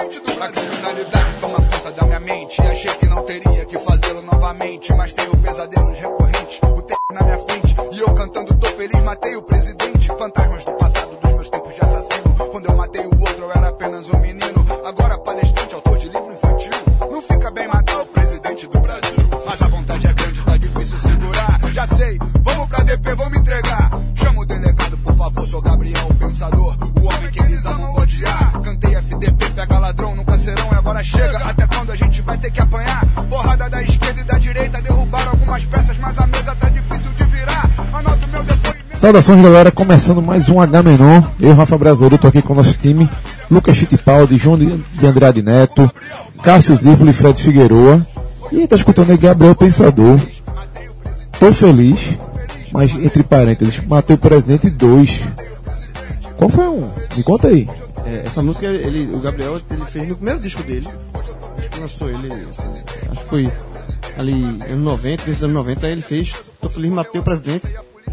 A criminalidade toma conta da minha mente. Achei que não teria que fazê-lo novamente, mas tenho pesadelos recorrentes, o tempo na minha frente. E eu cantando tô feliz, matei o presidente. Fantasmas do passado, dos meus tempos de assassino. Quando eu matei o outro eu era apenas um menino. Agora palestrante, autor de livro infantil. Não fica bem matar o presidente do Brasil, mas a vontade é grande, tá difícil segurar. Já sei, vamos pra DP, vamos entregar. Chama o delegado, por favor, sou Gabriel, o pensador, o homem que eles amam odiar. Cantei FDP, pega ladrão, nunca serão e agora chega. Até quando a gente vai ter que apanhar? Porrada da esquerda e da direita, derrubaram algumas peças, mas a mesa tá difícil de virar. Anota o meu depoimento. Saudações, galera, começando mais um H-Menon. Eu, Rafa Brasileiro, tô aqui com o nosso time: Lucas Fittipaldi, João de Andrade Neto, Cássio Zípolo e Fred Figueroa. E tá escutando aí Gabriel Pensador. Tô feliz, mas entre parênteses, matei o presidente 2. Qual foi um? Me conta aí. Essa música, o Gabriel, ele fez no primeiro disco dele. Acho que lançou ele, assim, acho que foi ali anos 90, desses anos 90, aí ele fez Tô Feliz, Matei o Presidente.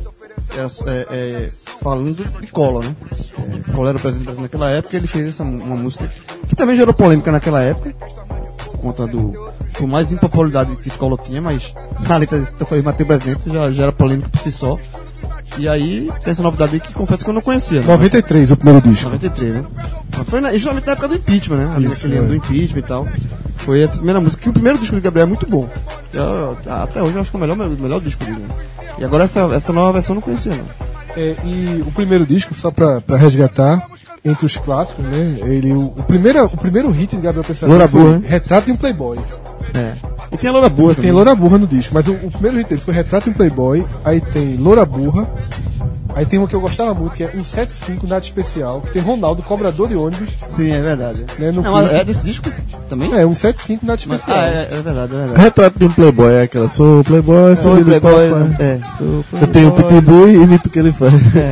Falando de Collor, né? Collor era o presidente brasileiro naquela época, ele fez uma música que também gerou polêmica naquela época, por conta por mais impopularidade que Collor tinha, mas na letra de Tô Feliz, Matei o Presidente já era polêmica por si só. E aí tem essa novidade aí que confesso que eu não conhecia. Né? 93, o primeiro disco. 93, né? Foi justamente na época do impeachment, né? Ali naquele ano do impeachment e tal. Foi essa primeira música, que o primeiro disco do Gabriel é muito bom. Até hoje eu acho que é o melhor disco dele, né? E agora essa nova versão eu não conhecia, não. E o primeiro disco, só pra resgatar, entre os clássicos, né? O primeiro hit de Gabriel Pensador Loura foi Burra, né? Retrato de um Playboy. E tem a Loura Burra também. Tem Loura Burra no disco, mas o primeiro hit dele foi Retrato de um Playboy, aí tem Loura Burra, aí tem uma que eu gostava muito, que é 175, Nada Especial, que tem Ronaldo, cobrador de ônibus. Sim, é verdade. Né, mas é desse disco também? 175, Nada Especial. É verdade. Retrato de um Playboy é aquela: sou Playboy, Sou Playboy. Eu tenho um pitbull e imito o que ele faz.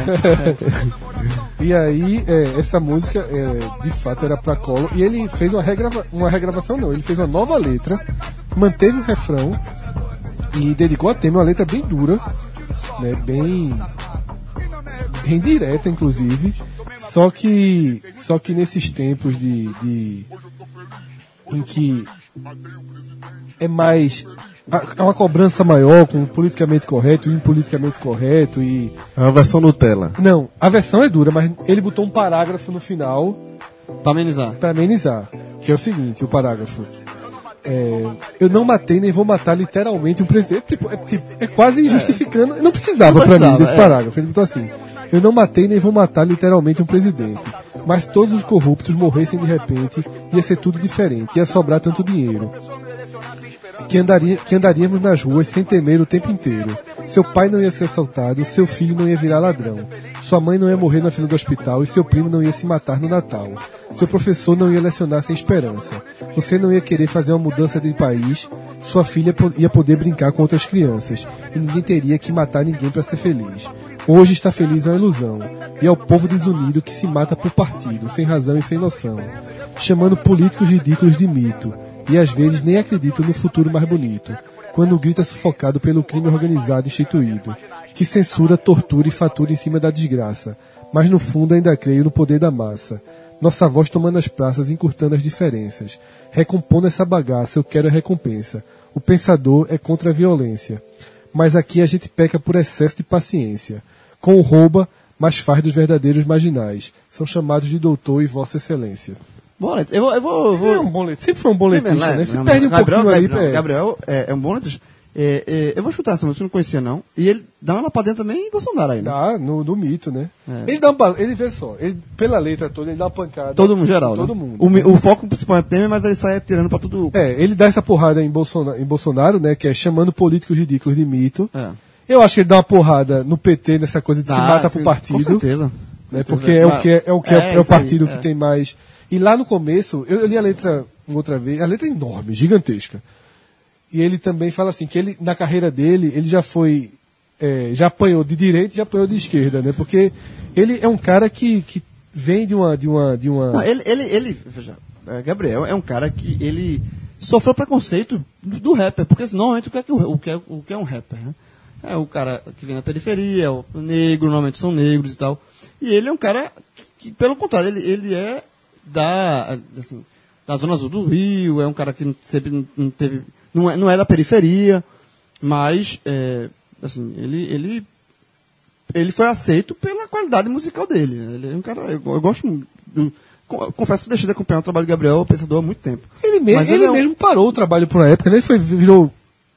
E aí, essa música, de fato, era pra Collor. E ele fez uma regravação, não. Ele fez uma nova letra, manteve o refrão e dedicou a tema, uma letra bem dura, né, bem direta, inclusive. Só que nesses tempos em que é mais... É uma cobrança maior com o politicamente correto e impoliticamente correto e... É uma versão Nutella. Não, a versão é dura, mas ele botou um parágrafo no final pra amenizar. Que é o seguinte, o parágrafo: eu não matei nem vou matar literalmente um presidente. É quase justificando. Não precisava pra mim desse parágrafo. Ele botou assim: eu não matei nem vou matar literalmente um presidente, mas todos os corruptos morressem de repente, ia ser tudo diferente, ia sobrar tanto dinheiro que andaríamos nas ruas sem temer o tempo inteiro. Seu pai não ia ser assaltado, seu filho não ia virar ladrão, sua mãe não ia morrer na fila do hospital e seu primo não ia se matar no Natal. Seu professor não ia lecionar sem esperança. Você não ia querer fazer uma mudança de país, sua filha ia poder brincar com outras crianças e ninguém teria que matar ninguém para ser feliz. Hoje estar feliz é uma ilusão, e é o povo desunido que se mata por partido, sem razão e sem noção, chamando políticos ridículos de mito, e às vezes nem acreditam no futuro mais bonito, quando o grito é sufocado pelo crime organizado instituído, que censura, tortura e fatura em cima da desgraça, mas no fundo ainda creio no poder da massa. Nossa voz tomando as praças, encurtando as diferenças, recompondo essa bagaça, eu quero a recompensa. O pensador é contra a violência, mas aqui a gente peca por excesso de paciência. Com o rouba, mas faz dos verdadeiros marginais. São chamados de doutor e vossa excelência. Bom letra. Eu vou... É um bom letra. Sempre foi um bom letrista, né? Você perde um pouquinho ali. Gabriel é um bom letrista. Eu vou chutar essa música, eu não conhecia não. E ele dá uma lapadinha também em Bolsonaro aí, né? Dá, no mito, né? Ele vê só, pela letra toda, ele dá uma pancada. Todo mundo geral, todo né? mundo. O foco principal é Temer, mas ele sai atirando pra tudo. Ele dá essa porrada em Bolsonaro, né? Que é chamando políticos ridículos de mito. Eu acho que ele dá uma porrada no PT, nessa coisa de se mata pro partido. Com certeza. Né? Porque é o partido que tem mais... E lá no começo, eu li a letra outra vez, a letra é enorme, gigantesca. E ele também fala assim, que ele, na carreira dele, ele já foi, já apanhou de direita e já apanhou de esquerda, né? Porque ele é um cara que vem de uma... Não, ele veja, Gabriel é um cara que ele sofreu preconceito do rapper, porque normalmente o que é um rapper, né? É o cara que vem da periferia, o negro, normalmente são negros e tal. E ele é um cara que pelo contrário, ele é assim, da Zona Azul do Rio, é um cara que sempre não teve, não é da periferia, mas, assim, ele foi aceito pela qualidade musical dele. Ele é um cara, eu gosto muito. Confesso que deixei de acompanhar o trabalho do Gabriel Pensador há muito tempo. Ele mesmo parou o trabalho por uma época, né? Ele virou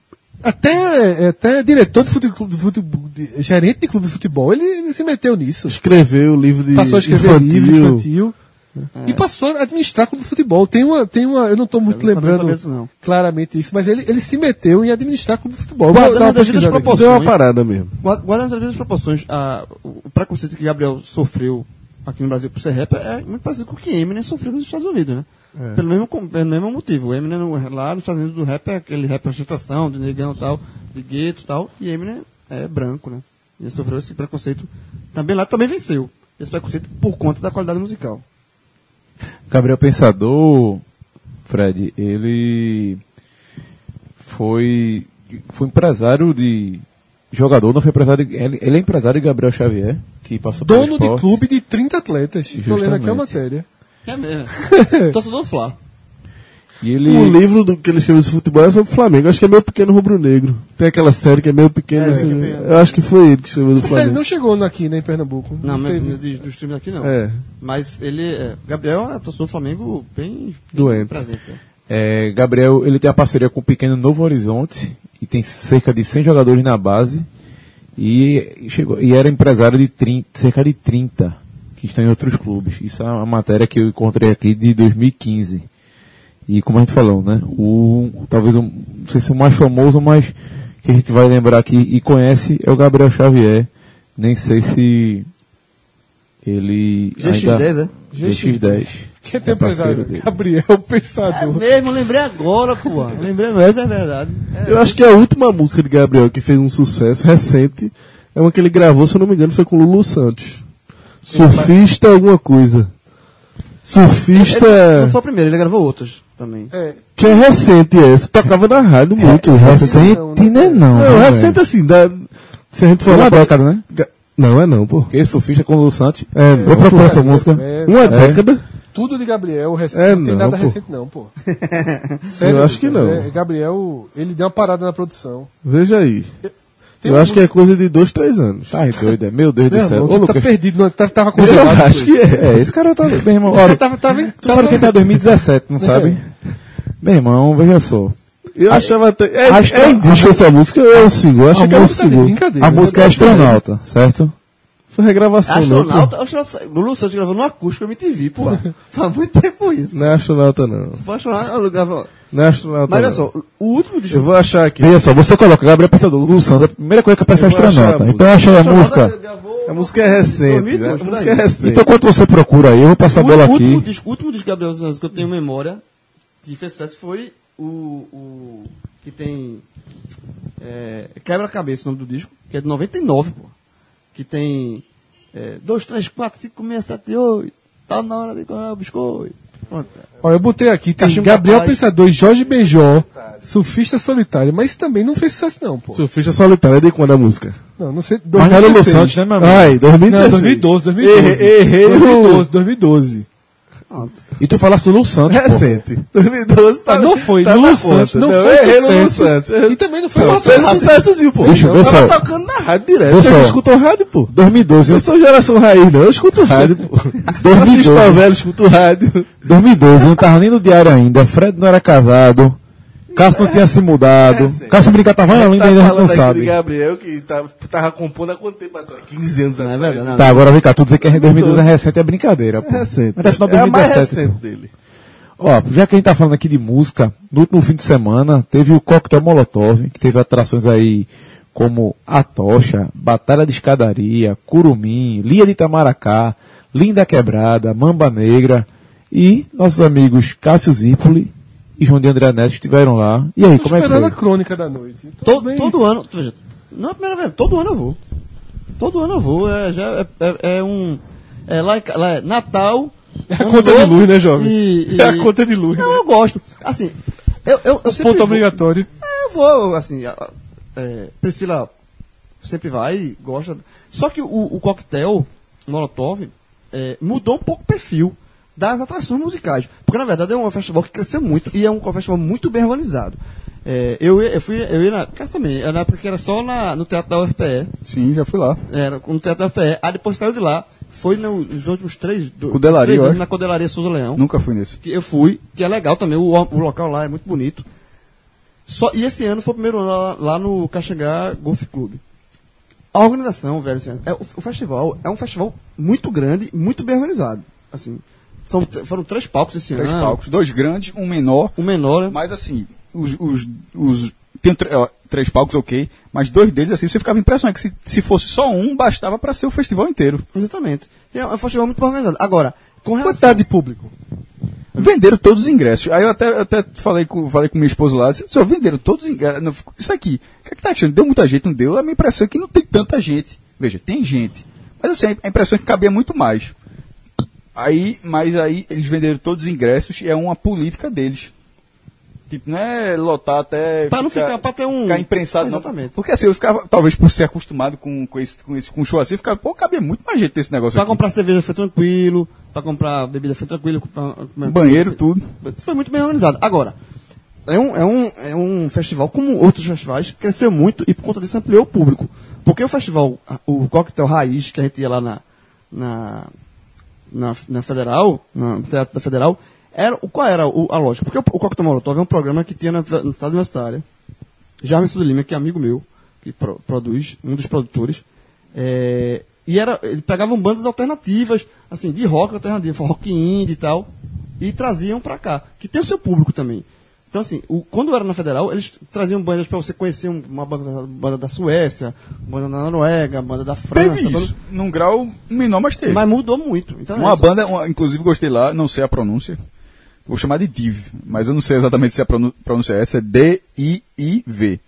até diretor de futebol, gerente de clube de futebol. Ele se meteu nisso. Escreveu o livro de passou a escrever livro infantil. E passou a administrar clube de futebol. Tem uma, eu não estou muito lembrando claramente isso, mas ele se meteu em administrar clube de futebol. Guardando as devidas proporções. Deu uma parada mesmo. Guardando as devidas proporções, o preconceito que Gabriel sofreu aqui no Brasil por ser rapper é muito parecido com o que Eminem sofreu nos Estados Unidos, né? Pelo mesmo motivo. O Eminem lá nos Estados Unidos do rap é aquele rap de ostentação, de negão e tal, de gueto e tal, e Eminem é branco, né? Ele sofreu esse preconceito. Também lá também venceu esse preconceito por conta da qualidade musical. Gabriel Pensador, Fred, ele foi empresário de jogador, não foi empresário ele é empresário de Gabriel Xavier, que passou pelo dono de clube de 30 atletas. Estou lendo aqui a matéria. É mesmo. Torcedor do Fla. E ele... O livro que ele escreveu de futebol é sobre o Flamengo. Acho que é Meu Pequeno Rubro-Negro. Tem aquela série que é Meio Pequeno. Assim, eu acho que foi ele que escreveu do Flamengo. Série não chegou aqui, né, em Pernambuco. Não, mas dos times aqui não. Mas ele... Gabriel é torcedor do Flamengo bem doente. Presente. Gabriel, ele tem a parceria com o Pequeno Novo Horizonte e tem cerca de 100 jogadores na base e era empresário de cerca de 30 que estão em outros clubes. Isso é uma matéria que eu encontrei aqui de 2015. E como a gente falou, né? Talvez, não sei se o mais famoso, mas que a gente vai lembrar aqui e conhece é o Gabriel Xavier. Nem sei se ele... GX10, né? GX10. Quem tem empresário? Gabriel Pensador. É mesmo, lembrei agora, pô. Lembrei mesmo, é verdade. Eu acho que a última música de Gabriel que fez um sucesso recente é uma que ele gravou, se eu não me engano, foi com o Lulu Santos. Surfista alguma coisa. Surfista... Ele não foi o primeiro, ele gravou outras também. Que é recente essa. Tocava na rádio muito. Recente, né? Não, recente assim. Se a gente for uma década, né? Não, é não, pô. Porque Surfista com o Lulu Santos. Vou procurar essa música. Uma década. Tudo de Gabriel, recente. Não tem nada recente não, pô. Sério, eu acho que não. Gabriel, ele deu uma parada na produção. Veja aí. Eu acho que é coisa de 2, 3 anos. Tá doido, meu Deus do céu. Ô, tá perdido, tava congelado. Eu acho que é. Esse cara tá, meu irmão. Olha, tu sabe que tá 2017, não sabe? Meu irmão, veja só. Eu achava até... É indígena essa música, é um single. Eu acho que é um single. A música é Astronauta, certo? Foi regravação, Astronauta, Lulu Santos gravou no acústico eu me TV, pô. Faz muito tempo isso. Não é Astronauta, não. Foi Astronauta, eu gravava... Não é Astronauta, mas olha só, o último disco... Eu vou achar aqui. Veja só, você coloca Gabriel Pensador, Lulu Santos, a primeira coisa que aparece é Astronauta. Então acha a música... A música é recente, né? A música é recente. Então quando você procura aí, eu vou passar a bola aqui. O último disco de Gabriel Santos que eu tenho memória que fez sucesso foi o que tem... Quebra-cabeça, o nome do disco, que é de 99, pô. Que tem... 2, 3, 4, 5, 6, 7, 8. Tá na hora de comer o biscoito. Pronto. Olha, eu botei aqui, tem Gabriel Pensador, Jorge Benjó, Surfista Solitário, mas isso também não fez sucesso não, pô. Surfista Solitário é de quando a música? Não sei, 2016. Mas era Lulu Santos, né, meu amigo? Ai, 2016. Não, 2012. Errei. 2012. E tu falasse Lulu Santos, recente. 2012 tá. Não foi, Lulu Santos. Não foi sucesso. E também não foi sucessozinho, pô. Deixa eu ver só. Eu tava tocando na rádio direto. Você escutou rádio, pô? 2012. Eu sou geração raiz, não. Eu escuto rádio, pô. 2012. Eu velho, escuto rádio. 2012, eu não tava nem no diário ainda. Fred não era casado. Cássio não tinha se mudado. Cássio brincar tava ainda não sabe. Gabriel, que tava compondo há quanto tempo atrás? 15 anos atrás. Não é verdade. Tá, agora vem cá, tu dizer que 2012 é recente é brincadeira, pô. É recente. Mas final de 2017. É a mais recente dele. Ó, já que a gente tá falando aqui de música, no último fim de semana teve o Coquetel Molotov, que teve atrações aí como A Tocha, Batalha de Escadaria, Curumim, Lia de Itamaracá, Linda Quebrada, Mamba Negra e nossos amigos Cássio Zipoli e João de André Neto estiveram lá. E aí, como é que foi? A crônica da noite. Todo ano, veja, não é a primeira vez, todo ano eu vou. Todo ano eu vou, lá é Natal. É a conta de luz, né, jovem? É a conta de luz. Não, eu gosto. Assim, eu sempre ponto obrigatório. Eu vou, assim, Priscila sempre vai, gosta. Só que o coquetel Molotov mudou um pouco o perfil. das atrações musicais. Porque, na verdade, é um festival que cresceu muito e é um festival muito bem organizado. Eu ia na... Porque também, era na época que era só no Teatro da UFPE. Sim, já fui lá. Era no Teatro da UFPE. Aí depois saiu de lá, foi nos últimos 3 anos na Codelaria Souza Leão. Nunca fui nesse. Que eu fui, que é legal também, o local lá é muito bonito. E esse ano foi o primeiro ano lá no Caxangá Golf Club. A organização, velho, assim, o festival é um festival muito grande, muito bem organizado. Assim, foram 3 palcos esse ano. 3 palcos, 2 grandes, um menor. Um menor, né? Mas assim, tem 3 palcos, ok, mas 2 deles, assim, você ficava impressionado que se fosse só um, bastava para ser o festival inteiro. Exatamente. É um festival muito bem organizado. Agora, com relação... Quantidade de público? Venderam todos os ingressos. Aí eu até falei com minha esposa lá, disse, venderam todos os ingressos. Isso aqui, o que é que tá achando? Deu muita gente, não deu? A minha impressão é que não tem tanta gente. Veja, tem gente. Mas assim, a impressão é que cabia muito mais. Mas aí eles venderam todos os ingressos e é uma política deles. Tipo, não é lotar até... Pra não ficar, pra ter um... Ficar imprensado, exatamente. Não. Porque assim, eu ficava, talvez por ser acostumado com o show assim, eu ficava, cabia muito mais gente nesse negócio pra aqui. Comprar cerveja foi tranquilo, pra comprar bebida foi tranquilo. Banheiro, tudo. Foi muito bem organizado. Agora, é um festival, como outros festivais, cresceu muito e por conta disso ampliou o público. Porque o festival, o Coquetel Raiz, que a gente ia lá na Federal, no Teatro da Federal, qual era a lógica? Porque o Coquetel Molotov é um programa que tinha na cidade universitária. Jaime Sudo Lima, que é amigo meu, que produz, um dos produtores, e ele pegavam bandas alternativas, assim, de rock alternativo, rock indie e tal, e traziam pra cá, que tem o seu público também. Então, assim, quando era na Federal, eles traziam bandas pra você conhecer uma banda da Suécia, banda da Noruega, banda da França. Teve isso, num grau menor, mas teve. Mas mudou muito. Então, banda, inclusive gostei lá, não sei a pronúncia, vou chamar de Div, mas eu não sei exatamente se a pronúncia é essa, é D-I-I-V.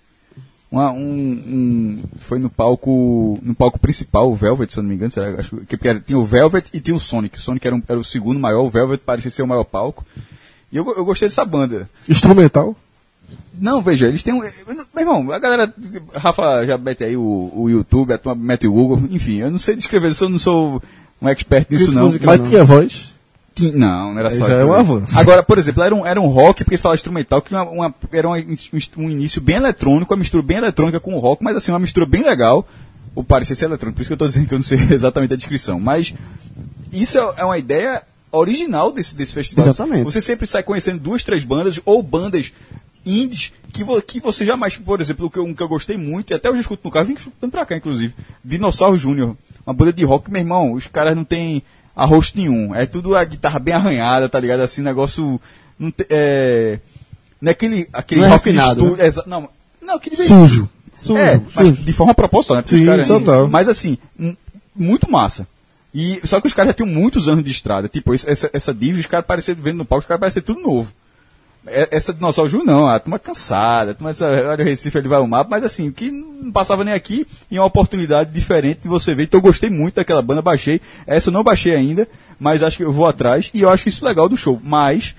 Foi no palco principal, o Velvet, se eu não me engano, acho que tinha o Velvet e tinha o Sonic. O Sonic era o segundo maior, o Velvet parecia ser o maior palco. E eu gostei dessa banda. Instrumental? Não, veja, eles têm meu irmão, a galera, Rafa já mete aí o YouTube, a turma mete o Google, enfim, eu não sei descrever, eu não sou um expert nisso não. Mas tinha voz? Não era só isso. Já é um avanço. Agora, por exemplo, era um rock, porque fala instrumental, que era um início bem eletrônico, uma mistura bem eletrônica com o rock, mas assim, uma mistura bem legal, ou parecia ser eletrônico, por isso que eu estou dizendo que eu não sei exatamente a descrição. Mas isso é uma ideia original desse festival. Exatamente. Você sempre sai conhecendo 2, 3 bandas, ou bandas indies, que você jamais, por exemplo, um que eu gostei muito, e até hoje eu escuto no carro, vim escutando pra cá, inclusive, Dinossauro Júnior, uma banda de rock, meu irmão, os caras não tem arrosto nenhum, é tudo a guitarra bem arranhada, tá ligado? Assim, negócio, não é aquele não é rock refinado, de estúdio, né? Não, aquele sujo. Mas de forma proporcional, né? Sim, caras, total. mas assim, muito massa. E, só que os caras já tinham muitos anos de estrada. Tipo, essa Div, os caras pareciam, vendo no palco, os caras pareciam tudo novo. Essa Dinossauro Júnior não, a turma cansada, a turma olha o Recife, ele vai ao mapa, mas assim, que não passava nem aqui, e é uma oportunidade diferente de você ver. Então eu gostei muito daquela banda, baixei. Essa eu não baixei ainda, mas acho que eu vou atrás, e eu acho isso legal do show. Mas,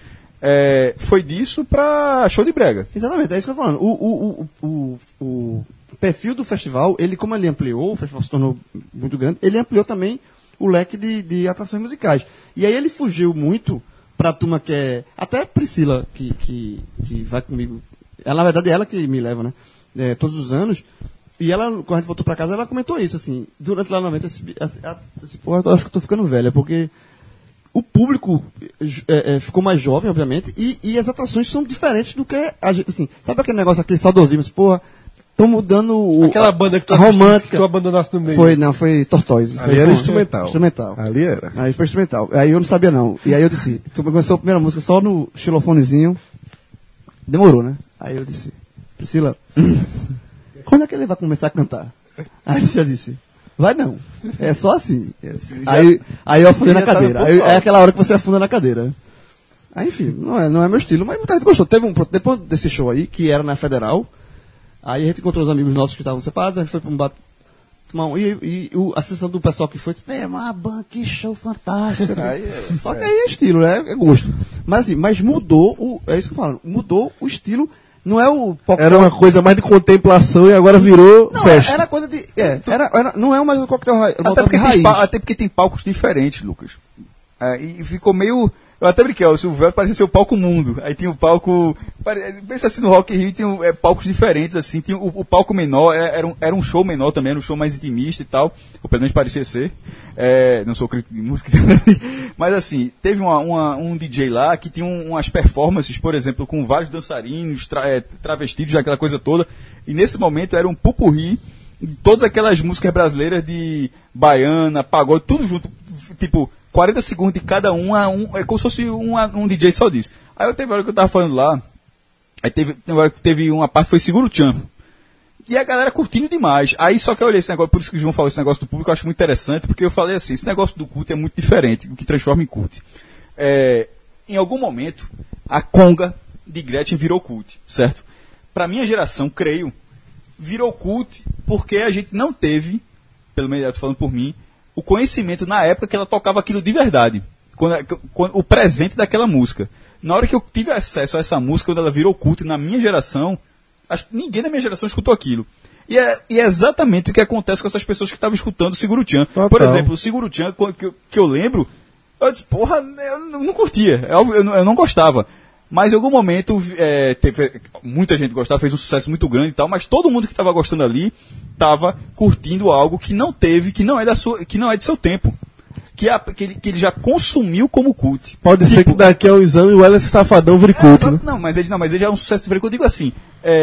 foi disso pra show de brega. Exatamente, é isso que eu tô falando. O perfil do festival, como ele ampliou, o festival se tornou muito grande, ele ampliou também o leque de atrações musicais. E aí ele fugiu muito pra turma que é... Até Priscila, que vai comigo. Na verdade, é ela que me leva, né? Todos os anos. E ela, quando a gente voltou pra casa, ela comentou isso, assim. Durante lá no evento, porra, eu acho que eu tô ficando velha, porque o público ficou mais jovem, obviamente, e as atrações são diferentes do que a gente, assim. Sabe aquele negócio, aquele saudosismo, assim, porra... Estão mudando aquela banda que tu romântica. Que tu abandonasse no meio. Foi Tortoise. Ali era instrumental. Ali era. Aí foi instrumental. Aí eu não sabia não. E aí eu disse, tu começou a primeira música só no xilofonezinho. Demorou, né? Aí eu disse, Priscila, quando é que ele vai começar a cantar? Aí você disse, vai não. É só assim. Aí eu afundei na cadeira. É aquela hora que você afunda na cadeira. Aí enfim, não é meu estilo, mas muita gente gostou. Depois desse show aí, que era na Federal, aí a gente encontrou os amigos nossos que estavam separados, a gente foi para um bar tomar um. A sessão do pessoal que foi, disse, que show fantástico. Só que aí é estilo, né? É gosto. Mas assim, mudou, é isso que eu falo, mudou o estilo. Não é o coquetel... Era uma coisa mais de contemplação e agora virou festa. Era coisa de... não é mais o coquetel raiz. Até porque tem palcos diferentes, Lucas. E ficou meio... Eu até brinquei, o véu parecia ser o palco mundo. Aí tinha o palco... Pensa assim, no Rock in Rio tem palcos diferentes, assim. Tinha o palco menor, era um show menor também, era um show mais intimista e tal. Ou pelo menos parecia ser. Não sou crítico de música. Mas assim, teve um DJ lá que tinha umas performances, por exemplo, com vários dançarinos, travestidos, aquela coisa toda. E nesse momento era um pupurri de todas aquelas músicas brasileiras de baiana, pagode, tudo junto. Tipo... 40 segundos de cada é como se fosse um DJ só disso. Aí eu teve hora que eu tava falando lá, aí teve hora que teve uma parte que foi Segura o Tchan. E a galera curtindo demais. Aí só que eu olhei esse negócio, por isso que o João falou esse negócio do público, eu acho muito interessante, porque eu falei assim, esse negócio do cult é muito diferente, o que transforma em cult. Em algum momento, a conga de Gretchen virou cult, certo? Pra minha geração, creio, virou cult porque a gente não teve, pelo menos eu tô falando por mim, o conhecimento na época que ela tocava aquilo de verdade. O presente daquela música. Na hora que eu tive acesso a essa música, quando ela virou culto na minha geração, ninguém da minha geração escutou aquilo. E é exatamente o que acontece com essas pessoas que estavam escutando o Segura o Tchan. Por exemplo, o Segura o Tchan, que eu lembro, eu disse, porra, eu não curtia, eu não gostava. Mas em algum momento, muita gente gostava, fez um sucesso muito grande e tal, mas todo mundo que estava gostando ali estava curtindo algo que não é de seu tempo. Que ele já consumiu como cult. Pode ser que daqui a uns anos o Wesley Safadão vire cult, né? Não, mas ele já é um sucesso diferente. Eu digo assim,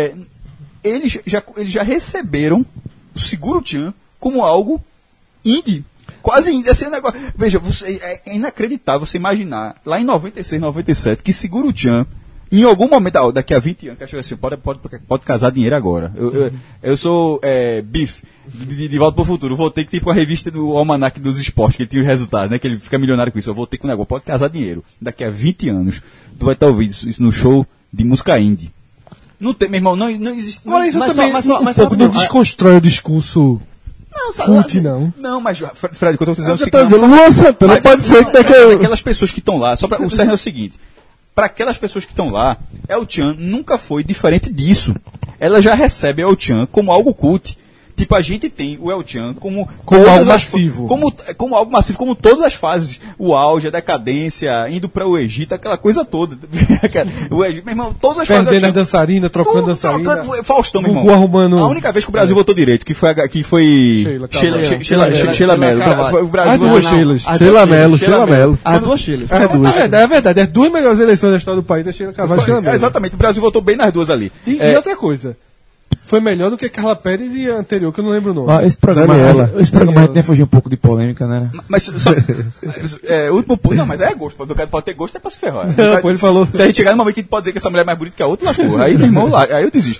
eles já receberam o Segura o Tchan como algo indie. Quase indie. Assim, negócio. Veja, é inacreditável você imaginar, lá em 96, 97, que Segura o Tchan, em algum momento, daqui a 20 anos, que acho assim, pode casar dinheiro agora. Eu sou Biff, de Volta para o Futuro. Eu voltei que tipo a revista do Almanac dos Esportes, que ele tinha os resultados, né? Que ele fica milionário com isso. Eu voltei com o negócio, pode casar dinheiro. Daqui a 20 anos, tu vai estar ouvindo isso no show de música indie. Não tem, meu irmão, não existe. Mas isso também um pouco não desconstrói o discurso cult, não. Não, mas, Fred, o que eu estou dizendo é o seguinte. Luan Santana pode ser que aquelas pessoas que estão lá, o cerne é o seguinte. Para aquelas pessoas que estão lá, El Tchan nunca foi diferente disso. Ela já recebe El Tchan como algo cult. Tipo, a gente tem o El Tchan como algo massivo. Como algo massivo, como todas as fases. O auge, a decadência, indo para o Egito, aquela coisa toda. O Egito, meu irmão, todas as fases. Perdendo a dançarina, trocando dançarina. Faustão, meu irmão. Gugu arrumando... A única vez que o Brasil votou direito, que foi Sheila Mello. As duas Sheilas. Sheila Mello. As duas Sheilas. É verdade, as duas melhores eleições da história do país é Sheila Carvalho e Sheila Mello. Exatamente, o Brasil votou bem nas duas ali. E outra coisa. Foi melhor do que Carla Pérez e a anterior, que eu não lembro o nome. Esse programa a gente tem que fugir um pouco de polêmica, né? Mas só, o último ponto, não, mas é gosto. Pode ter gosto, é pra se ferrar. Não, ele falou. Se a gente chegar no momento que a gente pode dizer que essa mulher é mais bonita que a outra, lascou. Aí, meu irmão, aí eu desisto.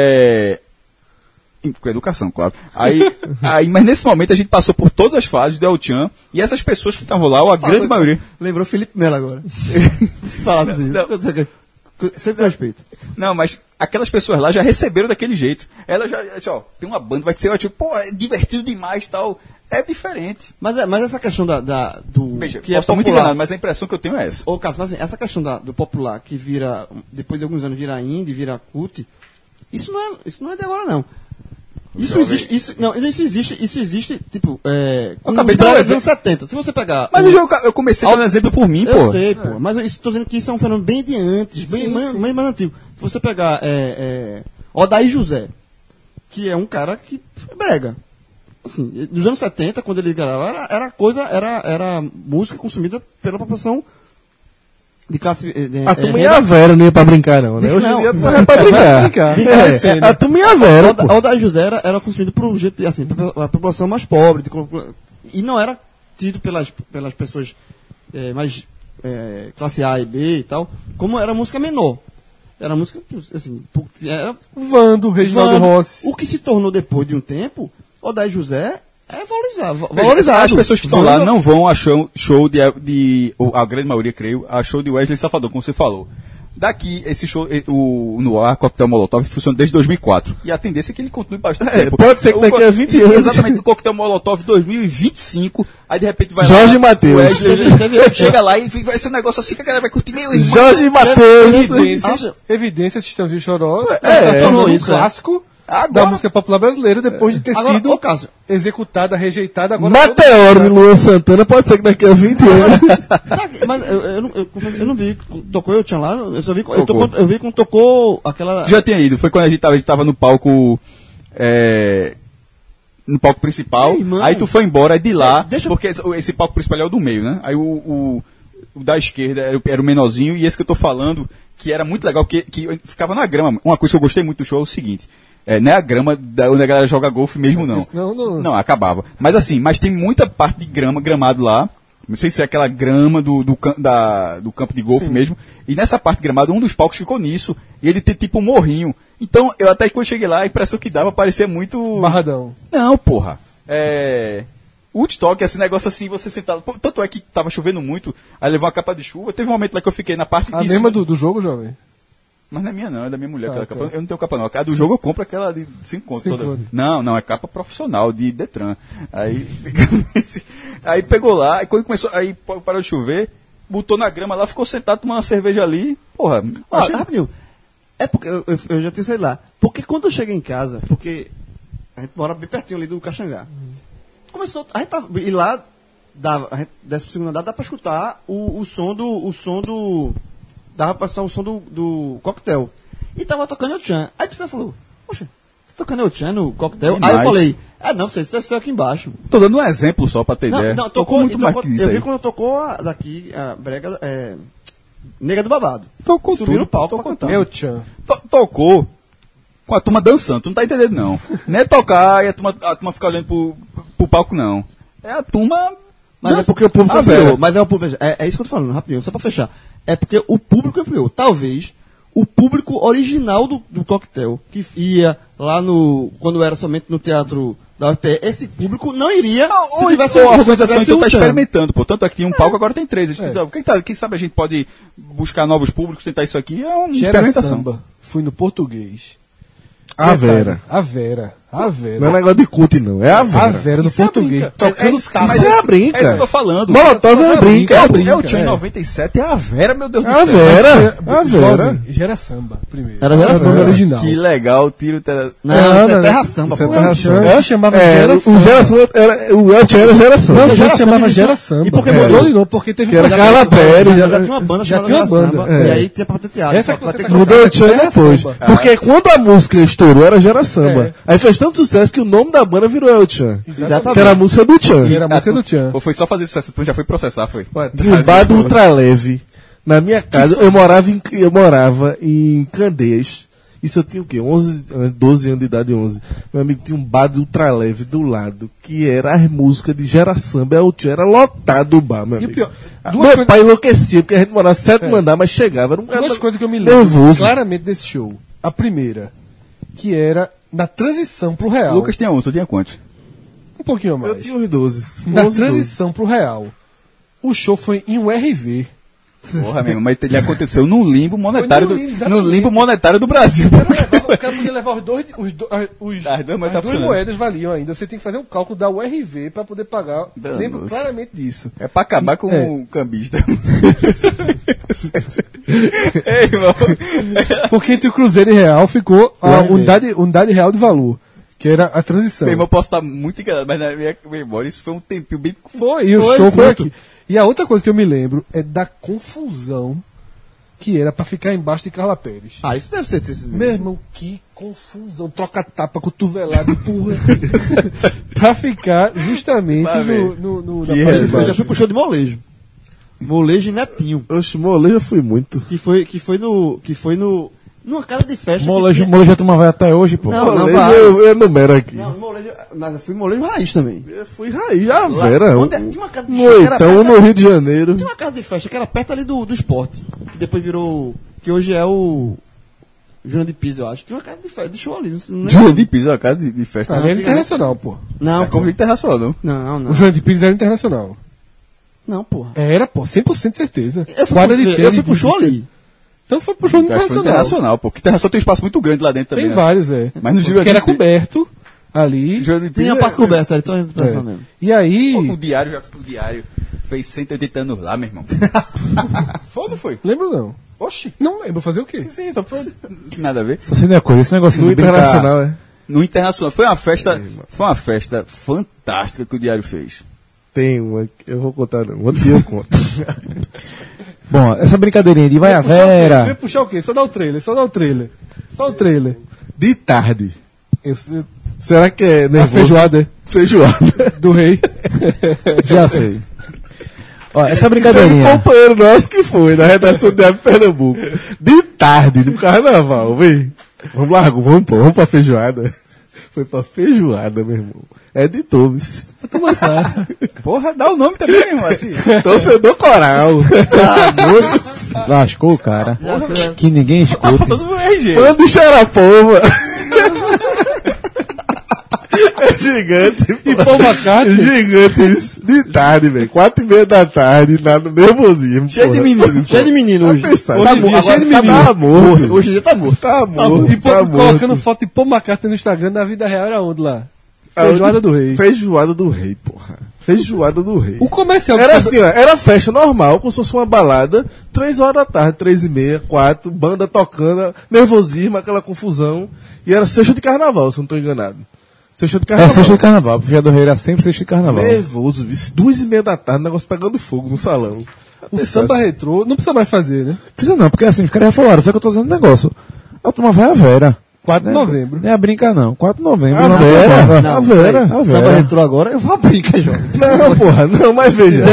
Com educação, claro. Mas nesse momento a gente passou por todas as fases do El Tchan e essas pessoas que estavam lá, a grande maioria. Lembrou Felipe Melo agora. Fala assim. Sempre respeito. Não, mas aquelas pessoas lá já receberam daquele jeito. Ela já tem uma banda, vai ser, tipo, pô, é divertido demais e tal. É diferente. Mas essa questão do... Veja, que posso estar muito enganado, mas a impressão que eu tenho é essa. Ô, Cássio, mas assim, essa questão do popular, que vira, depois de alguns anos, vira indie, vira cult, isso não é de agora, não. Isso existe, tipo, nos anos 70. Se você pegar... Mas eu comecei dando exemplo por mim, pô. Eu sei, pô. Mas estou dizendo que isso é um fenômeno bem de antes, bem mais antigo. Se você pegar Odair José, que é um cara que brega. Assim, nos anos 70, quando ele gravava, era música consumida pela população de classe... a turma ia Vera, não ia pra brincar, não, né? Hoje em dia é pra brincar. A turma ia Vera, A Odair José era consumido por jeito, assim, a população mais pobre. E não era tido pelas pessoas mais classe A e B e tal, como era música menor. Era música, assim... Era Vando, Reginaldo Rossi. O que se tornou, depois de um tempo, Odair José... valorizado. As pessoas que estão lá não vão a show de a grande maioria, creio, a show de Wesley Safadão, como você falou. Daqui, esse show, no ar, Coquetel Molotov, funciona desde 2004. E a tendência é que ele continue bastante tempo. Pode ser que daqui a 20 anos. Exatamente, o Coquetel Molotov 2025, aí de repente vai Jorge lá. Matheus. Chega lá e vai ser um negócio assim que a galera vai curtir meio Jorge Matheus. Evidências, Chitãozinho e Choró. Tornou isso, clássico. da música popular brasileira, depois de ter sido Cássio, executada, rejeitada. Agora Meteoro de Luan Santana pode ser que daqui a 20 anos. mas eu não vi. Tocou Eu Tchan lá, eu só vi. Eu vi quando tocou aquela. Já tinha ido, foi quando a gente tava no palco. No palco principal, Ei, aí tu foi embora, aí de lá, deixa eu- porque esse palco principal é o do meio, né? Aí o da esquerda era o menorzinho, e esse que eu tô falando, que era muito legal, que ficava na grama. Uma coisa que eu gostei muito do show é o seguinte, não é a grama onde a galera joga golfe mesmo, não. Não, acabava. Mas assim, mas tem muita parte de gramado lá, não sei se é aquela grama do campo de golfe mesmo, e nessa parte de gramado, um dos palcos ficou nisso, e ele tem tipo um morrinho. Então, eu até quando cheguei lá, a impressão que dava parecia muito... Barradão. Não, porra. Woodstock, esse negócio assim, você sentado... Tanto é que tava chovendo muito, aí levou uma capa de chuva. Teve um momento lá que eu fiquei na parte A de mesma cima. do jogo, jovem? Mas não é minha não, é da minha mulher. Aquela tá. capa. Eu não tenho capa não. A do jogo eu compro aquela de 5 contos. Não, é capa profissional, de Detran. Aí, aí pegou lá, aí quando começou, aí parou de chover, botou na grama lá, ficou sentado tomando uma cerveja ali. Porra, Rapidinho. É porque eu já tinha saído lá. Porque quando eu cheguei em casa, porque a gente mora bem pertinho ali do Caxangá. Começou. A gente tava. E lá, a gente desce pro segundo andar, dá pra escutar o som do. Dava pra escutar o som do coquetel. E tava tocando o Tchan. Aí você falou, poxa, tá tocando o Tchan no coquetel? Aí eu falei, não, isso deve ser aqui embaixo. tô dando um exemplo só pra ter ideia. Não, tocou muito mais que isso eu aí. vi quando tocou daqui, a brega, Nega do Babado. Tocou Subiu tudo, no palco pra tocou cantar. Eu Tchan. Tocou com a turma dançando, tu não tá entendendo não. Não é tocar e a turma ficar olhando pro palco, não. É a turma... Mas é porque o público ampliou. Mas é o público. É isso que eu tô falando, rapidinho, só pra fechar. É porque o público ampliou. Talvez o público original do coquetel, que ia lá quando era somente no teatro da UFPE, esse público não iria. Se tivesse a organização, então tá experimentando, pô. Tanto é que tinha um palco, agora tem 3. Quem sabe a gente pode buscar novos públicos, tentar isso aqui, é uma experimentação. Samba. Fui no português. A Vera. A Vera. Não é negócio de cult, não. É a Vera. A Vera no português. Tocando Isso é a brinca. É isso que eu tô falando. Molotov é a brinca. É o Tchan em 97, é a Vera, meu Deus do A céu. Vera. A Vera. Jovem, Gera Samba, primeiro. Era Gera Samba Samba. original. Que legal, tiro... Tera... Não, isso é terra samba, Isso é pô. terra samba. Se chamava Gera O Samba. Gera Samba o El Tchan era Gera Samba. Não, já se chamava Samba, Gera Samba. E por que É. mudou de novo? Porque teve Que era processo. Carla Pérez. Já tinha uma banda Já chamada tinha Gera uma banda, Samba. é. E aí tinha pra teatro. Essa Só que vai ter que Mudou o Tchan Gera depois. Samba. Porque quando a música estourou, era Gera Samba. É. Aí fez tanto sucesso que o nome da banda virou El Tchan. Exatamente. Que era a música do Tchan. Era a música do Tchan. Ou foi só fazer sucesso, tu já foi processar, foi? Tinha um bar do Ultraleve. Na minha casa, eu morava em Candeias. Isso eu tinha o quê? 12 anos de idade, 11. Meu amigo tinha um bar do Ultraleve do lado, que era as músicas de Gera Samba. El Tchan era lotado o bar, meu E o amigo. pior, Meu pai enlouquecia, porque a gente morava 7 andar, mas chegava. Era um duas coisas que eu me lembro nervoso. claramente desse show. A primeira, que era na transição pro real. Lucas tinha 11, tu tinha quantos? Um pouquinho mais. Eu tinha uns 12. Na 11, 12. transição pro real. O show foi em URV. Porra, mesmo, mas ele aconteceu no limbo monetário, Foi no limbo, no limbo monetário do Brasil. O cara podia levar as duas moedas valiam ainda. Você tem que fazer um cálculo da URV para poder pagar. Danos. Lembro claramente disso. É pra acabar com o cambista. Ei, irmão. Porque entre o Cruzeiro e Real ficou a URV. unidade real de valor, que era a transição. Meu irmão, eu posso estar muito enganado, mas na minha memória isso foi um tempinho bem... Foi, e o show foi aqui. E a outra coisa que eu me lembro é da confusão que era pra ficar embaixo de Carla Pérez. Ah, isso deve ser esse Meu irmão, que confusão. Troca tapa, cotovelada, empurra. Pra ficar justamente Vai ver. na Que parte de Eu já baixo. fui pro show de molejo. Molejo e Netinho. Oxe, molejo eu fui muito. Que foi numa casa de festa. Molejo a turma vai até hoje, pô. Não, Molejo vai. eu enumero aqui. Não, molejo, mas eu fui molejo raiz também. Eu fui raiz, a Vera. Tinha uma casa de festa que era Noitão perto- no Rio de Janeiro. Tinha uma casa de festa que era perto ali do esporte. Que depois virou. Que hoje é o. Júnior de Pisa, eu acho. Tinha uma casa de festa, de show ali. Não, João de piso, a casa de festa. Ah, era internacional, pô. não, É convite internacional, não. não. O João de Pires era internacional. Não, porra. Era, pô, 100% de certeza. Eu fui, Quadra de eu tênis, fui pro show ali. Então foi pro show Acho que foi internacional. internacional, pô. Porque internacional tem um espaço muito grande lá dentro também. Tem né? vários, é. Mas no Giro que era tem- coberto ali. João de Piso Tinha a parte coberta ali, tô indo pensando mesmo. E aí, O diário fez 180 anos lá, meu irmão. Foi ou não foi? lembro não. Oxi. Não lembro fazer o quê? Sim, nada a ver. Só sei uma coisa, esse negócio No de brincar, internacional, é. No Internacional. Foi uma festa fantástica que o Diário fez. Tem uma, eu vou contar não, outro dia eu conto. Bom, essa brincadeirinha de vai a Vera. Vai puxar o quê? Só dá o trailer. Só o trailer. De tarde. Será que é nervoso? A feijoada. Feijoada. Do rei. Já sei. Ó, essa Um brincadeirinha. companheiro nosso que foi na redação de Pernambuco. De tarde, no carnaval, vem. Vamos pra feijoada. Foi pra feijoada, meu irmão. É de Tomes. Porra, dá o nome também, meu irmão, assim. Torcedor coral. Lascou o cara. Que ninguém Tá escute. faltando do RG. Fã do Xarapova. É gigante. E Paul McCartney. Gigante isso. De tarde, velho. 4:30 da tarde, lá no nervosismo. Cheio de menino. Cheio de menino hoje. Hoje em dia, cheio de menino. Tá morto. Hoje em dia tá morto. Tá morto. E colocando foto de Paul McCartney no Instagram, na vida real era onde lá? Aonde? Feijoada do rei. Feijoada do rei, porra. Feijoada do rei. O comercial Era assim, ó, era festa normal, como se fosse uma balada, 3 horas da tarde, 3:30, 4, banda tocando, nervosismo, aquela confusão. E era sexta de carnaval, se eu não tô enganado. Sexta de É carnaval. sexta de carnaval. Pro Via do Rei era sempre sexta de carnaval. Nervoso, vice. 2:30 da tarde, o negócio pegando fogo no salão. O samba retrô não precisa mais fazer, né? Precisa não, porque assim, os caras já falaram, sabe que eu tô dizendo um negócio. A turma vai a Vera. 4 de novembro. Não é a brinca não, 4 de novembro. A não, Vera? não, A Vera? A Samba Vera. retrô agora, eu vou abrir, cara, João. Não, porra, não, mas veja.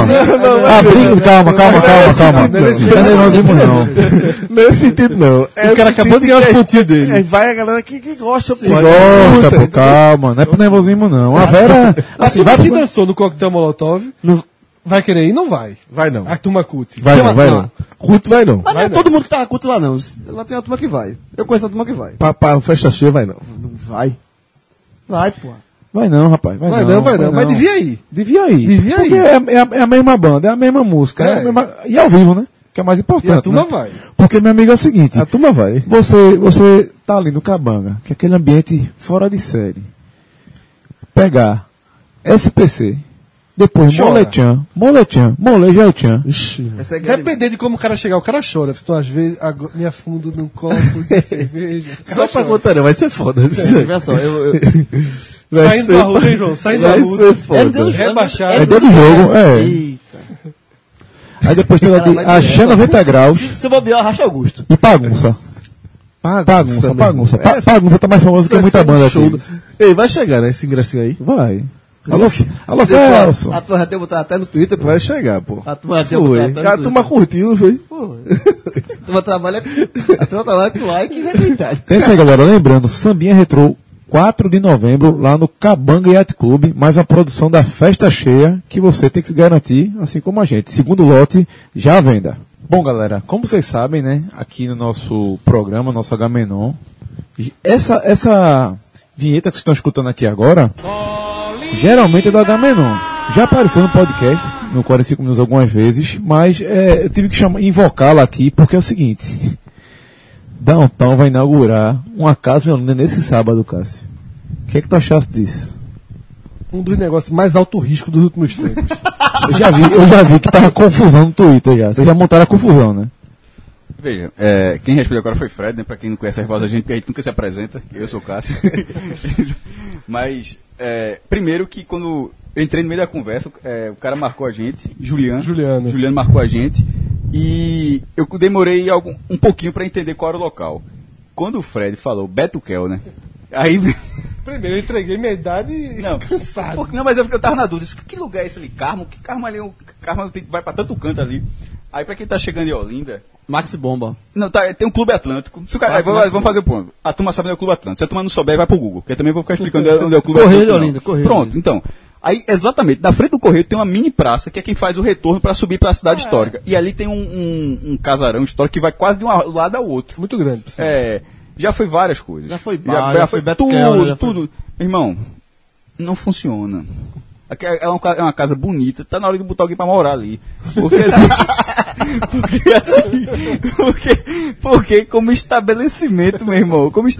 Calma. Calma. Não é nervosismo não. Nesse sentido, não. É O cara acabou de ganhar os pontinhos dele. É, vai a galera que gosta, pô. Gosta, pô, calma. Não é pro nervosismo não. A Vera, A assim, turma vai que dançou no Coquetel Molotov, vai querer ir? Não vai. Vai não. A turma curte. Vai não. Curto vai não. Mas não é todo mundo que tá culto lá, não. Lá tem a turma que vai. Eu conheço a turma que vai. Pra festa cheia vai não. Não vai. Vai, pô. Vai não, rapaz. Vai não. Mas devia ir. Devia ir. Devia Porque ir. é a mesma banda, é a mesma música. É. E ao vivo, né? Que é mais importante. E a turma né? vai. Porque, meu amigo, é o seguinte. A turma vai. Você tá ali no Cabanga, que é aquele ambiente fora de série. Pegar SPC, depois Chora. Molejelchan. Ixi. Essa é grande. Dependendo de como o cara chegar, o cara chora. Então, às vezes, me afundo num copo de cerveja. O cara Só pra chora. contar, não, vai ser foda. Olha só, Vai Saindo ser- da rua, hein, João? Saindo da Vai rua. ser foda. Rebaixado. É dia do jogo, é. Eita. Aí depois tem lá de Cara, Axé 90 graus Se eu bobear, racha Augusto. e Bagunça. Bagunça. Bagunça tá mais famoso que muita banda aqui. Ei, vai chegar, né, esse ingressinho aí? Vai. Alô, Celso. A turma já tem botado até no Twitter, pô. Vai chegar, pô. A turma já tem Foi. botado até no A Twitter. turma curtiu, não foi? A turma trabalha com like e retweetagem. Tem isso aí, galera. Lembrando, Sambinha Retrô, 4 de novembro, lá no Cabanga Yacht Club, mais uma produção da Festa Cheia, que você tem que se garantir, assim como a gente. Segundo lote, já à venda. Bom, galera, como vocês sabem, né, aqui no nosso programa, nosso H-Menon, essa vinheta que vocês estão escutando aqui agora, geralmente é do H-Menon. Já apareceu no podcast, no 45 Minutos algumas vezes, mas eu tive que invocá-la aqui, porque é o seguinte... Downtown vai inaugurar uma casa em Olinda nesse sábado, Cássio. O que é que tu achaste disso? Um dos negócios mais alto risco dos últimos tempos. Eu já vi que tava confusão no Twitter já. Vocês já montaram a confusão, né? Veja, quem respondeu agora foi Fred, né? Pra quem não conhece a voz da gente, porque a gente nunca se apresenta. Eu sou o Cássio. Mas, primeiro que quando eu entrei no meio da conversa, o cara marcou a gente, Juliano marcou a gente, e eu demorei um pouquinho para entender qual era o local. Quando o Fred falou Beto Kel, né? Aí... Primeiro, eu entreguei minha idade e Não, cansado. não, mas eu tava na dúvida. Que lugar é esse ali? Carmo? Que Carmo ali? Carmo vai pra tanto canto ali. Aí pra quem tá chegando em Olinda... Maxi Bomba. Não, tem um Clube Atlântico. Se o cara, vamos fazer o ponto. A turma sabe onde é o Clube Atlântico. Se a turma não souber, vai pro Google. Que eu também vou ficar explicando onde é o Clube Correio Atlântico. de Olinda, Correio de Pronto, Olinda. então. Aí, exatamente, na frente do Correio tem uma mini praça, que é quem faz o retorno para subir para a cidade histórica. E ali tem um casarão histórico que vai quase de um lado ao outro. Muito grande, pessoal. Já foi várias coisas. Já foi bar, já foi Beto tudo, Kel, já foi- tudo. Irmão, não funciona. É uma casa bonita, tá na hora de botar alguém para morar ali. Porque como estabelecimento, meu irmão, meu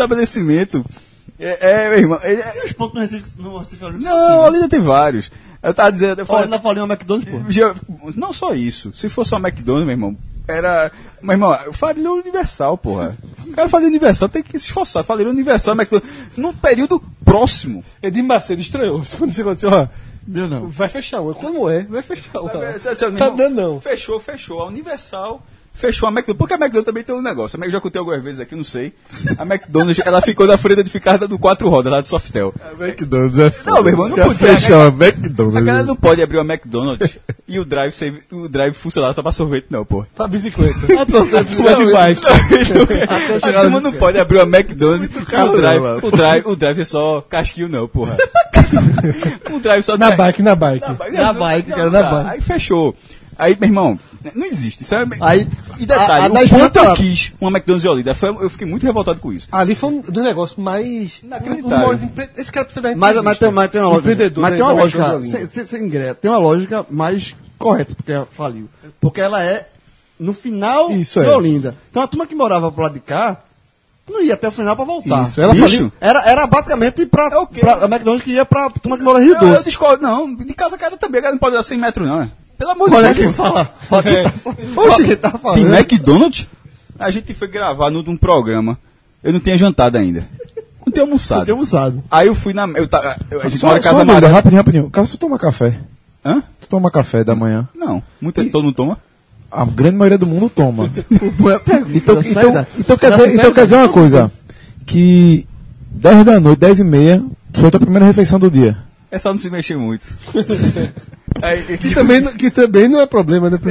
irmão, Os pontos no Recife Olinda são não, assim, ali tem vários. Eu tava dizendo, né? Na Folinha, uma McDonald's, pô. não só isso. Se fosse uma McDonald's, meu irmão, era... Mas, irmão, Faria Universal, porra. O cara Faria Universal tem que se esforçar. Faria Universal, McDonald's, num período próximo. Edir Macedo estranhou. Quando chegou assim, ó... Deu não. Vai fechar uma. Como é? Vai fechar uma. Tá Dando não. Fechou. A Universal fechou a McDonald's. Porque a McDonald's também tem um negócio. Eu já contei algumas vezes aqui, não sei. A McDonald's, ela ficou na frente de ficar do 4 rodas lá de Softel. A McDonald's é foda. Não, meu irmão, não podia. Fechar a McDonald's. A galera não pode abrir uma McDonald's e o drive funcionar só pra sorvete, não, pô. Pra bicicleta. A turma não pode abrir uma McDonald's e o drive é só casquinho, não, porra. O drive só Na bike. Na bike. Aí fechou. Aí, meu irmão, não existe. Sabe? Aí, e detalhe, o quanto eu quis uma McDonald's de Olinda, eu fiquei muito revoltado com isso. Ali foi um dos negócios mais... Esse cara precisa da entrevista. Mas tem uma lógica. Mas tem uma lógica. Tem uma lógica mais correta, porque ela faliu. Porque ela é no final de Olinda. Então a turma que morava pro lado de cá não ia até o final pra voltar. Isso, ela faliu. Era basicamente pra a McDonald's que ia pra turma que mora Rio Doce. Eu discordo, não. De casa a cara também, a cara não pode dar 100 metros, não, né? Pelo amor de Deus. Olha quem fala. Oxe, quem tá falando? Tem McDonald's? A gente foi gravar num programa. Eu não tinha jantado ainda. Não tinha almoçado. Aí eu fui na... a gente mora em casa amarela. Rapidinho. Cara, você toma café? Hã? Tu toma café da manhã? Não. Todo mundo toma? A grande maioria do mundo toma. Então quer dizer uma coisa. Que 10 da noite, 10h30, foi a tua primeira refeição do dia. É só não se mexer muito. Que também não é problema, né?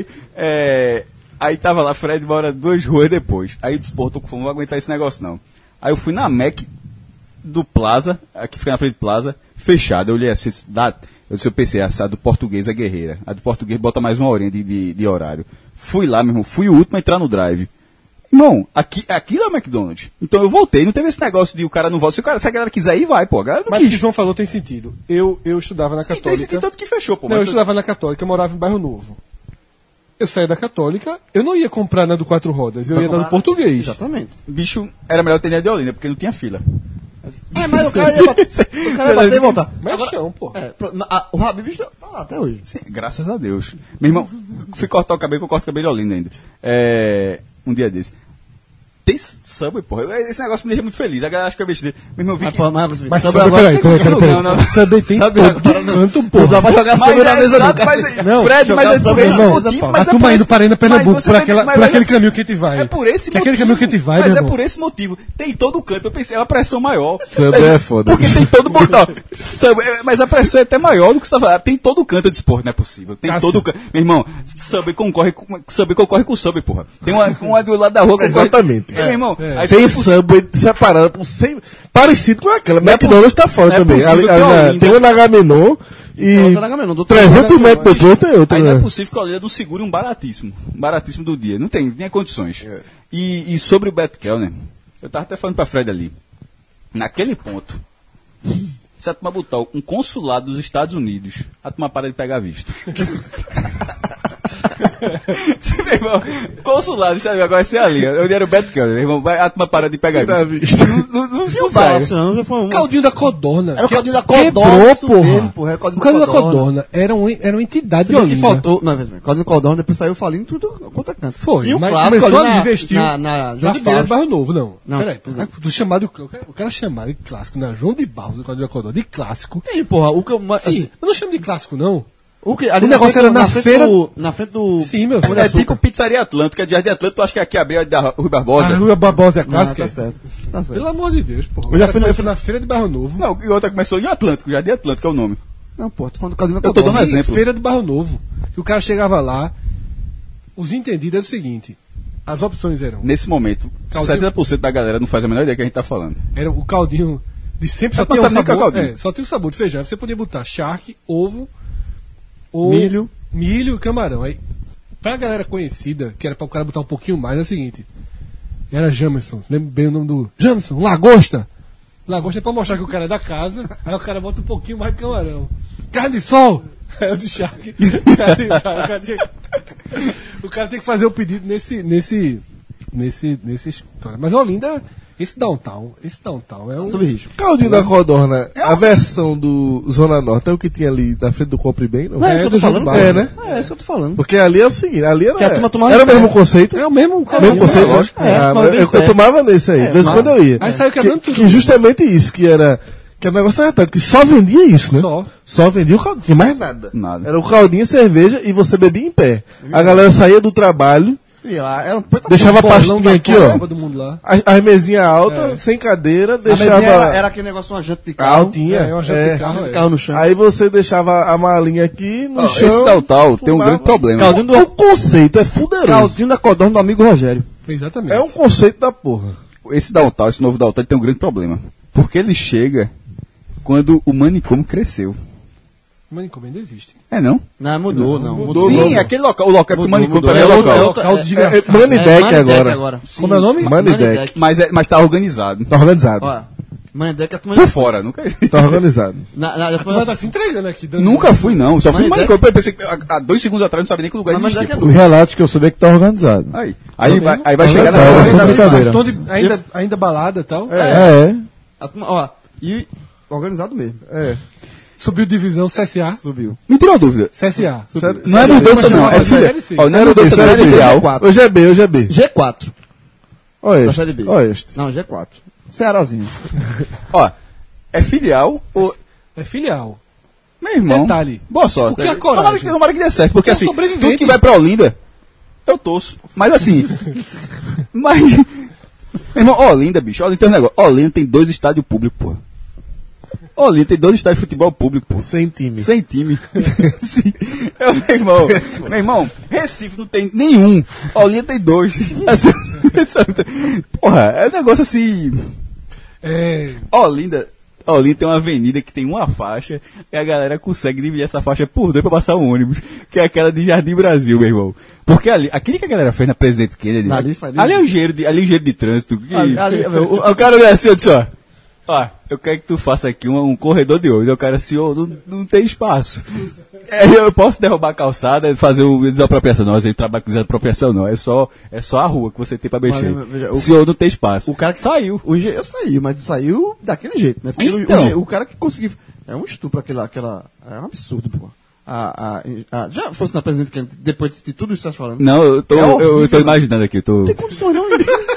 Aí tava lá, Fred mora 2 ruas depois. Aí disse, pô, tô com fome, não vou aguentar esse negócio não. Aí eu fui na Mac do Plaza, aqui fica na frente do Plaza, fechada. Eu olhei assim, eu pensei, a do português é guerreira. A do português bota mais 1 horinha de horário. Fui lá, meu irmão, fui o último a entrar no drive. Irmão, aquilo é o McDonald's. Então eu voltei, não teve esse negócio de o cara não volta. Se a galera quiser ir, vai, pô. A galera não Mas o que o João falou tem sentido. Eu estudava na Católica. Tem sentido tanto que fechou, pô. Não, eu estudava na Católica, eu morava em Bairro Novo. Eu saía da Católica, eu não ia comprar na do 4 rodas, eu ia na do português. Exatamente. Bicho, era melhor ter na de Olinda, porque não tinha fila. Mas o cara ia bater e voltar. Mas é chão, pô. O Habib tá lá até hoje. Sim, graças a Deus. Meu irmão, fui cortar o cabelo, que eu corto o cabelo de Olinda ainda. Um dia desse. Tem Subway, porra. Esse negócio me deixa muito feliz. A galera acha que é besteira. Meu irmão, mas Subway, peraí. Subway tem todo canto, porra. Já vai jogar Subway na mesa do Fred, mas é por esse motivo. Mas tu vai indo para Arena Pernambuco, por aquele caminho que a gente vai. É por esse motivo. Aquele caminho que a gente vai, mas é por esse motivo. Tem todo o canto. Eu pensei, é uma pressão maior. Subway é foda. Porque tem todo o botão. Mas a pressão é até maior do que você tá falando. Tem todo o canto de esporte, não é possível. Tem todo o canto. Meu irmão, Subway concorre com o Subway, porra. Tem uma do lado da rua que concorre. Exatamente. Meu irmão, tem Subway separado por 100, parecido com aquela. McDonald's tá fora também. Tem uma na Agamenon e 300 metros depois tem outra. Aí não é possível que a Olinda não segure um baratíssimo do dia. Não tem condições. E sobre o Beto Kellner, eu tava até falando pra Fred ali. Naquele ponto, se a turma botar um consulado dos Estados Unidos, a turma para de pegar visto. Meu irmão, consulado, sabe? Agora vai ser ali. Onde era o Beto Kellner, meu irmão, a turma para de pegar visto. Não consegue. Caldinho da Codorna. Era o Caldinho da Codorna. Porra. O Caldinho da Codorna era uma entidade de Olinda. Faltou. Não, o Caldinho da Codorna depois saiu falindo tudo contra canto. Foi. Mas começou a investir na João de Barros. Barro Novo, não. Peraí. O cara chamado de clássico na João de Barros, do Caldinho da Codorna, de clássico. Tem, porra. O que eu não chamo de clássico, não. O negócio era na feira. Na frente do. Sim, meu filho. É tipo Pizzaria Atlântico, é de Jardim Atlântico, tu acha que aqui abriu da Rui Barbosa? A Rui Barbosa é a clássica? Tá certo. Pelo amor de Deus, pô. Eu já fui na feira de Barro Novo. Não, e outra começou em Atlântico, Jardim Atlântico é o nome. Não, pô, tô falando do Caldinho da Codorna. Eu tô dando exemplo. Feira de Barro Novo. Que o cara chegava lá, os entendidos eram o seguinte: as opções eram. Nesse momento, 70% da galera não faz a menor ideia que a gente tá falando. Era o caldinho de sempre, só tinha o sabor. Só tinha o sabor de feijão. Você podia botar charque, ovo. Milho e camarão. Aí, pra galera conhecida, que era pra o cara botar um pouquinho mais, é o seguinte: era Jamerson, lembro bem o nome do Jamerson, Lagosta. Lagosta é pra mostrar que o cara é da casa, aí o cara bota um pouquinho mais de camarão. Carne de sol! É o de charque. O cara tem que fazer o pedido nesse história. Mas a Olinda Esse downtown é um... Sobre risco. Caldinho da Codorna, a versão do Zona Norte é o que tinha ali na frente do Compre Bem, não? Não é isso que eu tô falando? É, né? É isso que eu tô falando. Porque ali é o seguinte, ali era, Que a turma tomava era o em pé. mesmo conceito. É o mesmo Conceito, lógico. eu tomava nesse aí, de vez em quando eu ia. Aí saiu quebrando tudo. Que justamente isso, que era... Que o negócio era tanto, que só vendia isso, né? Só vendia o caldinho, e mais nada. Era o caldinho, cerveja e você bebia em pé. A galera saía do trabalho, E lá, era um deixava a pastinha aqui, ó. Copa do Mundo lá. As mesinhas altas, sem cadeira, A deixava... mesinha era aquele negócio, um ajante de carro. Altinha. uma janta de carro. Carro no chão. Aí você deixava a malinha aqui no chão. Esse Daltal tem um fumava. grande problema. O conceito é fuderoso. Caldinho da Codorna do amigo Rogério. Exatamente. É um conceito da porra. Esse Daltal, esse novo Daltal, ele tem um grande problema. Porque ele chega quando o manicômio cresceu. O manicômio ainda existe. É não? Não, mudou. Sim, aquele local, o local que o manicômio mudou. também é É local. local de desgraçado. Manideck agora. Sim. Como é o nome? Manideck. Mas tá organizado. Tá organizado. Ó, Manideck é a turma Por de fora, nunca. Tá organizado. A turma tá se entregando aqui. dando- Nunca fui, não. Só fui no Manideck. manicômio. Eu pensei que há 2 segundos atrás eu não sabia nem que o lugar Mas existia. Manideck é pô. Os relatos que eu soube é que tá organizado. Aí vai chegar Organizado, na sem hora. brincadeira. Tom de- ainda balada e tal. É. A turma, ó, e organizado mesmo. Subiu divisão CSA. Subiu. Me tirou uma dúvida. CSA. Não é mudança, não. É filha. Ó, não é mudança, não é filial. Hoje é B, hoje é B. G4. Olha Da Série B. este. Olha este. Não, G4. Cearozinho. Ó, é filial ou. É filial. Meu irmão. Detalhe. Boa sorte. O que é coragem? Tomara que dê certo. Porque É um assim, sobrevivente. tudo que vai pra Olinda, eu torço. Mas assim. Mas. Meu irmão, Olinda, bicho. Olinda tem um negócio. Olinda tem 2 estádios públicos, pô. Olinda tem 2 estádios de futebol público, pô. Sem time. Sem time. Sim. Meu irmão, Recife não tem nenhum. Olinda tem 2. Assim, porra, é um negócio assim. Olinda tem uma avenida que tem uma faixa e a galera consegue dividir essa faixa por 2 pra passar um ônibus, que é aquela de Jardim Brasil, meu irmão. Porque ali, aquele que a galera fez na Presidente Kennedy, ali é o engenheiro de trânsito. Que, o cara olhou assim, eu disse, ó, eu quero que tu faça aqui um corredor de ônibus. O cara, senhor, não tem espaço. Eu posso derrubar a calçada, fazer o desapropriação. Não, a gente trabalha com desapropriação, não. É só a rua que você tem pra mexer. Senhor, não tem espaço. O cara que saiu. Eu saí, mas saiu daquele jeito, né? Porque Então. o cara que conseguiu. É um estupro aquela. É um absurdo, pô. Já fosse na presidente que depois de tudo isso que você tá falando. Não, eu tô imaginando aqui. Não tem condições, não.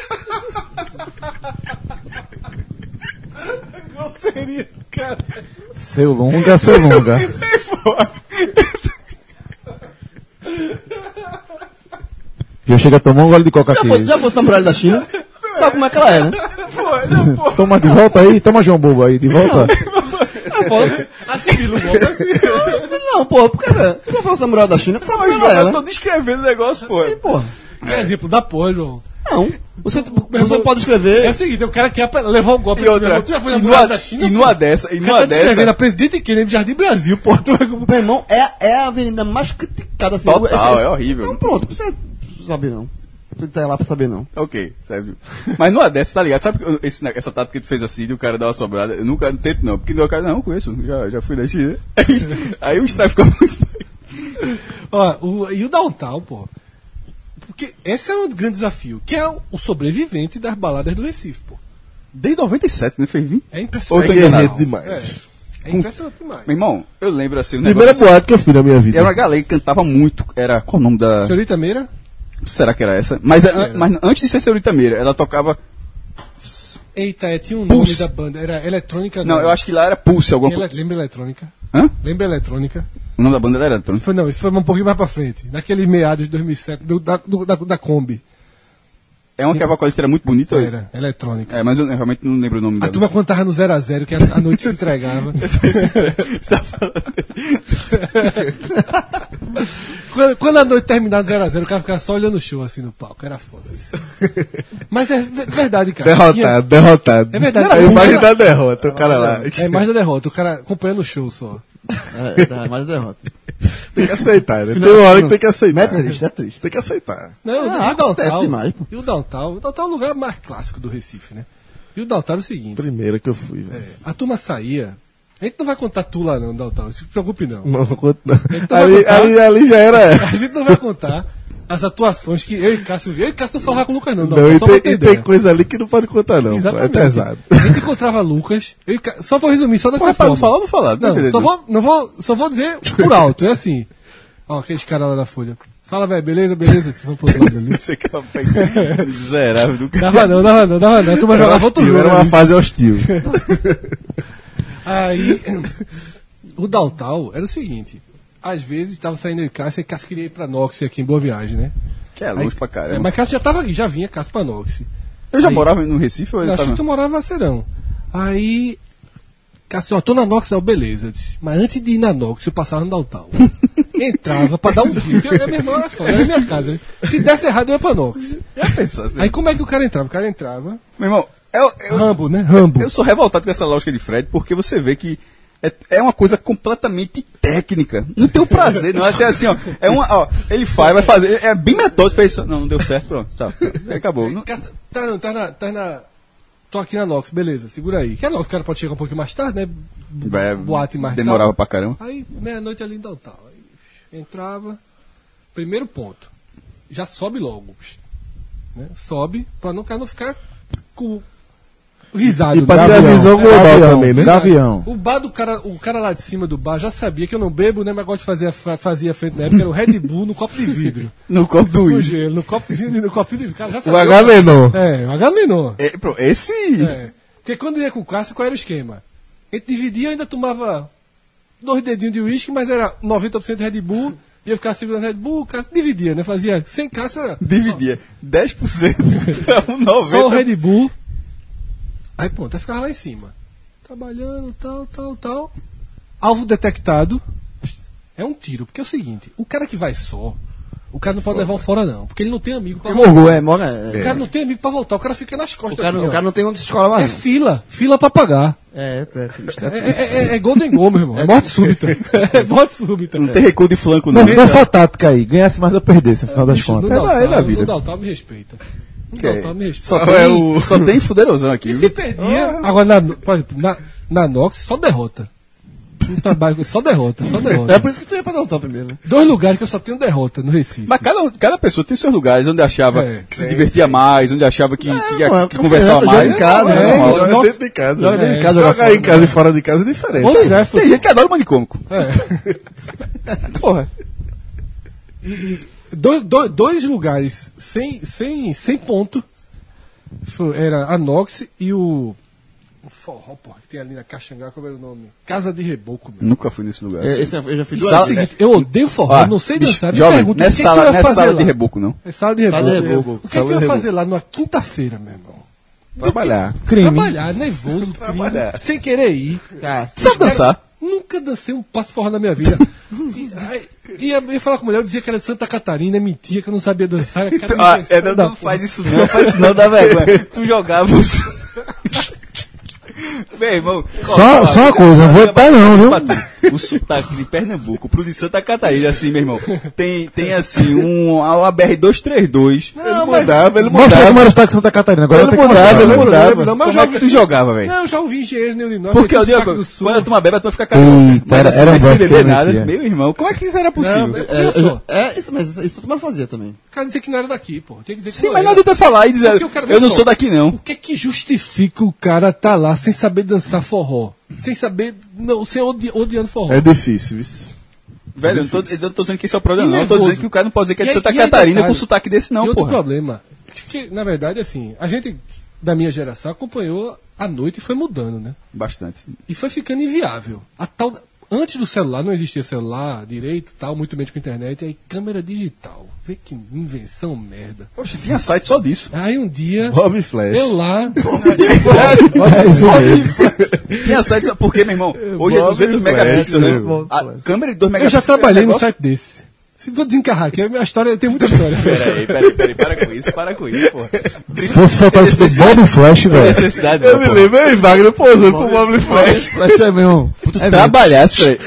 Seu longa. Já chega a tomar um gole de coca aqui. Já fosse na muralha da China, sabe como é que ela é, né? Toma de volta aí, toma João Bobo aí, de volta. Não, pô, porque tu já fosse na muralha da China, sabe como é que ela é, Eu né? tô descrevendo o negócio, pô. Sim, pô. É exemplo da porra, João. Não. Você pode escrever. É o seguinte, o cara quer levar um golpe. E outra, Tu já foi na muralha da China? e numa dessa, Tá descrevendo a Presidente Kennedy, Jardim Brasil, porra. Meu irmão, é a avenida mais criticada assim. Total, é horrível. Então pronto, não precisa saber não. Não tá lá pra saber não. Ok, sério. Mas numa dessa, tá ligado? Sabe essa tática que tu fez assim, de o cara dar uma sobrada? Eu nunca tento não, porque o cara, não, conheço, já fui da China. Aí o strike ficou muito... Ó, e o downtown, pô. Porque esse é um grande desafio, que é o sobrevivente das baladas do Recife, pô. Desde 97, né? Fez 20? É Ou impressionante. tô É enganado? guerreiro demais. É impressionante demais. Meu irmão, eu lembro assim, Primeira boate que eu fui na minha vida. Era uma galera que cantava muito. Era. Qual o nome da. Senhorita Meira? Será que era essa? Mas antes de ser Senhorita Meira, ela tocava. Eita, tinha um Pulse. nome da banda. Era eletrônica. Não, eu acho que lá era Pulse, alguma coisa. Lembra eletrônica? Hã? Lembra eletrônica? O nome da banda era eletrônica. Isso foi um pouquinho mais pra frente. Naquele meados de 2007, da Kombi. É uma que a vocalista era muito bonita. Era, eletrônica. É, mas eu realmente não lembro o nome A dela. turma quando tava no 0x0, que a noite se entregava. Quando a noite terminava 0x0, o cara ficava só olhando o show assim no palco. Era foda isso. Mas é verdade, cara. Derrotado. É verdade. A imagem da derrota, o cara lá. É a imagem da derrota, o cara acompanhando o show só. É mais derrota. Tem que aceitar, né? Tem uma hora que tem que aceitar. É triste, é triste. Tem que aceitar. Não, e o acontece Downtown, demais, pô. E o Downtown é o lugar mais clássico do Recife, né? E o Downtown é o seguinte, Primeira que eu fui, velho. a turma saía, a gente não vai contar tu lá não, Downtown, não se preocupe não. Não conto não. Então vai contar. Ali já era. A gente não vai contar, as atuações que eu e Cássio vi. Eu e Cássio não falava com o Lucas, não. Não, e tem coisa ali que não pode contar, não. Exatamente. É pesado. A gente encontrava Lucas. Só vou resumir, só dessa forma. Não falar. Só vou dizer por alto. É assim. Ó, aqueles caras lá da Folha. Fala, velho, beleza? Vamos pro outro lado ali. Você que é miserável do cara. Dava não. A turma jogava outro jogo. Era uma fase hostil. Aí, o Daltal era o seguinte. Às vezes estava saindo de Cássio e Cássio queria ir pra Nox aqui em Boa Viagem, né? Que é longe pra caramba. Mas Cássio já tava aqui, já vinha Cássio pra Nox. Eu já morava no Recife ou eu acho que tu morava em Vacerão. Aí, Cássio, tô na Nox, beleza. Mas antes de ir na Nox, eu passava no Daltal. Entrava pra dar um dia. Porque meu irmão era fora, era minha casa. Se desse errado, eu ia pra Nox. Aí como é que o cara entrava? O cara entrava. Meu irmão, Rambo, né? Rambo. Eu sou revoltado com essa lógica de Fred, porque você vê que é uma coisa completamente técnica. Não tem o prazer, não é assim, ó. Ele vai fazer, é bem metódico, fez isso. Não deu certo, pronto. Tá, acabou. Tô aqui na Nox, beleza, segura aí. Que a Nox, o cara pode chegar um pouquinho mais tarde, né? Boate mais tarde. Demorava pra caramba. Aí, meia-noite ali em Daltal. Aí, entrava. Primeiro ponto. Já sobe logo. Né? Sobe, pra não ficar com visado. E pra ter a visão global também, né? Avião. O bar do cara, o cara lá de cima do bar já sabia que eu não bebo, né? Mas gosto de fazia frente na época, era o Red Bull no copo de vidro. No copo do no gelo, no copinho de vidro. Cara, já sabia. O H menor. O H menor. Esse. Porque quando ia com o Cássio, qual era o esquema? A gente dividia, ainda tomava 2 dedinhos de uísque, mas era 90% Red Bull. E eu ficava segurando Red Bull, o Cássio dividia, né? Fazia sem Cássio era. Dividia. 10% pra 90%. Só o Red Bull. Aí pronto, aí ficava lá em cima. Trabalhando, tal. Alvo detectado. É um tiro, porque é o seguinte, o cara que vai só, o cara não pode levar um fora não, porque ele não tem amigo pra voltar. O cara não tem amigo pra voltar, o cara fica nas costas. O cara não tem onde se escola mais. É fila pra pagar. É Golden Goal, meu irmão. É morte súbita. Não tem recuo de flanco, não. Mas nessa tática aí, ganhasse mais ou perdesse, no final das contas. É da vida. O Daltal me respeita. Só tem fudeirosão aqui. E se perdia. Agora, por exemplo, na Nox, só derrota. Um trabalho, só derrota. É por isso que tu ia pra Daltal primeiro, né? 2 lugares que eu só tenho derrota no Recife. Mas cada pessoa tem seus lugares onde achava que se divertia mais, onde achava que conversava mais. Joga em casa, dentro de casa. Jogar em casa e fora de casa é diferente. Tem gente que adora o manicômico. Porra. Dois lugares sem ponto. Era a Nox e o forró, porra, que tem ali na Caxangá, como era o nome? Casa de Reboco. Nunca fui nesse lugar. Eu já fui 2 vezes. Eu odeio forró, não sei dançar. Jovem, não é sala de reboco, não. É sala de reboco. O que eu ia fazer lá numa quinta-feira, meu irmão? Trabalhar. Trabalhar, nervoso, crime, sem querer ir. Só dançar. Nunca dancei um passo forró na minha vida. Ia falar com a mulher, eu dizia que era de Santa Catarina, mentia que eu não sabia dançar. Não faz isso não, dá vergonha. Tu jogava Meu irmão, só uma coisa, não vou estar não, viu? O sotaque de Pernambuco pro de Santa Catarina, assim, meu irmão, tem assim, uma BR-232. Ele Mostra mudava. como era o sotaque de Santa Catarina. Agora Ele mudava. Como é que tu jogava, velho? Não, eu já ouvi engenheiro nenhum de nós. Porque o Diego, quando tu bebe, tu vai ficar caramba. Mas assim, era sem beber bom, nada. mentira. Meu irmão, como é que isso era possível? Mas isso tu mais fazia também. O cara dizer que não era daqui, pô. Tem que dizer que Sim, não mas não era. adianta falar e dizer, eu não sou daqui não. O que é que justifica o cara tá lá sem saber dançar forró? Sem saber, sem odiando forró. É difícil, isso. Velho, eu não tô dizendo que esse é o problema, não. Eu tô dizendo que o cara não pode dizer que é de Santa Catarina com sotaque desse, não, porra. E outro porra. problema, que na verdade, assim, a gente da minha geração acompanhou a noite e foi mudando, né? Bastante. E foi ficando inviável. Antes do celular, não existia celular direito, tal, muito menos com internet, aí câmera digital. Vê que invenção merda. Poxa, tinha site só disso. Aí um dia, Bob Flash. eu lá... Tinha site, porque, meu irmão, hoje é 200 megapixels, né? A câmera de 2 Eu megapixels. já trabalhei no site desse. Se vou desencarrar aqui, a história tem muita história. Peraí, para com isso, pô. Se fosse fotógrafo do Bob Flash, velho. Necessidade, Eu me lembro, aí, Wagner posou pro Bob Flash. Flash é mesmo. Tu trabalhasse, velho.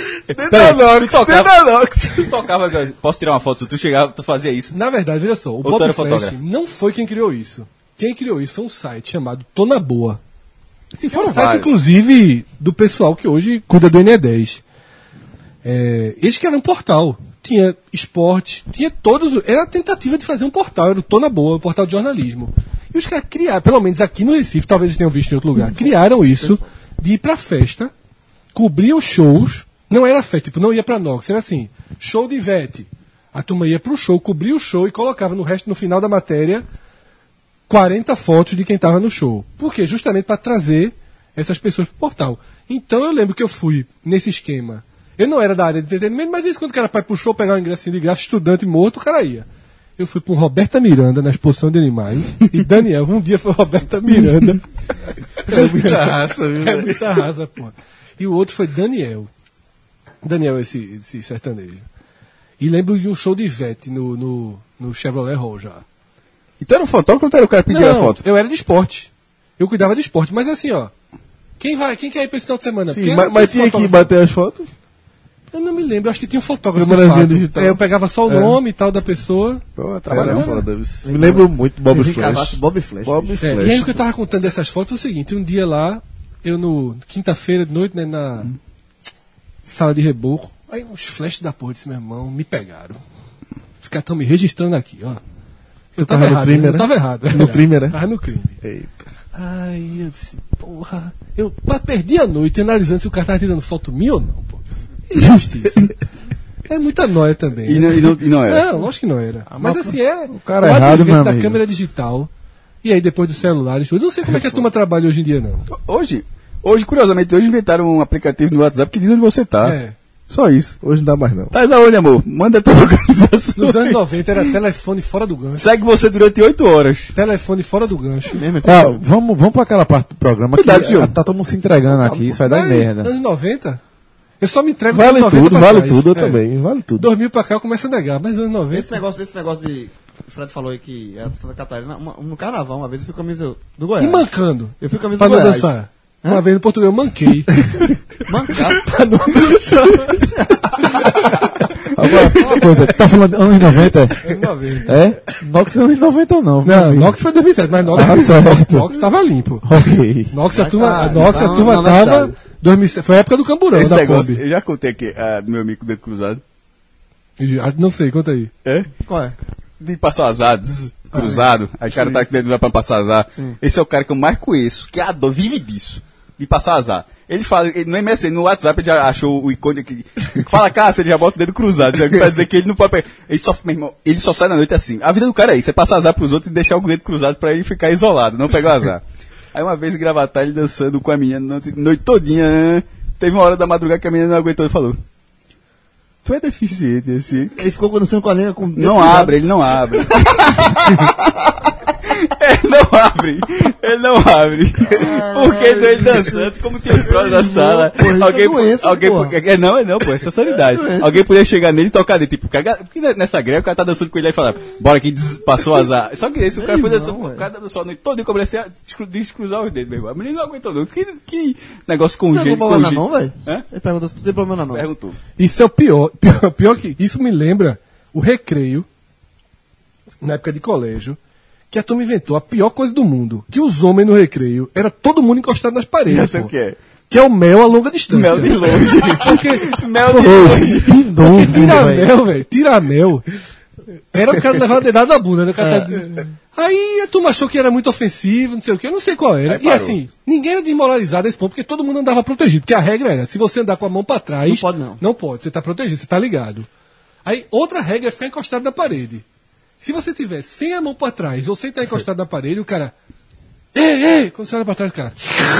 Tu Tu tocava, posso tirar uma foto? Tu chegava, tu fazia isso. Na verdade, veja só, o tu Bob era Flash fotógrafo? não foi quem criou isso. Quem criou isso foi um site chamado Tô Na Boa. Sim, É um site, inclusive, do pessoal que hoje cuida do NE10. Esse que era um portal. tinha esporte, tinha todos. Era a tentativa de fazer um portal, era o Tô na Boa, um portal de jornalismo. E os caras criaram, pelo menos aqui no Recife, talvez eles tenham visto em outro lugar, criaram isso de ir pra festa, cobrir os shows, não era festa, tipo, não ia pra Nox, era assim, show de Ivete. A turma ia pro show, cobria o show e colocava no final da matéria 40 fotos de quem estava no show. Por quê? Justamente para trazer essas pessoas pro portal. Então eu lembro que eu fui nesse esquema. Eu não era da área de entretenimento, mas isso quando o cara vai pro show pegar um ingressinho de graça, estudante morto, o cara ia. Eu fui com Roberta Miranda na exposição de animais e Daniel, um dia foi Roberta Miranda. É muita raça, viu? É muita raça, pô. E o outro foi Daniel. Daniel, esse sertanejo. E lembro de um show de Ivete no Chevrolet Hall já. Então era um fotógrafo ou era o cara que pedia a foto? Eu era de esporte. Eu cuidava de esporte. Mas assim, ó. Quem quer ir pra esse final de semana? Sim, mas tinha que bater as fotos? Eu não me lembro, acho que tinha um fotógrafo. Digital. Eu pegava só o nome e tal da pessoa. Pô, trabalhava foda. Me lembro muito Bob Flash. Bob Flash. E aí o que eu tava contando dessas fotos é o seguinte, um dia lá, eu quinta-feira de noite, né, na sala de reboco, aí uns flashes da porra desse meu irmão me pegaram. Os caras estão me registrando aqui, ó. Eu tava errado, crime, eu tava errado. No crime, né? Tava no crime. Eita. Aí eu disse, porra, eu perdi a noite analisando se o cara tava tirando foto minha ou não, pô. Injustiça. É muita nóia também. E né? não era? Não, lógico que não era. Mas assim, o cara errado, advento meu da amigo. câmera digital. E aí depois dos celulares, eu não sei como é que a turma trabalha hoje em dia, não. Hoje, curiosamente, inventaram um aplicativo no WhatsApp que diz onde você tá. É. Só isso. Hoje não dá mais não. Tá aonde, amor? Manda tua localização. Nos anos 90 era telefone fora do gancho. Segue você durante 8 horas. Telefone fora do gancho. Ó, vamos pra aquela parte do programa Cuidado, que senhor. tá todo mundo se entregando aqui, isso vai dar merda. Anos 90? Eu só me entrego Vale dos anos 90 tudo, pra vale trás. tudo, eu também. Vale tudo. 2000 pra cá eu começo a negar, mas anos 90... Esse negócio de... O Fred falou aí que é de Santa Catarina. No carnaval, uma vez eu fui com a camisa do E Goiás. mancando. Eu fui com a camisa Pra do não Goiás. dançar. Uma vez no Portugal eu manquei. Mancado. Pra não dançar. Agora, só uma coisa, tu tá falando de anos 90? Anos 90. É? Nox anos 90 ou não? Não, Nox foi 2007, mas Nox, certo. Nox tava limpo. Ok. Nox, a Mas turma, tá, Nox, a então, turma não tava... sabe. 2007, foi a época do Camburão, Esse da negócio, Kombi. eu já contei aqui do meu amigo com o dedo cruzado. Não sei, conta aí. É? Qual é? De passar azar, cruzado. Aí o cara tá com o dedo vai pra passar azar. Esse é o cara que eu mais conheço, que adora, vive disso. De passar azar. Ele fala, no MSN, no WhatsApp, ele já achou o ícone aqui. Fala, Cássio, ele já bota o dedo cruzado. Pra dizer que ele não pode pegar. Meu irmão, ele só sai na noite assim. A vida do cara é isso, é passar azar pros outros e deixar o dedo cruzado pra ele ficar isolado, não pegar o azar. Aí uma vez em Gravatar, ele dançando com a menina, noite todinha, teve uma hora da madrugada que a menina não aguentou e falou: tu é deficiente, assim. Ele ficou dançando com a língua com... Não abre, ele não abre. Ele não abre. Porque ele dançando, como tinha prova da sala, Não, pô, essa é sanidade. Alguém podia chegar nele e tocar nele, tipo, porque nessa greve o cara tá dançando com ele e fala, bora que passou o azar. Só que esse o cara foi dançando, o cara dançou a noite toda e comecei a descruzar os dedos, meu irmão. A menina não aguentou não. Que negócio Tem congênito. problema na mão, velho? Hã? Ele perguntou se tu tem problema na mão. Perguntou. Isso é o pior que isso me lembra o recreio, na época de colégio, que a turma inventou a pior coisa do mundo, que os homens no recreio, era todo mundo encostado nas paredes. Já sei pô. o que é. Que é o mel a longa distância. Mel de longe. Porque, Mel de longe. Que novo, tiramel, velho, tiramel. Era o cara levar o dedado na bunda, né? O cara tá dizendo... Aí a turma achou que era muito ofensivo, não sei o que, eu não sei qual era. Aí E parou. assim, ninguém era desmoralizado a esse ponto, porque todo mundo andava protegido. Porque a regra era, se você andar com a mão pra trás... Não pode, não. Não pode, você tá protegido, você tá ligado. Aí outra regra é ficar encostado na parede. Se você tiver sem a mão pra trás ou sem estar encostado na parede, o cara... Ei! Quando você olha pra trás, cara...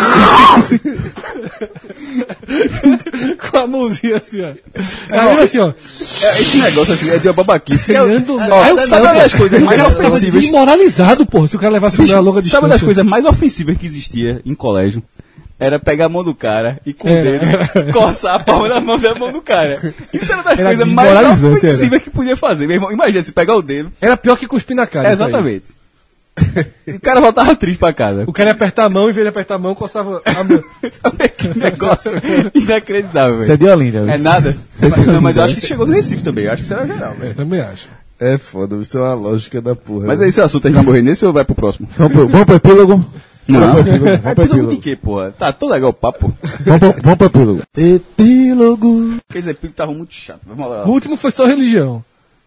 com a mãozinha assim, ó. Aí assim, ó... Esse negócio assim é de uma babaquice. Criando... Sabe uma das coisas mais ofensivas? Desmoralizado, porra, se o cara levasse o mel a longa distância. Sabe uma das coisas mais ofensivas que existia em colégio? Era pegar a mão do cara e com o dedo coçar a palma da mão do cara. Isso era uma das Era coisas mais desmoralizante, ofensivas que podia fazer. Meu irmão, imagina se pegar o dedo. Era pior que cuspir na cara. isso aí. Exatamente. E o cara voltava triste pra casa. O cara ia apertar a mão, em vez de apertar a mão, coçava a mão. Que negócio inacreditável, Isso é velho. de Olinda. É nada. Não, mas eu acho que chegou no Recife também. Eu acho que isso era geral, velho. Também acho. É foda, isso é uma lógica da porra. Mas aí, esse assunto a gente vai morrer nesse ou vai pro próximo? Vamos pro epílogo? Não, Vamos pro epílogo de quê, porra? Tá todo legal o papo. Vamos pro epílogo. Epílogo. Quer dizer, epílogo tava muito chato. Vamos lá. O último foi só religião.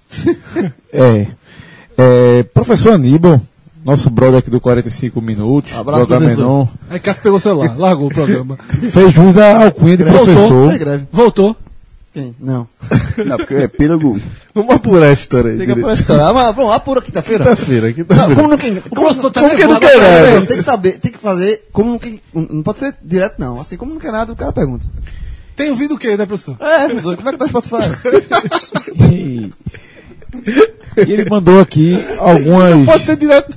Professor Aníbal, nosso brother aqui do 45 Minutos, Abraço, do Agamenon, Aí Cássio pegou o celular, largou o programa. fez jus à alcunha de professor. Foi greve. Voltou. Quem? Não. Não, porque o epílogo... Vamos apurar a história aí. Liga direito. por essa história. Mas vamos lá, apura quinta-feira. Quinta-feira. Não, como não quem. O professor tá como que não nervoso, quer agora, nada? Tem que saber, tem que fazer. Como não quem. Não pode ser direto, não. Assim, como não quer nada, o cara pergunta. Tem ouvido o quê, né, professor? Professor, como é que tá o Spotify? E ele mandou aqui algumas. Pode ser direto.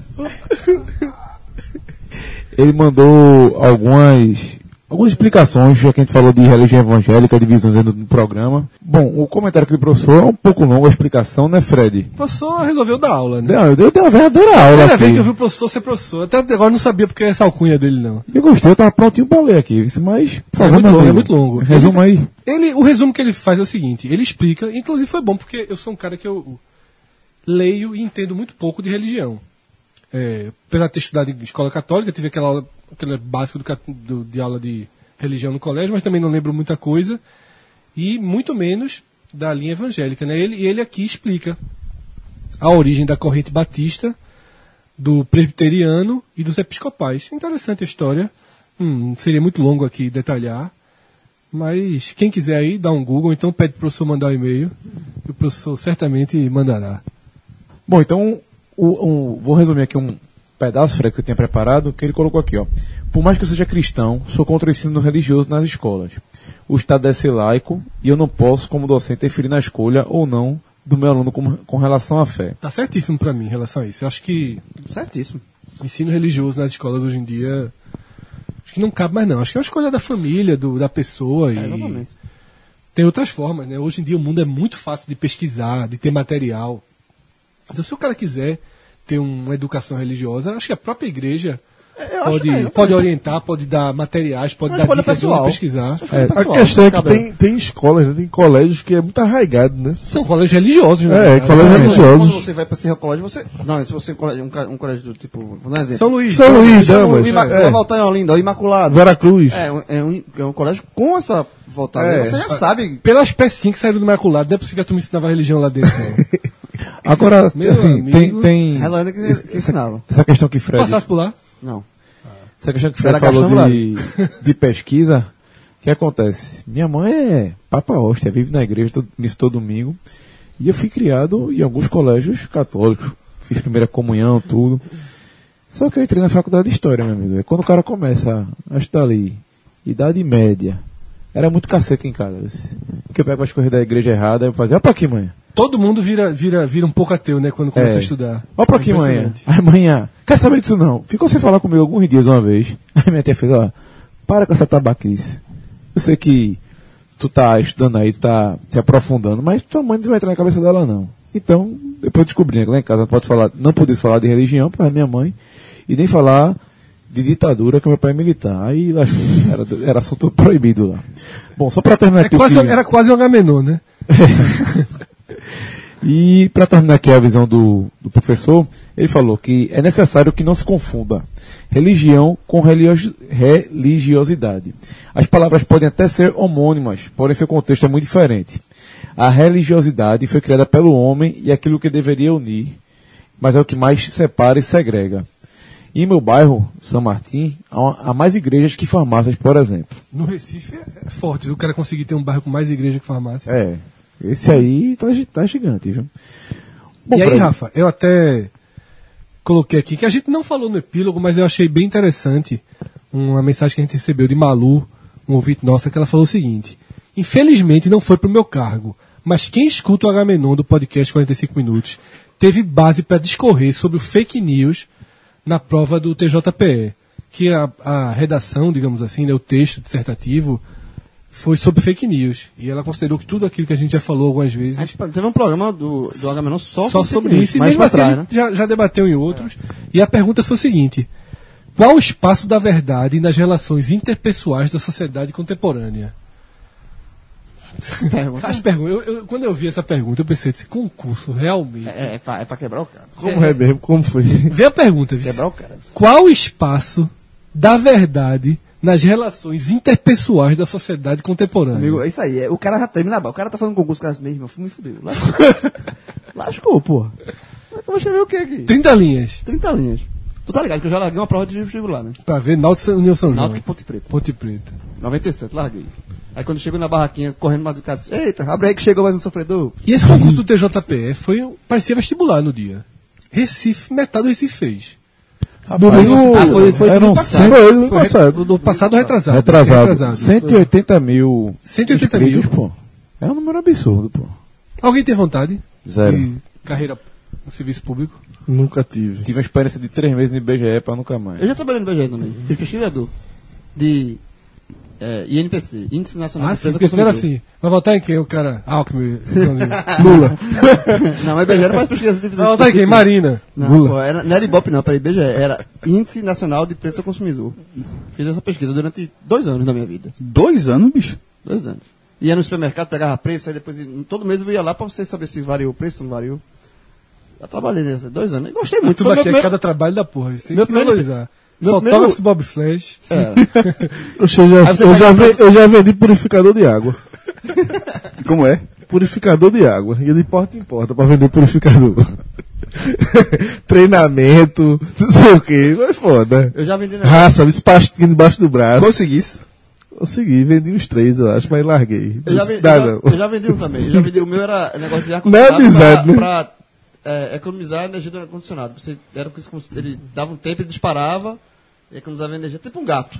Ele mandou algumas explicações, já que a gente falou de religião evangélica, divisões dentro do programa. Bom, o comentário aqui do professor é um pouco longo a explicação, né, Fred? O professor resolveu dar aula, né? Não, eu dei uma verdadeira aula Primeira aqui. vez que eu vi o professor ser professor. Até agora eu não sabia porque é essa alcunha dele, não. Eu gostei, eu tava prontinho pra ler aqui, mas... por favor, muito meu longo, amigo, é muito longo. Resuma aí. O resumo que ele faz é o seguinte, ele explica, inclusive foi bom porque eu sou um cara que eu leio e entendo muito pouco de religião. Apesar de ter estudado em escola católica, tive aquela aula básica de aula de religião no colégio, mas também não lembro muita coisa, e muito menos da linha evangélica, né? Ele aqui explica a origem da corrente batista, do presbiteriano e dos episcopais. Interessante a história, seria muito longo aqui detalhar, mas quem quiser aí, dá um Google, então pede para o professor mandar um e-mail, e o professor certamente mandará. Bom, então, vou resumir aqui um pedaço, Fred, que você tinha preparado, que ele colocou aqui, ó. Por mais que eu seja cristão, sou contra o ensino religioso nas escolas. O Estado deve ser laico e eu não posso, como docente, interferir na escolha ou não do meu aluno com relação à fé. Tá certíssimo para mim em relação a isso. Eu acho que Certíssimo. ensino religioso nas escolas hoje em dia, acho que não cabe mais não. Acho que é uma escolha da família, da pessoa. Exatamente. Tem outras formas, né? Hoje em dia o mundo é muito fácil de pesquisar, de ter material. Então se o cara quiser ter uma educação religiosa, acho que a própria igreja pode orientar, pode dar materiais, pode dar dicas de onde pesquisar. A questão é que tem escolas, né, tem colégios que é muito arraigado, né? São colégios religiosos, né? Colégios Quando religiosos. você vai para esse colégio, você. Não, se você um colégio do tipo. Vou dar um exemplo. São Luís. São Luís, Damas. Vai voltar em Olinda, o Imaculado. Veracruz. É um colégio com essa voltada. Você já sabe. Pelas pecinhas que saíram do Imaculado, não é possível que a turma ensinava religião lá dentro. Não. Agora, Meu assim, amigo, tem Relanda que ensinava. essa questão que Fred... Passasse por lá? Não. Essa questão que o Fred Era falou Gastão de pesquisa, o que acontece? Minha mãe é papa hóstia, vive na igreja, missa todo domingo, e eu fui criado em alguns colégios católicos, fiz primeira comunhão, tudo. Só que eu entrei na faculdade de História, meu amigo. E quando o cara começa a estudar ali, Idade Média, era muito cacete em casa. Porque eu pego as coisas da igreja errada, eu fazia, olha pra aqui, mãe. Todo mundo vira um pouco ateu, né? Quando começa a estudar. Olha pra aqui, manhã. Aí, manhã, quer saber disso não? Ficou sem falar comigo alguns dias uma vez. Aí minha tia fez, ó, para com essa tabaquice. Eu sei que tu tá estudando aí, tu tá se aprofundando, mas tua mãe não vai entrar na cabeça dela, não. Então, depois descobri que lá em casa não podia falar de religião para minha mãe, e nem falar de ditadura, que meu pai é militar. Aí era assunto proibido lá. Bom, só para terminar aqui. Era quase um Agamenon, né? E para terminar aqui a visão do professor, ele falou que é necessário que não se confunda religião com religiosidade. As palavras podem até ser homônimas, porém seu contexto é muito diferente. A religiosidade foi criada pelo homem e é aquilo que deveria unir, mas é o que mais separa e segrega. Em meu bairro, São Martim, há mais igrejas que farmácias, por exemplo. No Recife é forte, viu? O cara conseguir ter um bairro com mais igreja que farmácia. Esse aí tá gigante, viu? Bom, e aí, Fred, Rafa, eu até coloquei aqui, que a gente não falou no epílogo, mas eu achei bem interessante uma mensagem que a gente recebeu de Malu, um ouvinte nossa, que ela falou o seguinte: infelizmente não foi pro meu cargo, mas quem escuta o Agamenon do podcast 45 Minutos teve base para discorrer sobre o fake news na prova do TJPE, que a redação, digamos assim, né, o texto dissertativo, foi sobre fake news. E ela considerou que tudo aquilo que a gente já falou algumas vezes... Teve um programa do Agamenon só sobre isso. E mais mesmo pra assim, trás, a né? gente já debateu em outros. E a pergunta foi o seguinte: qual o espaço da verdade nas relações interpessoais da sociedade contemporânea? Quando eu vi essa pergunta, eu pensei, esse concurso realmente... É pra quebrar o cara. Como é mesmo? Como foi? Vê a pergunta, viu? Quebrar o cara. Qual o espaço da verdade nas relações interpessoais da sociedade contemporânea. Amigo, é isso aí. O cara já termina. O cara tá fazendo concurso com as mesmas. Me fudeu. Lascou, porra. Eu vou escrever o quê aqui? 30 linhas. 30 linhas. Tu tá ligado que eu já larguei uma prova de vestibular, né? Pra ver Náutico União São João. Náutico e Ponte Preta. Ponte Preta. 97, larguei. Aí quando chegou na barraquinha, correndo mais do cara, disse, eita, abre aí que chegou mais um sofredor. E esse concurso do TJPE parecia vestibular no dia. Recife, metade do Recife fez. Domingo, foi eram no passado. No passado retrasado. Retrasado. 180 mil. 180 mil, pô. É um número absurdo, pô. Alguém tem vontade? Zero. De carreira no serviço público? Nunca tive. Tive uma experiência de 3 meses no IBGE pra nunca mais. Eu já trabalhei no IBGE também. Fui pesquisador de INPC, Índice Nacional de Defesa do Consumidor. Assim, vai votar em quem? O cara? Alckmin, Lula. Não, mas IBGE não faz pesquisa de vai votar em quem? Marina. Não, Lula. Pô, não era Ibope não, para IBGE, era Índice Nacional de Preço ao Consumidor. Fiz essa pesquisa durante 2 anos da minha vida. 2 anos, bicho? 2 anos. Ia no supermercado, pegava preço, aí depois, todo mês eu ia lá pra você saber se variou o preço, se não variou. Já trabalhei nessa 2 anos. E gostei muito. Tudo aqui é cada trabalho da porra. Isso tem que valorizar. Meu Fotógrafo Bob Flash. Eu já vendi purificador de água. Como é? Purificador de água. Ia de porta em porta pra vender purificador. Treinamento, não sei o que. Foi foda. Eu já vendi raça, pastinho debaixo do braço. Consegui isso? Consegui, vendi uns 3, eu acho, mas larguei. Eu já vendi um também. O meu era negócio de ar-condicionado pra economizar energia do ar-condicionado. Ele dava um tempo, ele disparava e economizava energia, tipo um gato.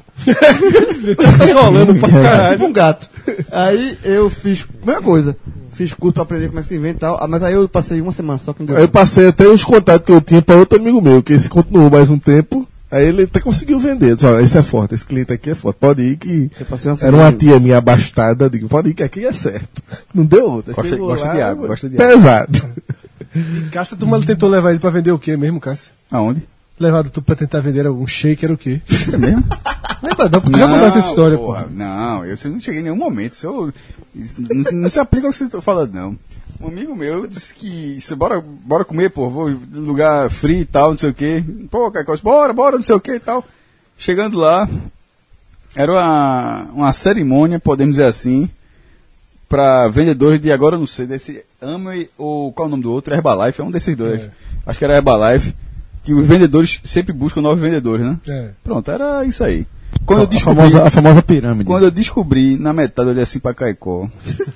Tá enrolando pra caralho. Tipo um gato. Aí eu fiz, mesma coisa. Fiz curso pra aprender como é que se inventa e tal. Mas aí eu passei uma semana só que não deu. Eu passei até os contatos que eu tinha pra outro amigo meu, que esse continuou mais um tempo. Aí ele até conseguiu vender. Só, esse é forte, esse cliente aqui é forte. Pode ir que. Era uma tia minha abastada. Digo, pode ir que aqui é certo. Não deu outra. Gosta de água, gosta de pesado. E Cássio, tu tentou levar ele pra vender o quê mesmo, Cássio? Aonde? Levaram tu pra tentar vender um shake, era o quê? É mesmo? Lembra? Dá pra contar essa história, porra. Não, eu não cheguei em nenhum momento. Isso não se aplica ao que você está falando, não. Um amigo meu disse que bora comer, pô, vou em lugar frio e tal, não sei o quê. Pô, Caicós, bora, não sei o quê e tal. Chegando lá, era uma cerimônia, podemos dizer assim, para vendedores de agora eu não sei, desse Amway ou qual é o nome do outro? Herbalife, é um desses dois. Acho que era Herbalife, que os vendedores sempre buscam novos vendedores, né? Pronto, era isso aí. Quando eu descobri, a famosa pirâmide. Quando eu descobri, na metade eu olhei assim pra Caicó.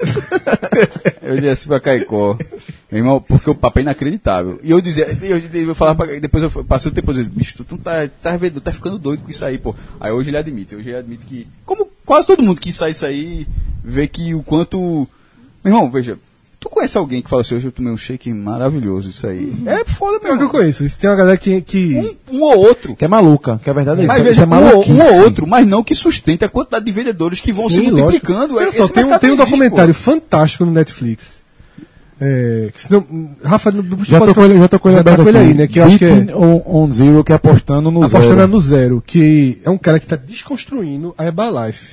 Eu olhei assim pra Caicó. Meu irmão, porque o papo é inacreditável. E eu falava pra, depois eu passei o tempo, eu disse, bicho, tu tá ficando doido com isso aí, pô. Aí hoje ele admite que, como quase todo mundo que sai isso aí, vê que o quanto... Meu irmão, veja, tu conhece alguém que fala assim, hoje eu tomei um shake maravilhoso, isso aí. É foda mesmo. É o que eu conheço. Isso tem uma galera que... Um ou outro. Que é maluca, que é verdade. Mas veja, um ou outro, mas não que sustente a quantidade de vendedores que vão se multiplicando. Tem um documentário fantástico no Netflix. Que senão, Rafa, já tô com ele aberto aqui, aí, né? Que eu acho que é on Zero, que é apostando no zero. Apostando no zero, que é um cara que está desconstruindo a Herbalife.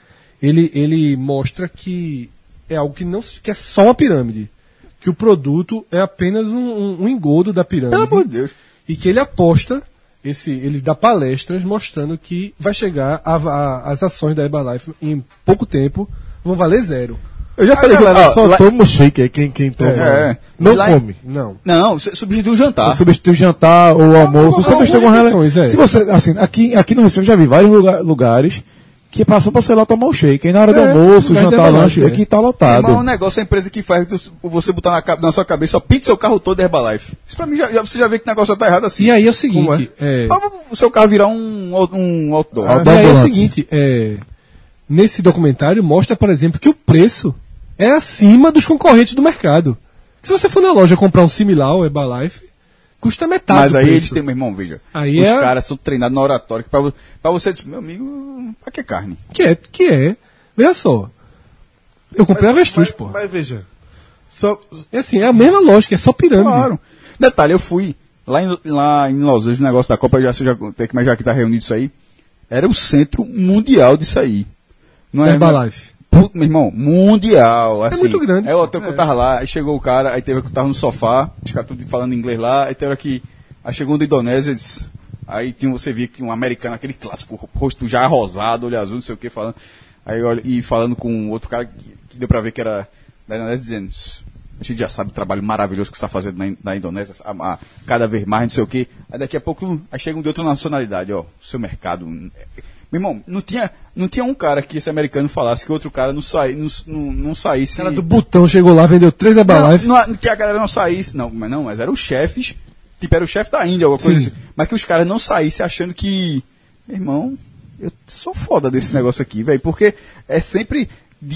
Ele mostra que é algo que é só uma pirâmide. Que o produto é apenas um engodo da pirâmide. Pelo amor de Deus. E que ele aposta, ele dá palestras mostrando que vai chegar as ações da Herbalife em pouco tempo vão valer zero. Eu já falei que só toma shake aí, quem toma. Não come. Não, substitui o jantar. Substitui o jantar ou o almoço. Se você, assim, aqui no Recife eu já vi vários lugares que passou pra, sei lá, tomar o shake. Aí na hora do almoço, jantar, lanche, aqui tá lotado. Mas é um negócio, a empresa que faz você botar na sua cabeça, só pinta seu carro todo Herbalife. Isso pra mim, você já vê que o negócio tá errado assim. E aí é o seguinte... O seu carro virar um outdoor. E aí é o seguinte, nesse documentário mostra, por exemplo, que o preço é acima dos concorrentes do mercado. Se você for na loja comprar um similar ao Herbalife, custa metade. Mas aí eles têm, meu irmão, veja. Aí os caras são treinados na oratória. Pra você dizer, meu amigo, pra que carne? Que é. Veja só. Eu comprei avestruz, pô. Mas veja. É assim, é a mesma lógica, é só pirâmide. Claro. Detalhe, eu fui lá em Los Angeles, o negócio da Copa, já que tá reunido isso aí. Era o centro mundial disso aí. Não é Herbalife. Meu irmão, mundial, assim. É muito grande. É o hotel que eu tava lá, aí chegou o cara, aí teve que eu tava no sofá, os caras tudo falando inglês lá, aí teve aqui, aí chegou um da Indonésia e disse, Aí você via que um americano, aquele clássico, rosto já rosado, olho azul, não sei o que, falando. Aí e falando com outro cara que deu pra ver que era da Indonésia, dizendo: a gente já sabe o trabalho maravilhoso que você está fazendo na Indonésia, cada vez mais, não sei o que. Aí daqui a pouco, aí chega um de outra nacionalidade, ó, seu mercado. Meu irmão, não tinha um cara que esse americano falasse que outro cara não saísse. O cara do Butão chegou lá, vendeu 3 Herbalife. Não, que a galera não saísse, mas eram os chefes, tipo, era o chefe da Índia, alguma coisa assim. Mas que os caras não saíssem achando que, meu irmão, eu sou foda desse negócio aqui, velho, porque é sempre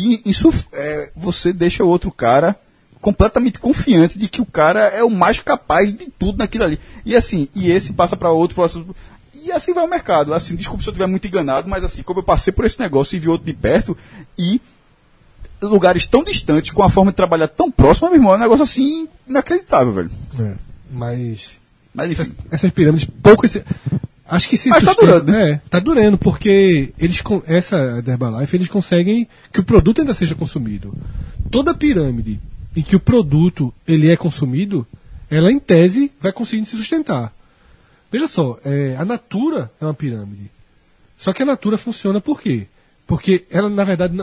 você deixa o outro cara completamente confiante de que o cara é o mais capaz de tudo naquilo ali. E assim, esse passa para outro, e assim vai o mercado. Assim, desculpa se eu estiver muito enganado, mas assim, como eu passei por esse negócio e vi outro de perto, e lugares tão distantes, com a forma de trabalhar tão próxima, meu irmão, é um negócio assim inacreditável, velho. Mas enfim. Essas pirâmides, acho que se mas tá durando, né? Tá durando, porque essa da Herbalife, eles conseguem que o produto ainda seja consumido. Toda pirâmide em que o produto ele é consumido, ela em tese vai conseguir se sustentar. Veja só, a Natura é uma pirâmide. Só que a Natura funciona por quê? Porque ela, na verdade,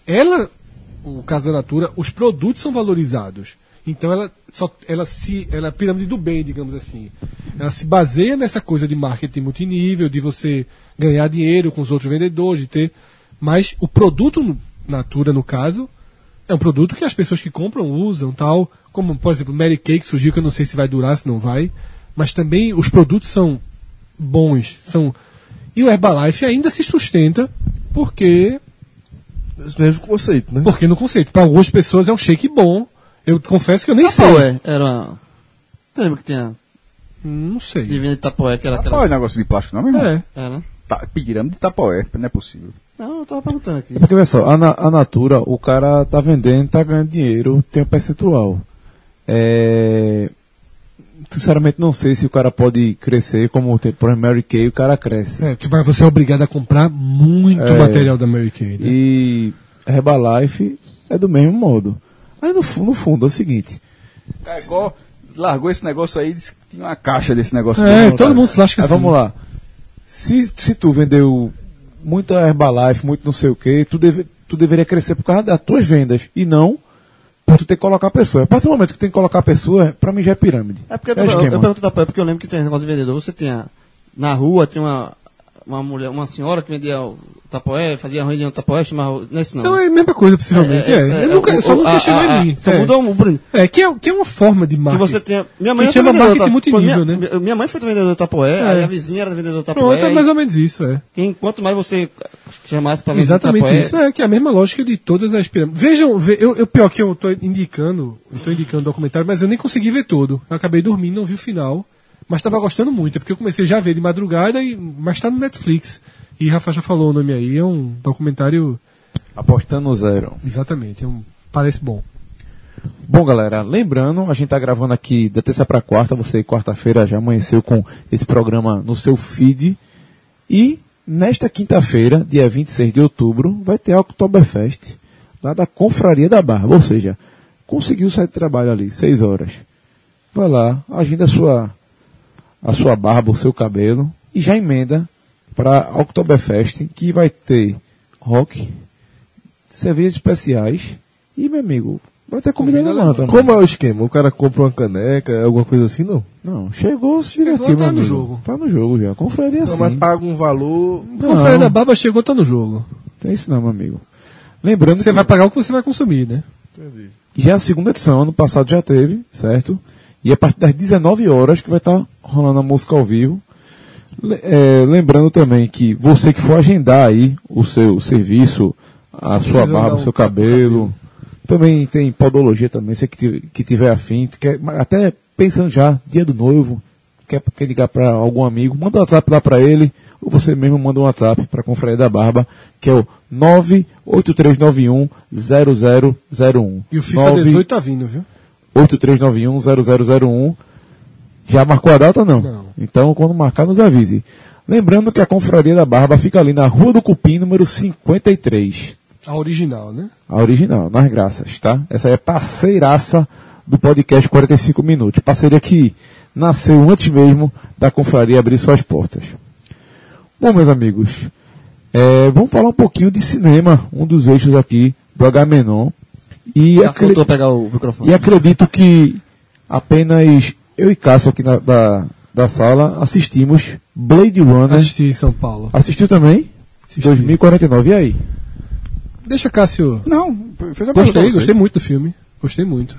o caso da Natura, os produtos são valorizados. Então ela é a pirâmide do bem, digamos assim. Ela se baseia nessa coisa de marketing multinível, de você ganhar dinheiro com os outros vendedores, mas o produto Natura, no caso, é um produto que as pessoas que compram usam, tal, como, por exemplo, Mary Kay, que surgiu, que eu não sei se vai durar, se não vai, mas também os produtos são bons, e o Herbalife ainda se sustenta porque... Esse mesmo conceito, né? Porque no conceito. Para algumas pessoas é um shake bom, eu confesso que eu nem sei. Era... Você lembra que tinha... Não sei. Divina de Tapoé, que era aquela... Tapoé é negócio de plástico, não, meu irmão? Era. Pirâmide de Tapoé, não é possível. Não, eu tava perguntando aqui. É porque, olha só, a Natura, o cara tá vendendo, tá ganhando dinheiro, tem um percentual. Sinceramente, não sei se o cara pode crescer, como tem, por exemplo, Mary Kay, o cara cresce. Tipo, você é obrigado a comprar muito material da Mary Kay, né? E Herbalife é do mesmo modo. Aí, no fundo, é o seguinte... Largou esse negócio aí, disse que tinha uma caixa desse negócio. Todo mundo se lasca assim. Vamos lá. Se tu vendeu muito Herbalife, muito não sei o que, tu deveria crescer por causa das tuas vendas e não por tu ter que colocar a pessoa. A partir do momento que tu tem que colocar a pessoa, pra mim já é pirâmide. É porque eu pergunto da Tapoé, porque eu lembro que tem negócio de vendedor, você tinha na rua, tinha uma mulher, uma senhora que vendia o Tapoé, fazia reunião do Tapoé, chamava... Não é isso não. Então é a mesma coisa, possivelmente. Só nunca chegou em mim. Só mudou o brinde. Que é uma forma de marketing. Que você tem... Minha mãe que chama marketing multinível, né? Minha mãe foi vendedora do Tapoé, aí a vizinha era vendedora do Tapoé. Pronto, é mais ou menos isso, Quanto mais você chamasse para vender exatamente Tapoé... isso, que é a mesma lógica de todas as pirâmides. Vejam, pior que eu estou indicando o documentário, mas eu nem consegui ver todo. Eu acabei dormindo, não vi o final, mas estava gostando muito, porque eu comecei já a ver de madrugada, mas está no Netflix. E Rafa já falou o nome aí, é um documentário... Apostando zero. Exatamente, parece bom. Bom, galera, lembrando, a gente tá gravando aqui da terça para quarta, você quarta-feira já amanheceu com esse programa no seu feed. E nesta quinta-feira, dia 26 de outubro, vai ter a Oktoberfest, lá da Confraria da Barba, ou seja, conseguiu sair de trabalho ali, 6 horas. Vai lá, agenda a sua barba, o seu cabelo, e já emenda para a Oktoberfest, que vai ter rock, cervejas especiais e, meu amigo, vai ter comida na lata. Como é o esquema? O cara compra uma caneca, alguma coisa assim, não? Não, chegou, se divertiu, tá no jogo. Tá no jogo já. Confraria assim. Mas paga um valor... Confraria da Barba chegou, tá no jogo. Tem isso não, meu amigo. Lembrando você vai pagar o que você vai consumir, né? Entendi. Já a segunda edição, ano passado já teve, certo? E a partir das 19 horas que vai estar rolando a música ao vivo. Lembrando também que você que for agendar aí o seu serviço, a sua barba, o seu cabelo, também tem podologia também, você que tiver afim, quer, até pensando já, dia do noivo, quer ligar para algum amigo, manda um WhatsApp lá para ele, ou você mesmo manda um WhatsApp para a Confraria da Barba, que é o 983910001. E o FIFA 18 tá vindo, viu? 83910001. Já marcou a data, não? Não. Então, quando marcar, nos avise. Lembrando que a Confraria da Barba fica ali na Rua do Cupim, número 53. A original, né? A original, nas Graças, tá? Essa aí é parceiraça do podcast 45 Minutos. Parceria que nasceu antes mesmo da confraria abrir suas portas. Bom, meus amigos, vamos falar um pouquinho de cinema, um dos eixos aqui do Agamenon. E pegar o microfone. E acredito que apenas eu e Cássio aqui da sala assistimos Blade Runner. Assisti em São Paulo. Assistiu também? Assisti. 2049, e aí? Deixa Cássio. Não, fez a Gostei muito do filme. Gostei muito.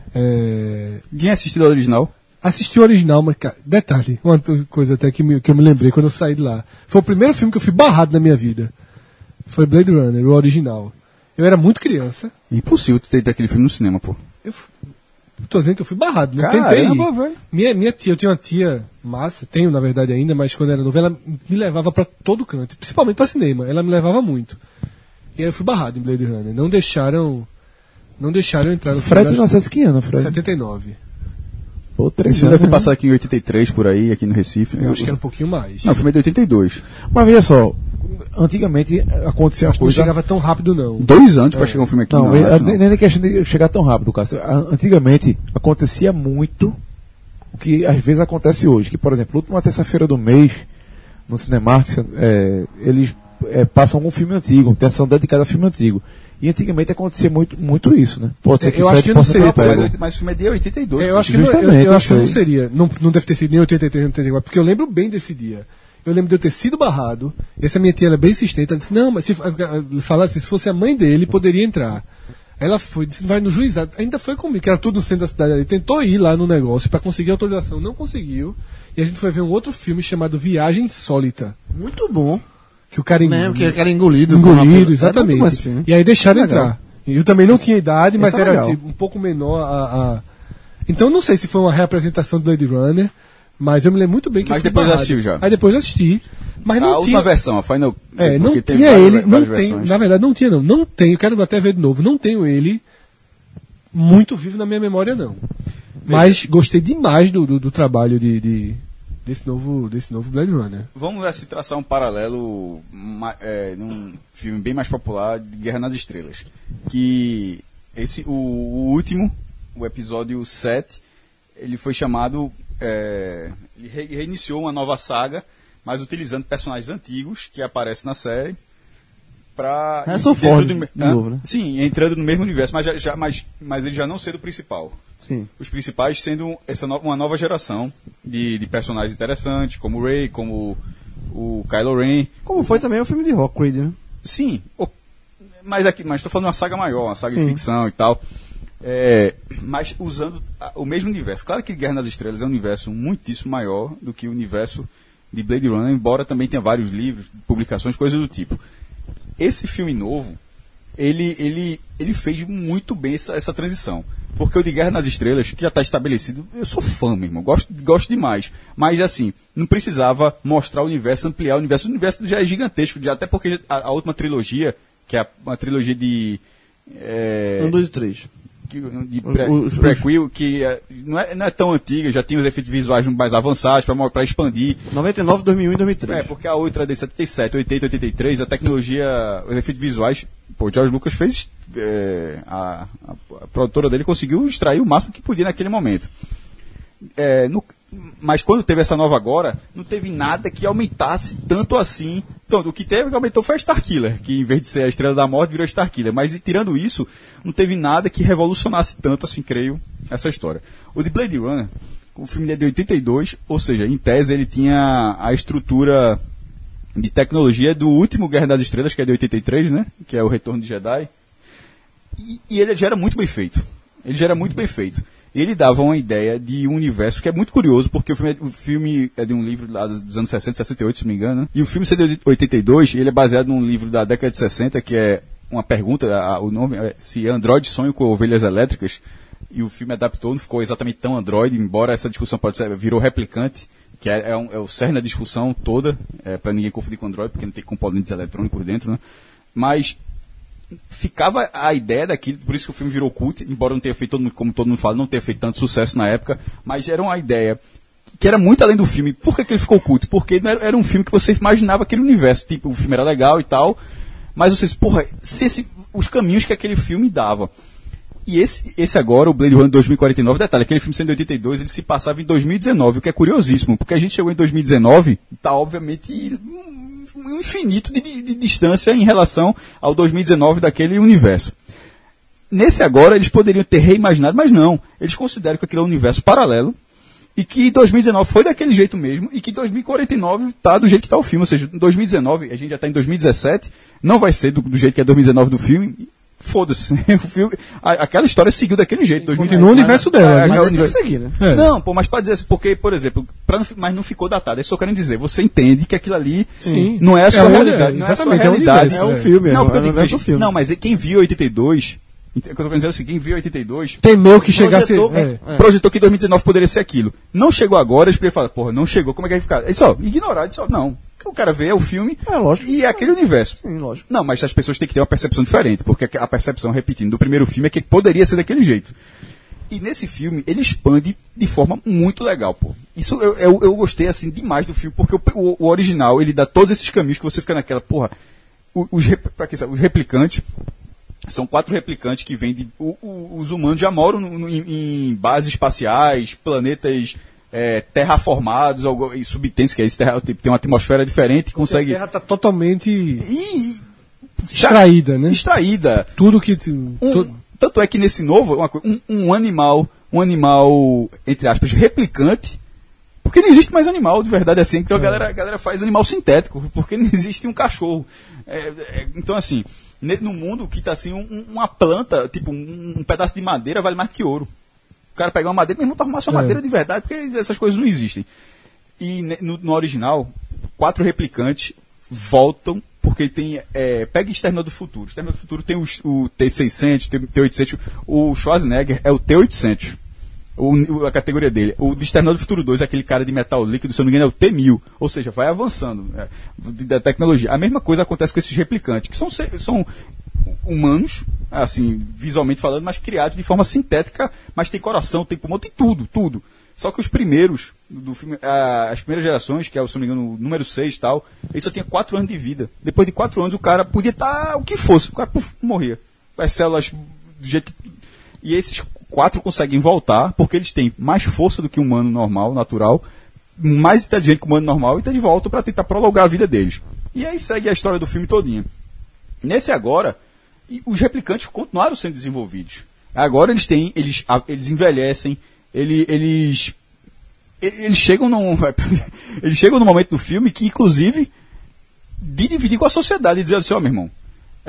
Quem assistiu o original? Assisti o original, mas, cara, detalhe, uma coisa até que eu me lembrei quando eu saí de lá. Foi o primeiro filme que eu fui barrado na minha vida. Foi Blade Runner, o original. Eu era muito criança. Impossível tu ter aquele filme no cinema, pô. Tô dizendo que eu fui barrado, não Caramba, tentei ir. velho. Minha tia, eu tinha uma tia massa, tenho na verdade ainda, mas quando era novo, ela me levava pra todo canto, principalmente pra cinema, ela me levava muito. E aí eu fui barrado em Blade Runner, não deixaram entrar no Fred não sei que ano, Fred? 79. Pô, 3 Esse filme deve ter passado aqui em 83, por aí, aqui no Recife. Eu acho que era um pouquinho mais. Não, o filme é de 82. Mas veja só, antigamente acontecia uma Não coisa... chegava tão rápido, não. 2 anos pra chegar um filme aqui, Não, acho não. nem é questão de chegar tão rápido, Cássio. Antigamente acontecia muito o que às vezes acontece hoje. Que, por exemplo, última terça-feira do mês, no Cinemark, eles passam algum filme antigo, tem ação dedicada a filme antigo. E antigamente acontecia muito isso, né? Pode ser que eu acho que não seria, mas o filme é de 82. Eu acho que não seria. Não deve ter sido nem 83, nem 84, porque eu lembro bem desse dia. Eu lembro de eu ter sido barrado. Essa minha tia era bem insistente. Ela disse, não, mas se fosse a mãe dele, poderia entrar. Ela foi, disse, vai no juizado. Ainda foi comigo, que era tudo no centro da cidade ali. Tentou ir lá no negócio para conseguir autorização. Não conseguiu. E a gente foi ver um outro filme chamado Viagem Insólita. Muito bom. Que o cara que o cara engolido. Exatamente. E aí deixaram entrar. Eu também não tinha idade, mas era tipo, um pouco menor Então não sei se foi uma reapresentação do Blade Runner, mas eu me lembro muito bem que mas depois eu assisti já. Aí depois eu assisti, mas não tinha... A última versão, a Final... não tinha ele, não tem, na verdade não tinha não. Não tenho, quero até ver de novo, não tenho ele muito vivo na minha memória não. Mas gostei demais do trabalho desse novo Blade Runner. Vamos ver se traçar um paralelo num filme bem mais popular de Guerra nas Estrelas. Que o último, o episódio 7, ele foi chamado... ele reiniciou uma nova saga, mas utilizando personagens antigos que aparecem na série. De novo, né? Sim, entrando no mesmo universo, mas ele já não sendo o principal. Sim. Os principais sendo uma nova geração de personagens interessantes, como o Rey, como o Kylo Ren. Como foi também o filme de Rock Creed, né? Sim, mas estou falando de uma saga maior, uma saga de ficção e tal. Mas usando o mesmo universo. Claro que Guerra nas Estrelas é um universo muitíssimo maior do que o universo de Blade Runner, embora também tenha vários livros, publicações, coisas do tipo. Esse filme novo, ele fez muito bem essa transição. Porque o de Guerra nas Estrelas, que já está estabelecido, eu sou fã, meu irmão, gosto demais. Mas, assim, não precisava mostrar o universo, ampliar o universo já é gigantesco, até porque a última trilogia, que é uma trilogia de... 1, 2 e 3. De prequel, que não é tão antiga, já tinha os efeitos visuais mais avançados para expandir. 99, 2001 e 2003. Porque a outra de 77, 80, 83, a tecnologia, os efeitos visuais, o George Lucas fez, a produtora dele conseguiu extrair o máximo que podia naquele momento. Mas quando teve essa nova agora, não teve nada que aumentasse tanto assim. Então, o que teve que aumentou foi a Starkiller, que em vez de ser a Estrela da Morte, virou Starkiller. Mas tirando isso, não teve nada que revolucionasse tanto assim, creio, essa história. O de Blade Runner, o filme é de 82, ou seja, em tese ele tinha a estrutura de tecnologia do último Guerra das Estrelas, que é de 83, né? Que é o Retorno de Jedi. E ele já era muito bem feito. Ele dava uma ideia de um universo que é muito curioso, porque o filme é de um livro lá dos anos 60, 68, se não me engano, né? E o filme ser de 82, ele é baseado num livro da década de 60, que é uma pergunta, o nome é se Android sonha com ovelhas elétricas, e o filme adaptou, não ficou exatamente tão Android, embora essa discussão pode ser, virou replicante, que é o cerne da discussão toda, para ninguém confundir com Android, porque não tem componentes eletrônicos dentro, né? Mas ficava a ideia daquilo, por isso que o filme virou cult, embora não tenha feito, como todo mundo fala, não tenha feito tanto sucesso na época, mas era uma ideia que era muito além do filme. Por que ele ficou cult? Porque não era um filme que você imaginava aquele universo, tipo, o filme era legal e tal, mas vocês, os caminhos que aquele filme dava. E esse agora, o Blade Runner 2049, detalhe, aquele filme sendo de 82, ele se passava em 2019, o que é curiosíssimo, porque a gente chegou em 2019 e está, obviamente, um infinito de distância em relação ao 2019 daquele universo. Nesse agora, eles poderiam ter reimaginado, mas não. Eles consideram que aquele é um universo paralelo e que 2019 foi daquele jeito mesmo e que 2049 está do jeito que está o filme. Ou seja, em 2019, a gente já está em 2017, não vai ser do jeito que é 2019 do filme. Foda-se. Aquela história seguiu daquele jeito. Continua o universo dela. Mas tem que seguir, né? É. Não, pô, mas para dizer assim, porque, por exemplo, mas não ficou datado. É isso que eu quero dizer. Você entende que aquilo ali não é a sua realidade. Não é a sua realidade. É um filme. Não, porque eu digo, não, mas quem viu 82... O que eu tô querendo dizer é o seguinte, quem viu 82... Temeu que chegasse... Projetou que 2019 poderia ser aquilo. Não chegou agora, eles poderiam falar, porra, não chegou, como é que vai ficar? Eles só ignoraram, eles só, não. O cara vê o filme e é aquele universo. Sim, lógico. Não, mas as pessoas têm que ter uma percepção diferente, porque a percepção, repetindo, do primeiro filme é que poderia ser daquele jeito. E nesse filme, ele expande de forma muito legal, pô. Isso eu gostei, assim, demais do filme, porque o original, ele dá todos esses caminhos que você fica naquela, porra, os replicantes... São 4 replicantes que vêm de... Os humanos já moram em bases espaciais, planetas terraformados, e subtensos, que é isso, tem uma atmosfera diferente, consegue... A Terra está totalmente extraída, né? Extraída. Tudo que... Tanto é que nesse novo, um animal, entre aspas, replicante, porque não existe mais animal de verdade assim, então a galera faz animal sintético, porque não existe um cachorro. Então, assim... No mundo que está assim, uma planta, tipo um pedaço de madeira vale mais que ouro. O cara pegar uma madeira, mesmo para arrumar sua madeira de verdade, porque essas coisas não existem. E no original, 4 replicantes voltam, porque tem. Pega Exterminador do Futuro. Exterminador do Futuro tem o T-600, tem o T-800. O Schwarzenegger é o T-800. A categoria dele. O de Exterminador do Futuro 2, aquele cara de metal líquido, se eu não me engano, é o T-1000. Ou seja, vai avançando da tecnologia. A mesma coisa acontece com esses replicantes, que são humanos, assim, visualmente falando, mas criados de forma sintética, mas tem coração, tem pulmão, tem tudo. Só que os primeiros do filme, as primeiras gerações, que é, se não me engano, o número 6 e tal, ele só tinha 4 anos de vida. Depois de 4 anos, o cara podia estar o que fosse. O cara morria. As células do jeito que... E esses 4 conseguem voltar, porque eles têm mais força do que um humano normal, natural, mais inteligente que o humano normal, e está de volta para tentar prolongar a vida deles. E aí segue a história do filme todinha. Nesse agora, os replicantes continuaram sendo desenvolvidos. Agora eles envelhecem, eles chegam eles chegam num momento do filme que, inclusive, de dividir com a sociedade e dizer assim, ó, meu irmão,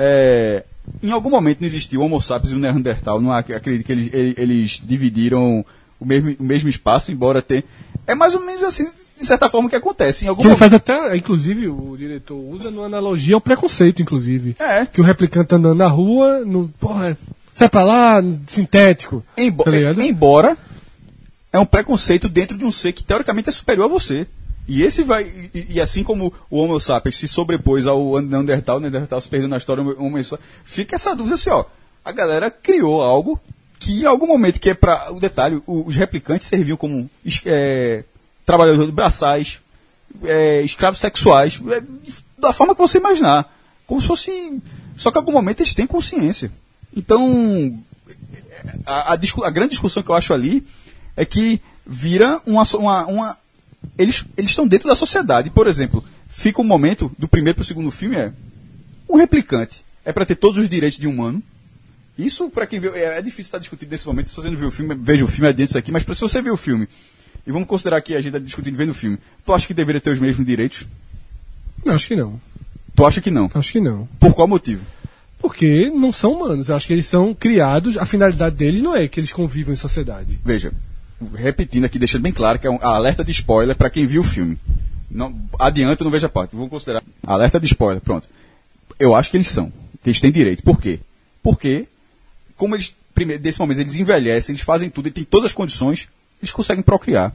em algum momento não existiu o Homo sapiens e o Neandertal. Não acredito que eles dividiram o mesmo espaço, embora tenha... É mais ou menos assim, de certa forma, que acontece. Em algum ele faz até, inclusive, o diretor usa numa analogia ao preconceito, inclusive. Que o replicante andando na rua, sai pra lá, sintético. Embora é um preconceito dentro de um ser que, teoricamente, é superior a você. E esse e assim como o Homo sapiens se sobrepôs ao Neandertal, o Neandertal se perdeu na história, fica essa dúvida assim, ó, a galera criou algo que em algum momento, que é para o detalhe, os replicantes serviam como trabalhadores braçais, escravos sexuais, da forma que você imaginar, como se fosse, só que em algum momento eles têm consciência. Então, a grande discussão que eu acho ali é que vira eles estão dentro da sociedade. Por exemplo, fica um momento, do primeiro para o segundo filme, o replicante é para ter todos os direitos de um humano. Isso, para quem vê, é difícil estar discutindo nesse momento. Se você não viu o filme, veja o filme adiante isso aqui. Mas se você ver o filme, e vamos considerar que a gente está discutindo vendo o filme, tu acha que deveria ter os mesmos direitos? Não, acho que não. Tu acha que não? Acho que não. Por qual motivo? Porque não são humanos. Eu acho que eles são criados, a finalidade deles não é que eles convivam em sociedade. Veja, repetindo aqui, deixando bem claro que é um alerta de spoiler para quem viu o filme. Não, adianta, não veja a parte. Vamos considerar. Alerta de spoiler, pronto. Eu acho que eles são. Que eles têm direito. Por quê? Porque, como eles, nesse momento, eles envelhecem, eles fazem tudo, eles têm todas as condições, eles conseguem procriar.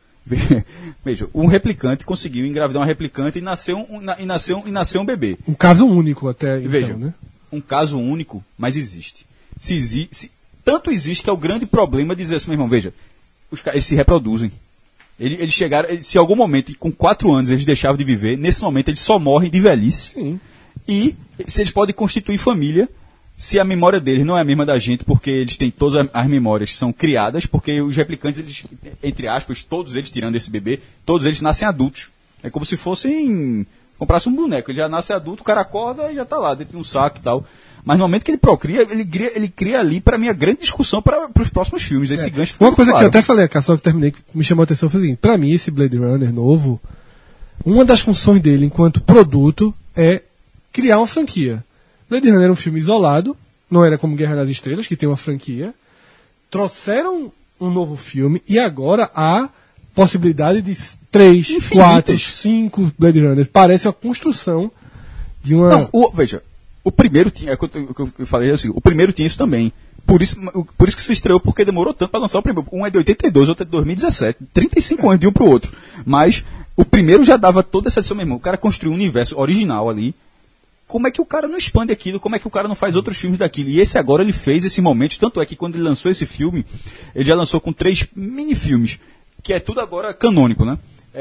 Veja, um replicante conseguiu engravidar uma replicante e nasceu um bebê. Um caso único até, então, veja, né? Um caso único, mas existe. Tanto existe que é o grande problema dizer assim, meu irmão, veja, eles se reproduzem. Eles chegaram, se em algum momento, com 4 anos, eles deixavam de viver, nesse momento eles só morrem de velhice. Sim. E se eles podem constituir família, se a memória deles não é a mesma da gente, porque eles têm todas as memórias são criadas, porque os replicantes, eles, entre aspas, todos eles, tirando esse bebê, todos eles nascem adultos. É como se fossem... comprasse um boneco, ele já nasce adulto, o cara acorda e já tá lá, dentro de um saco e tal. Mas no momento que ele procria, ele cria ali, para mim, a grande discussão para os próximos filmes. Esse gancho uma coisa claro. Que eu até falei, só que terminei, que me chamou a atenção, foi o seguinte: pra mim, esse Blade Runner novo, uma das funções dele enquanto produto é criar uma franquia. Blade Runner era um filme isolado, não era como Guerra nas Estrelas, que tem uma franquia. Trouxeram um novo filme e agora há possibilidade de 3, 4, 5 Blade Runners. Parece uma construção de uma... Não, veja, o primeiro tinha, eu falei assim, o primeiro tinha isso também. Por isso que se estreou, porque demorou tanto para lançar o primeiro. Um é de 82, outro é de 2017. 35 anos de um pro outro. Mas o primeiro já dava toda essa edição mesmo. O cara construiu um universo original ali. Como é que o cara não expande aquilo? Como é que o cara não faz outros filmes daquilo? E esse agora ele fez esse momento. Tanto é que quando ele lançou esse filme, ele já lançou com 3 mini-filmes. Que é tudo agora canônico, né?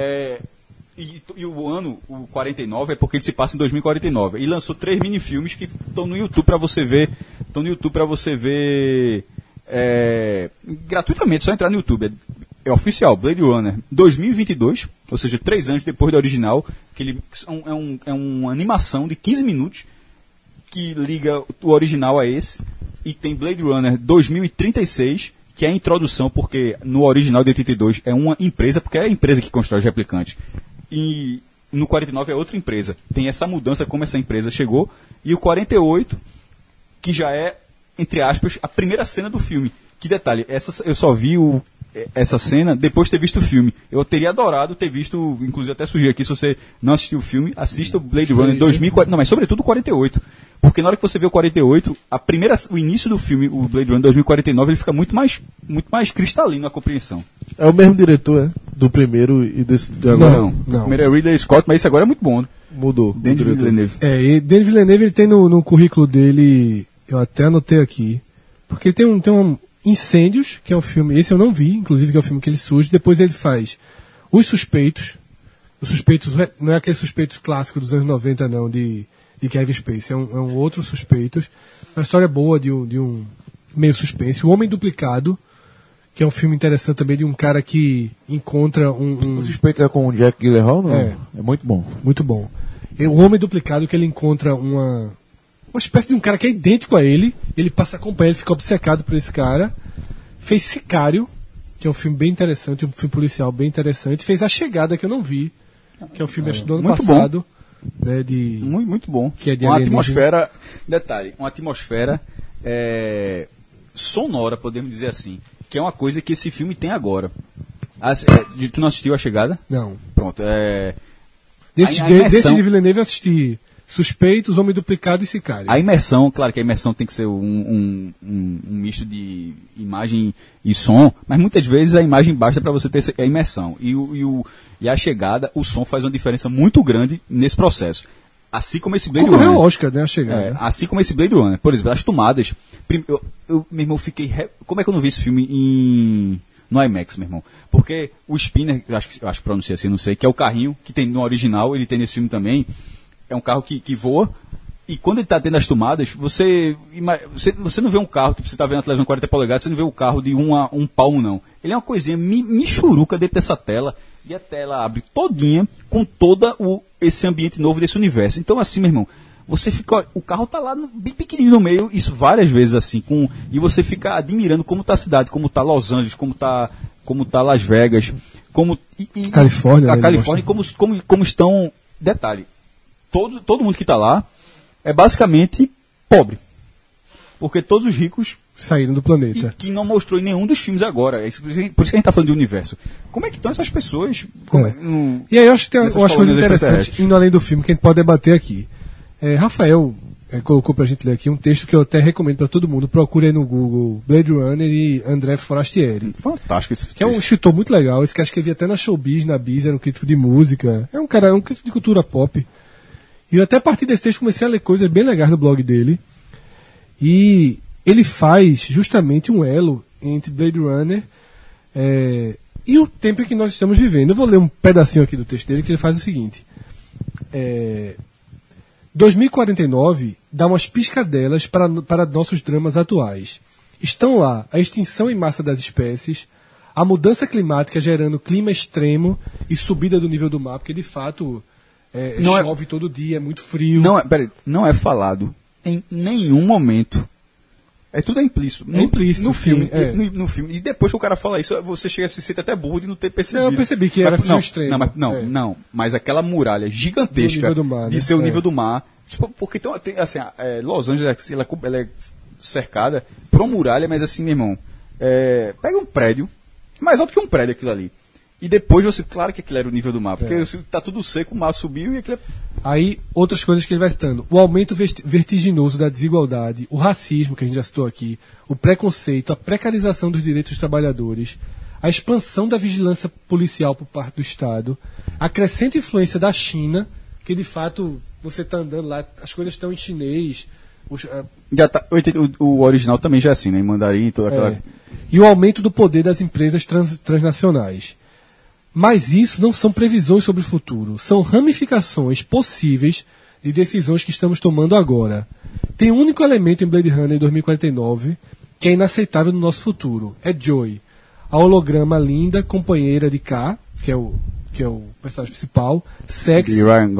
E o ano, o 49, é porque ele se passa em 2049. E lançou 3 mini-filmes que estão no YouTube para você ver. Estão no YouTube para você ver gratuitamente, só entrar no YouTube. É oficial, Blade Runner 2022, ou seja, 3 anos depois do original. Que ele é uma animação de 15 minutos que liga o original a esse. E tem Blade Runner 2036, que é a introdução, porque no original de 82 é uma empresa, porque é a empresa que constrói os replicantes. E no 49 é outra empresa. Tem essa mudança, como essa empresa chegou. E o 48, que já é, entre aspas, a primeira cena do filme. Que detalhe, eu só vi essa cena depois de ter visto o filme. Eu teria adorado ter visto, inclusive até sugiro aqui, se você não assistiu o filme, assista o Blade Runner 2040, não, mas sobretudo o 48. Porque na hora que você vê o 48, o início do filme, o Blade Runner 2049, ele fica muito mais cristalino a compreensão. É o mesmo diretor, do primeiro e desse de agora? Não. O primeiro é Ridley Scott, mas esse agora é muito bom. Mudou. Denis Villeneuve. E Denis Villeneuve, ele tem no currículo dele, eu até anotei aqui, porque tem um Incêndios, que é um filme, esse eu não vi, inclusive, que é o filme que ele surge. Depois ele faz Os Suspeitos. Os Suspeitos não é aquele Suspeitos clássico dos anos 90, não, de Kevin Spacey. É um outro Suspeitos. Uma história boa de um meio suspense. O Homem Duplicado, que é um filme interessante também de um cara que encontra O Suspeito é com o Jack Gyllenhaal, não? É muito bom. Muito bom. E o Homem Duplicado, que ele encontra uma espécie de um cara que é idêntico a ele passa a acompanhar, ele fica obcecado por esse cara. Fez Sicário, que é um filme bem interessante, um filme policial bem interessante. Fez A Chegada, que eu não vi, que é um filme do ano muito passado. Bom. Né, muito bom. Que é de uma atmosfera, detalhe, uma atmosfera sonora, podemos dizer assim, que é uma coisa que esse filme tem agora. Tu não assistiu A Chegada? Não. Pronto. Desse de Villeneuve eu assisti Suspeitos, Homem Duplicado e Sicário. A imersão, claro que a imersão tem que ser um misto de imagem e som, mas muitas vezes a imagem basta para você ter a imersão. E A Chegada, o som faz uma diferença muito grande nesse processo. Assim como esse Blade Runner. Concorreu ao Oscar, né, A Chegada. Assim como esse Blade Runner. Por exemplo, as tomadas. Meu irmão, fiquei... Como é que eu não vi esse filme no IMAX, meu irmão? Porque o Spinner, acho que pronuncia assim, não sei, que é o carrinho que tem no original, ele tem nesse filme também. É um carro que voa, e quando ele está dentro das tomadas, você não vê um carro, tipo, você está vendo a televisão 40 polegadas, você não vê o carro de um palmo, não. Ele é uma coisinha michuruca dentro dessa tela, e a tela abre todinha com todo esse ambiente novo desse universo. Então, assim, meu irmão, você fica, o carro está lá bem pequenininho no meio, isso várias vezes assim, e você fica admirando como está a cidade, como está Los Angeles, como está Las Vegas, Califórnia, a Califórnia, como estão, detalhe, todo mundo que está lá é basicamente pobre. Porque todos os ricos saíram do planeta. E que não mostrou em nenhum dos filmes agora. Por isso que a gente está falando de universo. Como é que estão essas pessoas? E aí eu acho que tem umas coisas interessantes, indo além do filme, que a gente pode debater aqui. Rafael colocou pra gente ler aqui um texto que eu até recomendo para todo mundo. Procure aí no Google Blade Runner e André Forastieri. Fantástico esse texto. Que é um escritor muito legal. Esse que acho que ele até na Showbiz, na Biz, era um crítico de música. É um crítico de cultura pop. E eu até a partir desse texto comecei a ler coisas bem legais no blog dele. E ele faz justamente um elo entre Blade Runner e o tempo em que nós estamos vivendo. Eu vou ler um pedacinho aqui do texto dele, que ele faz o seguinte. 2049 dá umas piscadelas para nossos dramas atuais. Estão lá a extinção em massa das espécies, a mudança climática gerando clima extremo e subida do nível do mar, porque de fato chove todo dia, é muito frio. Não é falado em nenhum momento. Tudo é implícito. No filme. No filme. E depois que o cara fala isso, você chega a se sentir até burro de não ter percebido. Eu percebi que era pro extremo. Mas aquela muralha gigantesca do mar, de ser o nível do mar. Tipo, porque tem assim, Los Angeles, ela é cercada por uma muralha, mas assim, meu irmão, pega um prédio, mais alto que um prédio aquilo ali. E depois claro que aquilo era o nível do mar, porque tá tudo seco, o mar subiu e aquilo Aí, outras coisas que ele vai citando. O aumento vertiginoso da desigualdade, o racismo, que a gente já citou aqui, o preconceito, a precarização dos direitos dos trabalhadores, a expansão da vigilância policial por parte do Estado, a crescente influência da China, que de fato, você está andando lá, as coisas estão em chinês. O original também já é assim, né? Em mandarim, toda aquela... E o aumento do poder das empresas transnacionais. Mas isso não são previsões sobre o futuro, são ramificações possíveis de decisões que estamos tomando agora. Tem um único elemento em Blade Runner 2049 que é inaceitável no nosso futuro, é Joy, a holograma linda, companheira de K, que é o personagem principal, sexy,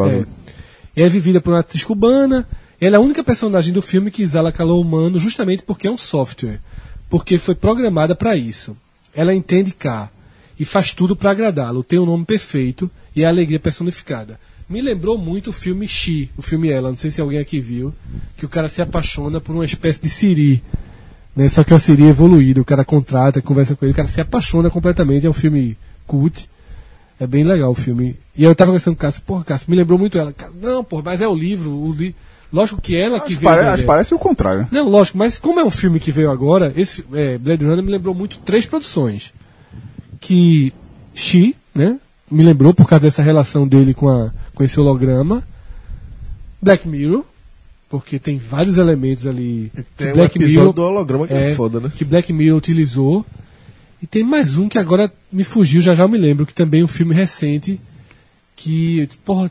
é vivida por uma atriz cubana, ela é a única personagem do filme que exala calor humano justamente porque é um software, porque foi programada para isso. Ela entende K e faz tudo para agradá-lo, tem um nome perfeito e é a alegria personificada. Me lembrou muito o filme She, o filme Ela, não sei se alguém aqui viu, que o cara se apaixona por uma espécie de Siri, né? Só que é uma Siri evoluída, o cara contrata, conversa com ele, o cara se apaixona completamente, é um filme cult, é bem legal o filme. E eu tava conversando com o Cássio, me lembrou muito ela. Não, mas é o livro, lógico que ela que veio... Parece o contrário. Não, lógico, mas como é um filme que veio agora, esse Blade Runner me lembrou muito 3 produções. Que She, né, me lembrou por causa dessa relação dele com esse holograma. Black Mirror, porque tem vários elementos ali. Tem um episódio do holograma que é foda, né? Que Black Mirror utilizou. E tem mais um que agora me fugiu, já eu me lembro, que também é um filme recente que,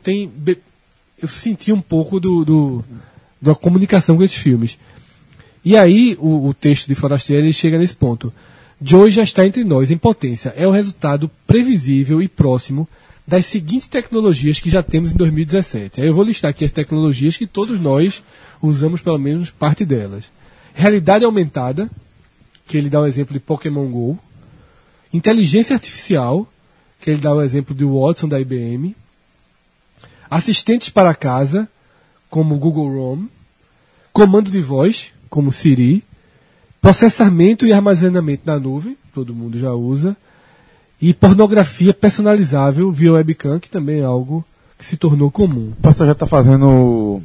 eu senti um pouco da comunicação com esses filmes. E aí o texto de Forastieri ele chega nesse ponto. Joy já está entre nós em potência. É o resultado previsível e próximo das seguintes tecnologias que já temos em 2017. Aí eu vou listar aqui as tecnologias que todos nós usamos pelo menos parte delas. Realidade aumentada, que ele dá o exemplo de Pokémon GO. Inteligência artificial, que ele dá o exemplo de Watson da IBM. Assistentes para casa, como Google Home. Comando de voz, como Siri. Processamento e armazenamento na nuvem, todo mundo já usa. E pornografia personalizável via webcam, que também é algo que se tornou comum. O pessoal já está fazendo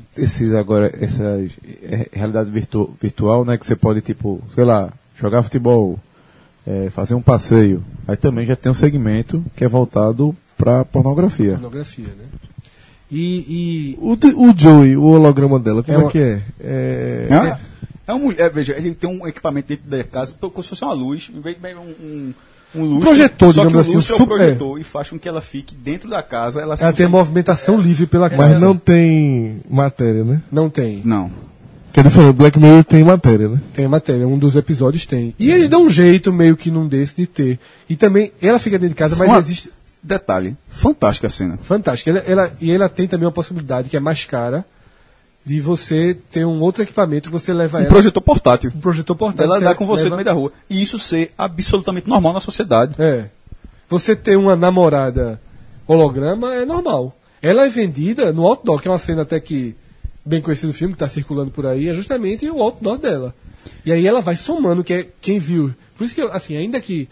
essa realidade virtual, né? Que você pode, jogar futebol, fazer um passeio. Aí também já tem um segmento que é voltado para pornografia. Pornografia, né? E o Joey, o holograma dela, como é que é? É uma mulher, veja, ele tem um equipamento dentro da casa, como se fosse uma luz, um lustre, projetor, só que o assim, lustre é um projetor e faz com que ela fique dentro da casa. Ela tem movimentação livre pela casa. Mas não tem matéria, né? Não tem. Não. Que ele falou, Black Mirror tem matéria, né? Tem matéria, um dos episódios tem. E eles dão um jeito meio que num desse de ter. E também, ela fica dentro de casa, mas existe... Detalhe, fantástica a cena. Fantástica. Ela tem também uma possibilidade que é mais cara, de você ter um outro equipamento que você leva ela... Projetor portátil. Um projetor portátil. Ela andar com você no meio da rua. E isso ser absolutamente normal na sociedade. Você ter uma namorada holograma é normal. Ela é vendida no outdoor, que é uma cena até que bem conhecida do filme, que está circulando por aí, é justamente o outdoor dela. E aí ela vai somando, que é quem viu. Por isso que, assim, ainda que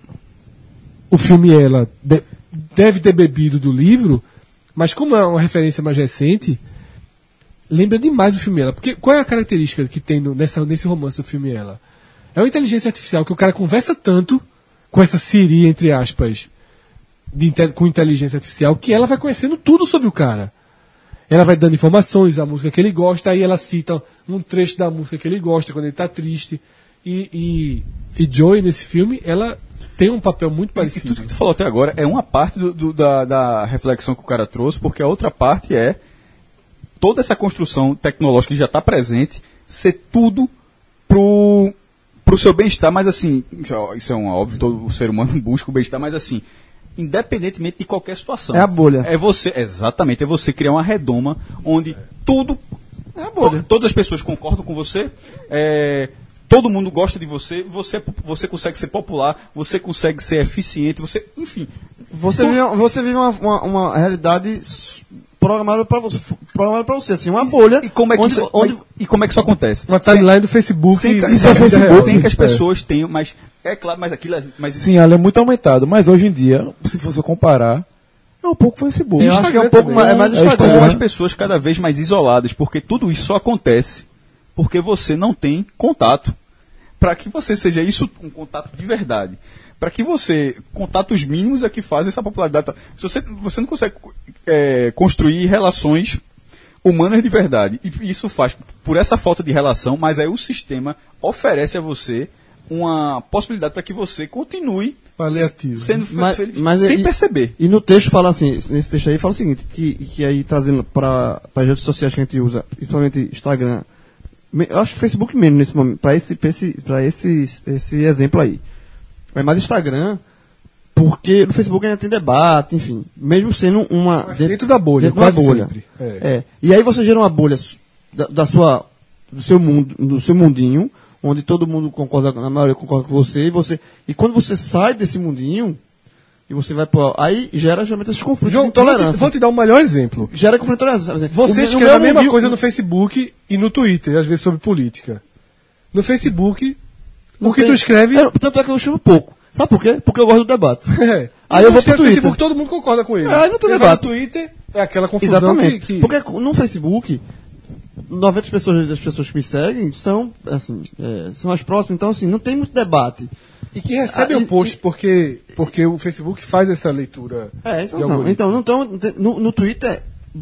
o filme ela deve ter bebido do livro, mas como é uma referência mais recente... lembra demais o filme Ela. Porque qual é a característica que tem nesse romance do filme Ela? É uma inteligência artificial que o cara conversa tanto com essa Siri, entre aspas, com inteligência artificial, que ela vai conhecendo tudo sobre o cara. Ela vai dando informações, a música que ele gosta, aí ela cita um trecho da música que ele gosta, quando ele está triste. E Joy, nesse filme, ela tem um papel muito parecido. E tudo que tu falou até agora é uma parte da reflexão que o cara trouxe, porque a outra parte é toda essa construção tecnológica que já está presente ser tudo pro seu bem-estar, mas assim, isso é óbvio, todo ser humano busca o bem-estar, mas assim, independentemente de qualquer situação. É a bolha. Exatamente, é você criar uma redoma onde tudo, todas as pessoas concordam com você, todo mundo gosta de você, você consegue ser popular, você consegue ser eficiente, enfim. Você vive uma realidade programada para você, assim, uma bolha. E como é que isso acontece? Uma timeline do Facebook. Sem que as pessoas tenham, mas é claro, mas aquilo sim, ela é muito aumentada, mas hoje em dia, se você comparar, é um pouco Facebook. Eu acho que é um pouco mais Instagram. As pessoas cada vez mais isoladas, porque tudo isso só acontece porque você não tem contato. Para que você seja isso um contato de verdade, para que você, contatos mínimos é que fazem essa popularidade. Se você não consegue construir relações humanas de verdade, e isso faz por essa falta de relação, mas aí o sistema oferece a você uma possibilidade para que você continue sendo feliz, sem perceber. E no texto fala assim, nesse texto aí fala o seguinte, que aí trazendo para as redes sociais que a gente usa, principalmente Instagram, eu acho que Facebook menos nesse momento, para esse exemplo aí. É mais Instagram, porque no Facebook ainda tem debate, enfim, mesmo sendo uma... Dentro da bolha, quase sempre. E aí você gera uma bolha do seu mundinho, onde todo mundo concorda, a maioria concorda com você, e quando você sai desse mundinho, e você vai por aí gera geralmente esses conflitos de intolerância. Vou te dar um melhor exemplo. Gera conflito de intolerância. Você escreve a mesma coisa no Facebook e no Twitter, às vezes sobre política. No Facebook, tu escreve... Tanto é que eu escrevo pouco. Sabe por quê? Porque eu gosto do debate. Aí eu vou pro Twitter. No Facebook todo mundo concorda com ele. Aí não tem debate. No Twitter é aquela confusão. Exatamente. Porque no Facebook, 90% das pessoas que me seguem são, assim, são mais próximas, então assim, não tem muito debate. E que recebem o post porque o Facebook faz essa leitura. No Twitter,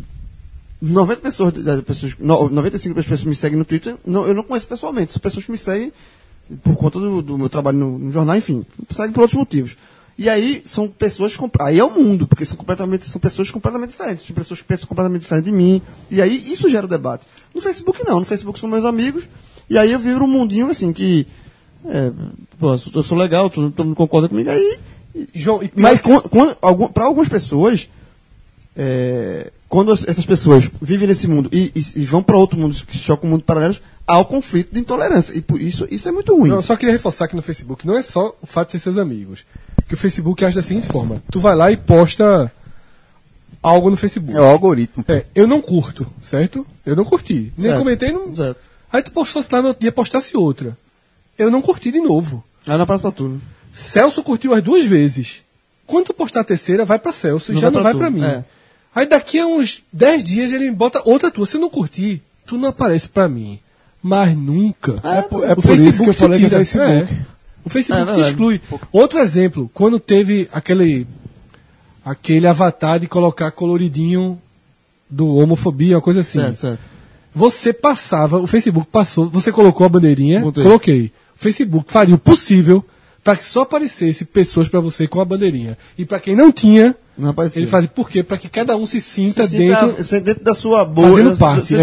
95% das pessoas que me seguem no Twitter, eu não conheço pessoalmente. São pessoas que me seguem por conta do meu trabalho no jornal, enfim, seguem por outros motivos. E aí são pessoas, aí é o mundo, porque são pessoas completamente diferentes, são pessoas que pensam completamente diferente de mim, e aí isso gera o debate. No Facebook não, no Facebook são meus amigos, e aí eu vivo um mundinho assim que, eu sou legal, todo mundo concorda comigo, aí... Mas para algumas pessoas, quando essas pessoas vivem nesse mundo e vão para outro mundo, que chocam um mundo paralelo, há o conflito de intolerância, e por isso é muito ruim. Eu só queria reforçar que no Facebook não é só o fato de ser seus amigos, que o Facebook age da seguinte forma: tu vai lá e posta algo no Facebook. É o algoritmo. Eu não curto, certo? Eu não curti. Nem comentei, não. Certo. Aí tu postou lá no outro dia, postasse outra. Eu não curti de novo. Aí não passa pra tu, né? Celso curtiu as 2 vezes. Quando tu postar a terceira, vai pra Celso e já não vai pra mim. Aí daqui a uns 10 dias ele bota outra tua. Se eu não curtir, tu não aparece pra mim. Mas nunca. É por isso que eu falei do Facebook. O Facebook te exclui. Outro exemplo, quando teve aquele avatar de colocar coloridinho do homofobia, uma coisa assim. Certo. Você passava, o Facebook passou, você colocou a bandeirinha, coloquei. O Facebook faria o possível para que só aparecesse pessoas para você com a bandeirinha. E para quem não tinha, ele fazia por quê? Para que cada um se sinta dentro da sua bolha, fazendo parte,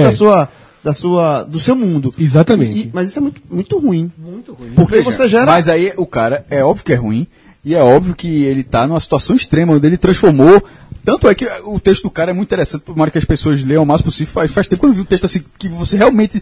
do seu mundo. Exatamente. Mas isso é muito, muito ruim. Muito ruim. Porque você gera... Mas aí o cara, é óbvio que é ruim, e é óbvio que ele está numa situação extrema, onde ele transformou... Tanto é que o texto do cara é muito interessante, tomara que as pessoas leiam o máximo possível. Faz tempo que eu vi um texto assim, que você realmente...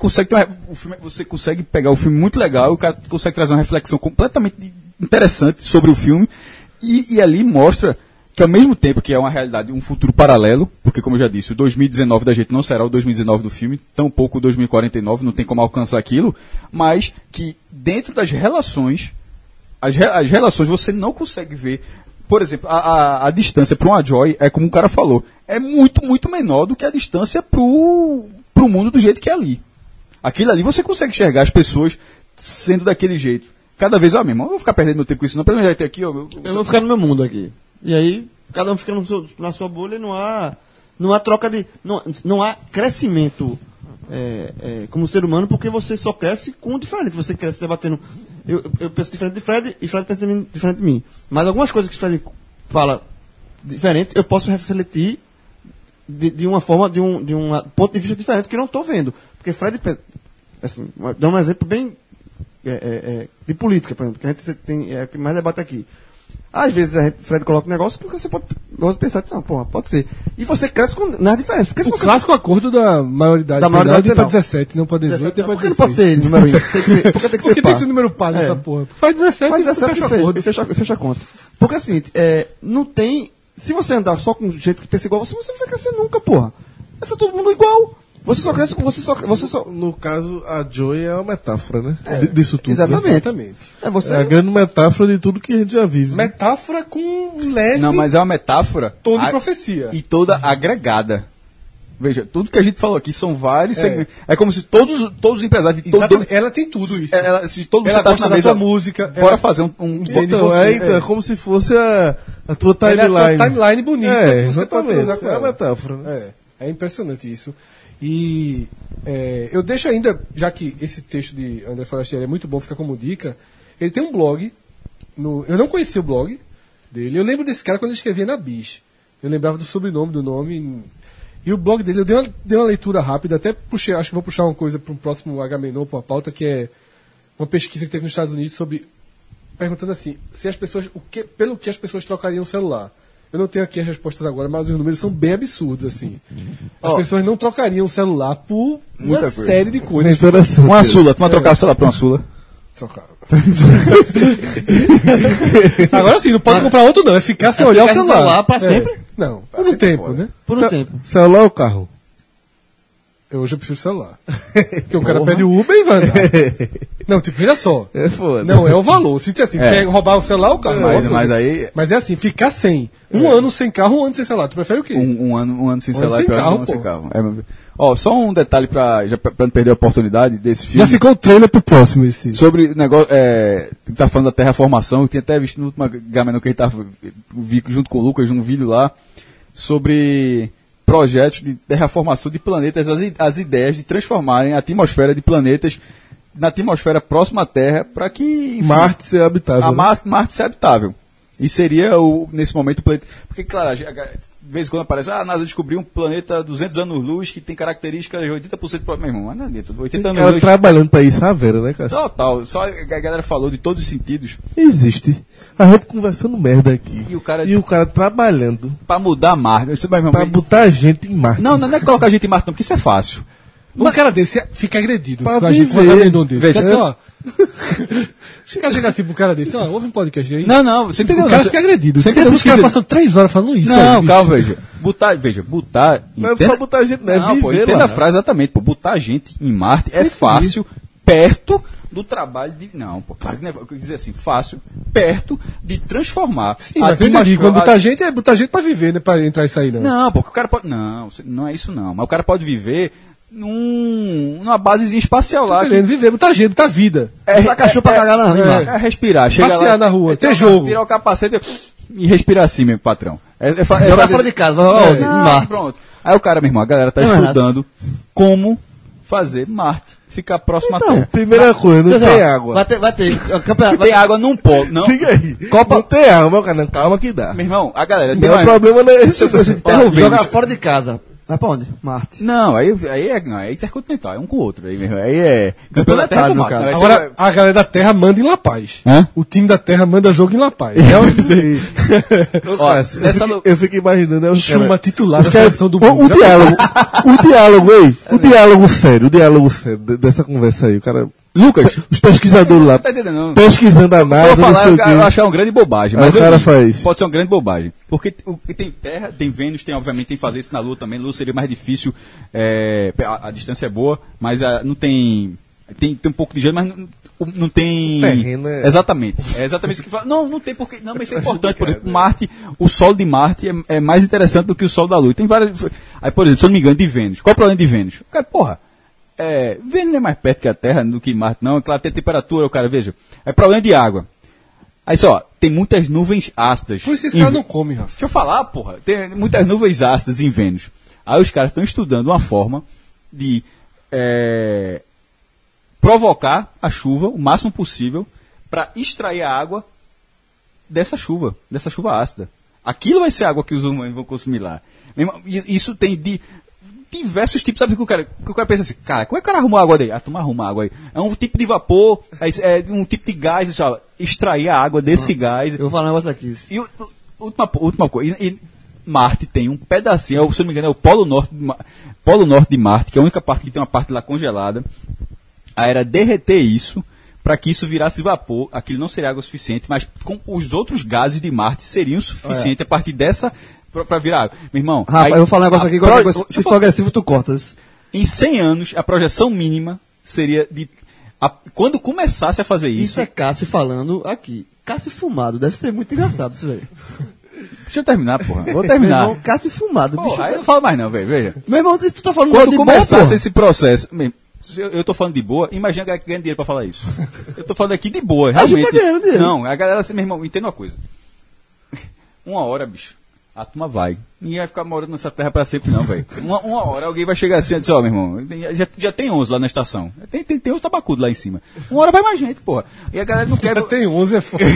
Você consegue pegar o filme muito legal, o cara consegue trazer uma reflexão completamente interessante sobre o filme, e ali mostra que ao mesmo tempo que é uma realidade, um futuro paralelo, porque como eu já disse, o 2019 da gente não será o 2019 do filme, tampouco o 2049, não tem como alcançar aquilo, mas que dentro das relações, as relações você não consegue ver. Por exemplo, a distância para uma Joy, como o cara falou, é muito, muito menor do que a distância para o mundo do jeito que é ali. Aquilo ali você consegue enxergar as pessoas sendo daquele jeito. Cada vez, meu irmão, eu não vou ficar perdendo meu tempo com isso, não. Pelo menos já ter aqui, eu vou ficar no meu mundo aqui. E aí, cada um fica na sua bolha e não há troca de... Não há crescimento como ser humano, porque você só cresce com o diferente. Você cresce debatendo... Eu penso diferente de Fred e Fred pensa diferente de mim. Mas algumas coisas que Fred fala diferente, eu posso refletir de uma forma, de um ponto de vista diferente que eu não estou vendo. Porque Fred, assim, dá um exemplo bem de política, por exemplo, que a gente tem, o que mais debate aqui. Às vezes Fred coloca um negócio que você pode pensar, não, porra, pode ser. E você cresce nas diferenças. Porque se você clássico acordo da maioridade para 17, não para 18, depois por que não pode ser número 1? Porque tem que ser tem que ser número par nessa porra. Faz 17 e fecha a conta. Porque assim, não tem... Se você andar só com gente que pensa igual você, você não vai crescer nunca, porra. Vai ser todo mundo igual. Você só cresce com você só. No caso, a Joey é uma metáfora, né? Disso tudo. Exatamente. É a grande metáfora de tudo que a gente já viu. Metáfora com leve. Não, mas é uma metáfora. Tom de profecia. E toda agregada. Veja, tudo que a gente falou aqui são vários segmentos. É como se todos os empresários... Ela tem tudo isso. Se todo mundo sentasse na mesa... música. Bora fazer um então, é como se fosse a tua timeline. É a tua timeline bonita. Você pode usar com ela. É uma metáfora. Né? É impressionante isso. E eu deixo ainda, já que esse texto de André Forastieri é muito bom, fica como dica, ele tem um blog, eu não conhecia o blog dele, eu lembro desse cara quando ele escrevia na Bis, eu lembrava do sobrenome, do nome, e o blog dele, eu dei uma leitura rápida, até puxei, acho que vou puxar uma coisa para um próximo Agamenon, para uma pauta, que é uma pesquisa que teve nos Estados Unidos sobre, perguntando assim, se as pessoas, pelo que as pessoas trocariam o celular. Eu não tenho aqui as respostas agora, mas os números são bem absurdos, assim. As pessoas não trocariam o celular por uma série de coisas. Uma Sula, tu vai trocar o celular por uma Sula? Trocar. Agora sim, não pode comprar outro não, é ficar sem olhar o celular. Pra sempre? Não, por um tempo, né? Por um tempo. Celular ou carro? Hoje eu prefiro celular. Porque o cara pede o Uber e vai andar. Não, tipo, veja só. É foda. Não, é o valor. Se assim, quer roubar o celular ou o carro. Mas aí... Mas é assim, ficar sem. Um ano sem carro, um ano sem celular. Tu prefere o quê? Um ano sem celular sem e pior carro, que um ano sem carro. Só um detalhe pra não perder a oportunidade desse filme. Já ficou o trailer pro próximo esse. Sobre o negócio, tá falando da terraformação, eu tinha até visto no último Gamenon que a gente vi junto com o Lucas, num vídeo lá, sobre projetos de terraformação de planetas, as ideias de transformarem a atmosfera de planetas na atmosfera próxima à Terra para que... Enfim, Marte seja habitável. Marte ser habitável. E seria, nesse momento, o planeta... Porque, claro, de vez em quando aparece, a NASA descobriu um planeta 200 anos-luz que tem características de 80% próximo. Meu irmão, mas não adianta, 80 anos-luz... Ela trabalhando para isso, a Vera, né, cara? Total, só a galera falou de todos os sentidos. Existe. A gente conversando merda aqui. E o cara trabalhando. Para mudar Marte. Para botar a gente em Marte. Não é colocar a gente em Marte, não, porque isso é fácil. Um cara desse fica agredido. Pra gente desse. Veja, Os caras chegam assim pro cara desse, ouve um podcast aí. Não, você entendeu? O cara fica agredido. Você entendeu? Os caras passam 3 horas falando isso. Não, calma, botar... Não é só botar a gente, né? Não, pô, entenda a frase exatamente, pô. Botar a gente em Marte é fácil, perto do trabalho de... Não, pô, claro que não é... Eu quis dizer assim, fácil, perto de transformar... Sim, mas eu entendi, quando botar gente, é botar gente pra viver, né? Pra entrar e sair, não. Não, porque o cara pode... Não é isso não. Mas o cara pode viver... numa basezinha espacial lá. Querendo viver, botar gente, botar vida. Botar cachorro pra cagar na rua. É respirar. Chegar passear lá, na rua, ter jogo. Tirar o capacete e respirar assim, meu patrão. Jogar fora de casa. Pronto. Aí o cara, meu irmão, a galera tá estudando como fazer Marte ficar próximo à Terra. Primeira coisa, não tem água. Vai ter. Tem água num polo. Não. Fica aí. Não tem água, meu cara. Calma que dá. Meu irmão, a galera... Meu problema não é esse. Jogar fora de casa. Vai pra onde? Marte. Não, aí é intercontinental, é um com o outro. Aí é campeão da Terra com Marte. Agora, a galera da Terra manda em La Paz. O time da Terra manda jogo em La Paz. Eu fico imaginando... Chuma titular da seleção do mundo. O diálogo sério dessa conversa aí, o cara... Lucas, os pesquisadores lá, pesquisando a NASA, eu acho que é uma grande bobagem, mas o cara faz. Pode ser uma grande bobagem, porque tem Terra, tem Vênus, obviamente tem que fazer isso na Lua também. Lua seria mais difícil, a distância é boa, mas não tem um pouco de gelo, mas não tem terreno. Exatamente, é exatamente isso que fala. Não tem porque, não, mas isso é importante. Por exemplo, Marte, o Sol de Marte é mais interessante do que o Sol da Lua. Tem várias. Aí, por exemplo, se eu não me engano, de Vênus. Qual é o problema de Vênus? O cara, porra. Vênus é mais perto que a Terra do que Marte, não. Claro, tem temperatura, o cara, veja. É problema de água. Aí só, tem muitas nuvens ácidas. Por isso esse cara não come, Rafa. Deixa eu falar, porra. Tem muitas nuvens ácidas em Vênus. Aí os caras estão estudando uma forma de provocar a chuva o máximo possível para extrair a água dessa chuva ácida. Aquilo vai ser a água que os humanos vão consumir lá. Isso tem diversos tipos, sabe, que o cara pensa assim, cara, como é que o cara arruma água daí? Tu arruma água aí. É um tipo de vapor, é um tipo de gás, sabe? Extrair a água desse gás. Eu vou falar um negócio aqui. E última coisa, e Marte tem um pedacinho, se não me engano, é o Polo Norte de Marte, que é a única parte que tem uma parte lá congelada. Aí era derreter isso, para que isso virasse vapor, aquilo não seria água suficiente, mas com os outros gases de Marte seriam suficientes a partir dessa para virar água. Meu irmão... Rafa, eu vou falar um negócio aqui, se for agressivo, tu cortas. Em 100 anos, a projeção mínima seria de... quando começasse a fazer isso... Isso é Cássio falando aqui. Cássio fumado, deve ser muito engraçado isso, velho. Deixa eu terminar, porra. Vou terminar. Meu irmão, Cássio fumado. Porra, bicho, aí eu não falo mais não, velho. Veja. Meu irmão, tu tá falando quando de começasse boa, esse processo... Eu tô falando de boa, imagina a galera que ganha dinheiro pra falar isso. Eu tô falando aqui de boa, realmente. A gente tá ganhando dinheiro. Não, a galera assim, meu irmão, entenda uma coisa. Uma hora, bicho, a turma vai. Ninguém vai ficar morando nessa terra pra sempre, não, velho. Uma hora alguém vai chegar assim e dizer, ó, meu irmão, já tem 11 lá na estação. Tem uns tabacudos lá em cima. Uma hora vai mais gente, porra. E a galera não quer... Já tem 11, é foda.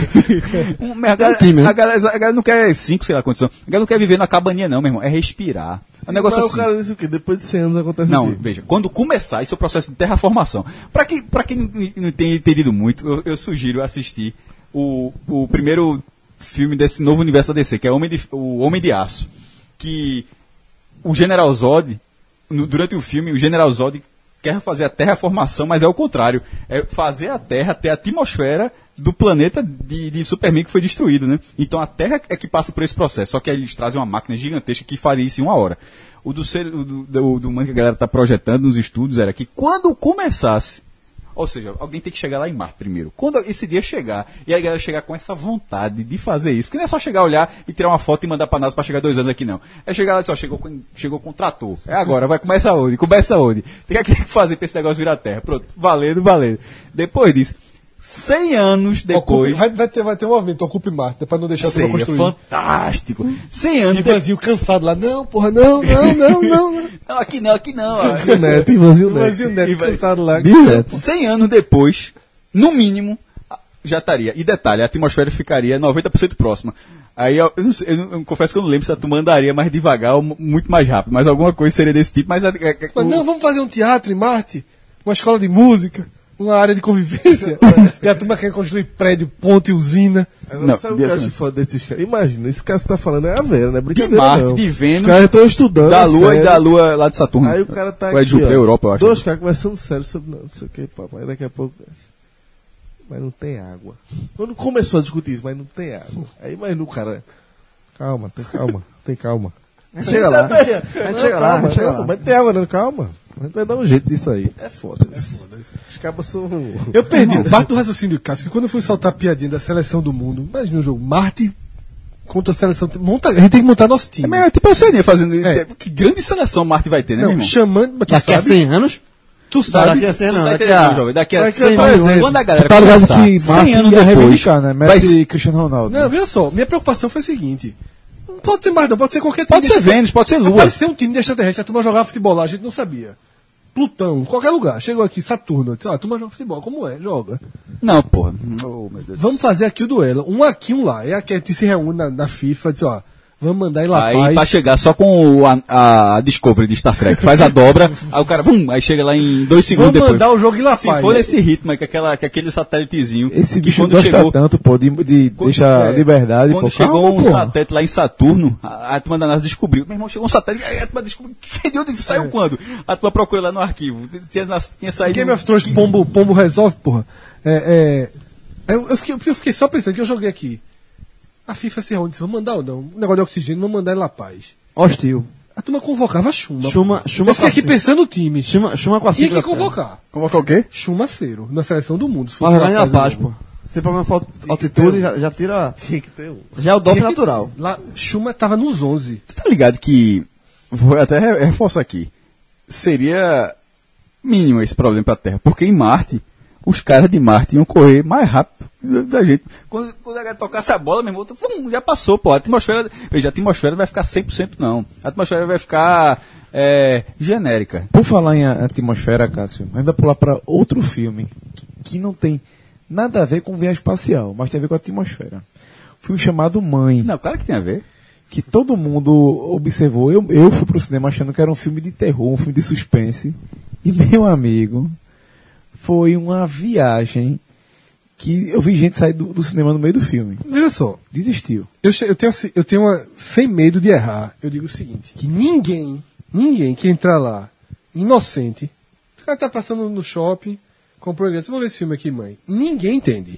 A galera não quer 5, sei lá, condição. A galera não quer viver na cabaninha, não, meu irmão. É respirar. É um negócio mas assim. O cara disse o quê? Depois de 100 anos acontece não, o quê? Veja, quando começar esse é o processo de terraformação. Pra quem não tem entendido muito, eu sugiro assistir o primeiro filme desse novo universo da DC, que é o Homem de Aço. Que o General Zod, durante o filme, o General Zod quer fazer a terraformação, mas é o contrário. É fazer a Terra ter a atmosfera do planeta de Superman que foi destruído, né? Então a Terra é que passa por esse processo, só que aí eles trazem uma máquina gigantesca que faria isso em uma hora. O do que a galera está projetando nos estudos era que quando começasse, ou seja, alguém tem que chegar lá em Marte primeiro. Quando esse dia chegar, e a galera chegar com essa vontade de fazer isso, porque não é só chegar, olhar e tirar uma foto e mandar para a NASA para chegar 2 anos aqui, não. É chegar lá e só chegou com o trator. É agora, vai começar onde? Começa onde? Tem que fazer para esse negócio virar terra. Pronto, valendo. Depois disso, 100 anos depois... Vai ter um movimento, Ocupe Marte, para não deixar tudo construir. Fantástico. 100 anos Ivanzinho cansado lá, não, porra, não. Não, aqui não. Ivanzinho Neto cansado lá. 100 anos depois, no mínimo, já estaria. E detalhe, a atmosfera ficaria 90% próxima. Aí eu confesso que eu não lembro se a turma andaria mais devagar ou muito mais rápido, mas alguma coisa seria desse tipo. Mas não, vamos fazer um teatro em Marte, uma escola de música, uma área de convivência. E a turma quer construir prédio, ponte, usina. Agora, não, sabe o que eu acho foda desses caras? Imagina, esse cara que você tá falando é a Vera, né? De Marte, de Vênus. Os caras estão estudando. Da Lua sério. E da Lua lá de Saturno. Aí o cara tá aqui. Júpiter, Europa, eu acho. 2 caras conversando sério sobre não sei o que, papai. Daqui a pouco. Mas não tem água. Quando começou a discutir isso, mas não tem água. Aí imagina o cara. Calma. Chega lá. Mas tem água, não, calma. A gente vai dar um jeito disso aí. É foda. Os cabos são... Eu perdi parte do raciocínio de Cássio, que quando eu fui soltar a piadinha da seleção do mundo, imagina um jogo, Marte contra a seleção, a gente tem que montar nosso time. Mas tipo eu sei, fazendo... Que grande seleção Marte vai ter, né, meu irmão? Chamando... Daqui a 100 anos? Tu sabe? Daqui a 100 anos, daqui a 100 anos. Quando a galera tá ligado que 100 anos ia depois, reivindicar, né? Messi e Cristiano Ronaldo. Não, veja só, minha preocupação foi a seguinte... Não pode ser mais não, pode ser qualquer time. Pode ser Vênus, pode ser Lua. Pode ser um time de extraterrestre, a turma jogava futebol lá, a gente não sabia. Plutão, qualquer lugar. Chegou aqui, Saturno. Disse, a turma joga futebol. Como é? Joga. Não, porra. Oh, meu Deus. Vamos fazer aqui o duelo. Um aqui, um lá. É aqui a gente se reúne na FIFA, diz, ó, vamos mandar em La Paz. Aí pra chegar só com a Discovery de Star Trek, faz a dobra, aí o cara, aí chega lá em 2 segundos depois. Vamos mandar o jogo em La Paz. Se for nesse ritmo, que aquele satélitezinho. Esse que bicho quando gosta chegou, tanto, pô, de deixar liberdade. Quando chegou satélite lá em Saturno, a turma da NASA descobriu. Meu irmão, chegou um satélite, aí a turma descobriu. De onde saiu quando? A turma procura lá no arquivo. Tinha saído. Game of Thrones, pombo resolve, porra. Eu fiquei só pensando que eu joguei aqui. A FIFA se reúne, vamos mandar ou não? Um negócio de oxigênio, vamos mandar em La Paz. Hostil. A turma convocava Chuma. Eu fiquei aqui pensando no time. Chuma com a sigla. Tinha que convocar. Convocar o quê? Chumaceiro, na seleção do mundo. Mas jogar em La Paz, pô. Se problema for altitude, já tira. Tinha que ter um. Já é o doping natural. Lá, Chuma tava nos 11. Tu tá ligado que, vou até reforçar aqui, seria mínimo esse problema pra Terra, porque em Marte, os caras de Marte iam correr mais rápido da gente. Quando a galera tocasse a bola, meu irmão, já passou, pô. A atmosfera vai ficar 100% não. A atmosfera vai ficar genérica. Por falar em atmosfera, Cássio, a gente vai pular para outro filme que não tem nada a ver com viagem espacial, mas tem a ver com a atmosfera. Um filme chamado Mãe. Não, claro que tem a ver. que todo mundo observou. Eu fui pro cinema achando que era um filme de terror, um filme de suspense. E, meu amigo, foi uma viagem que eu vi gente sair do cinema no meio do filme. Veja só. Desistiu. Eu tenho uma... Sem medo de errar, eu digo o seguinte, que ninguém que entrar lá, inocente, o cara tá passando no shopping, comprou ingresso, vou ver esse filme aqui, mãe. Ninguém entende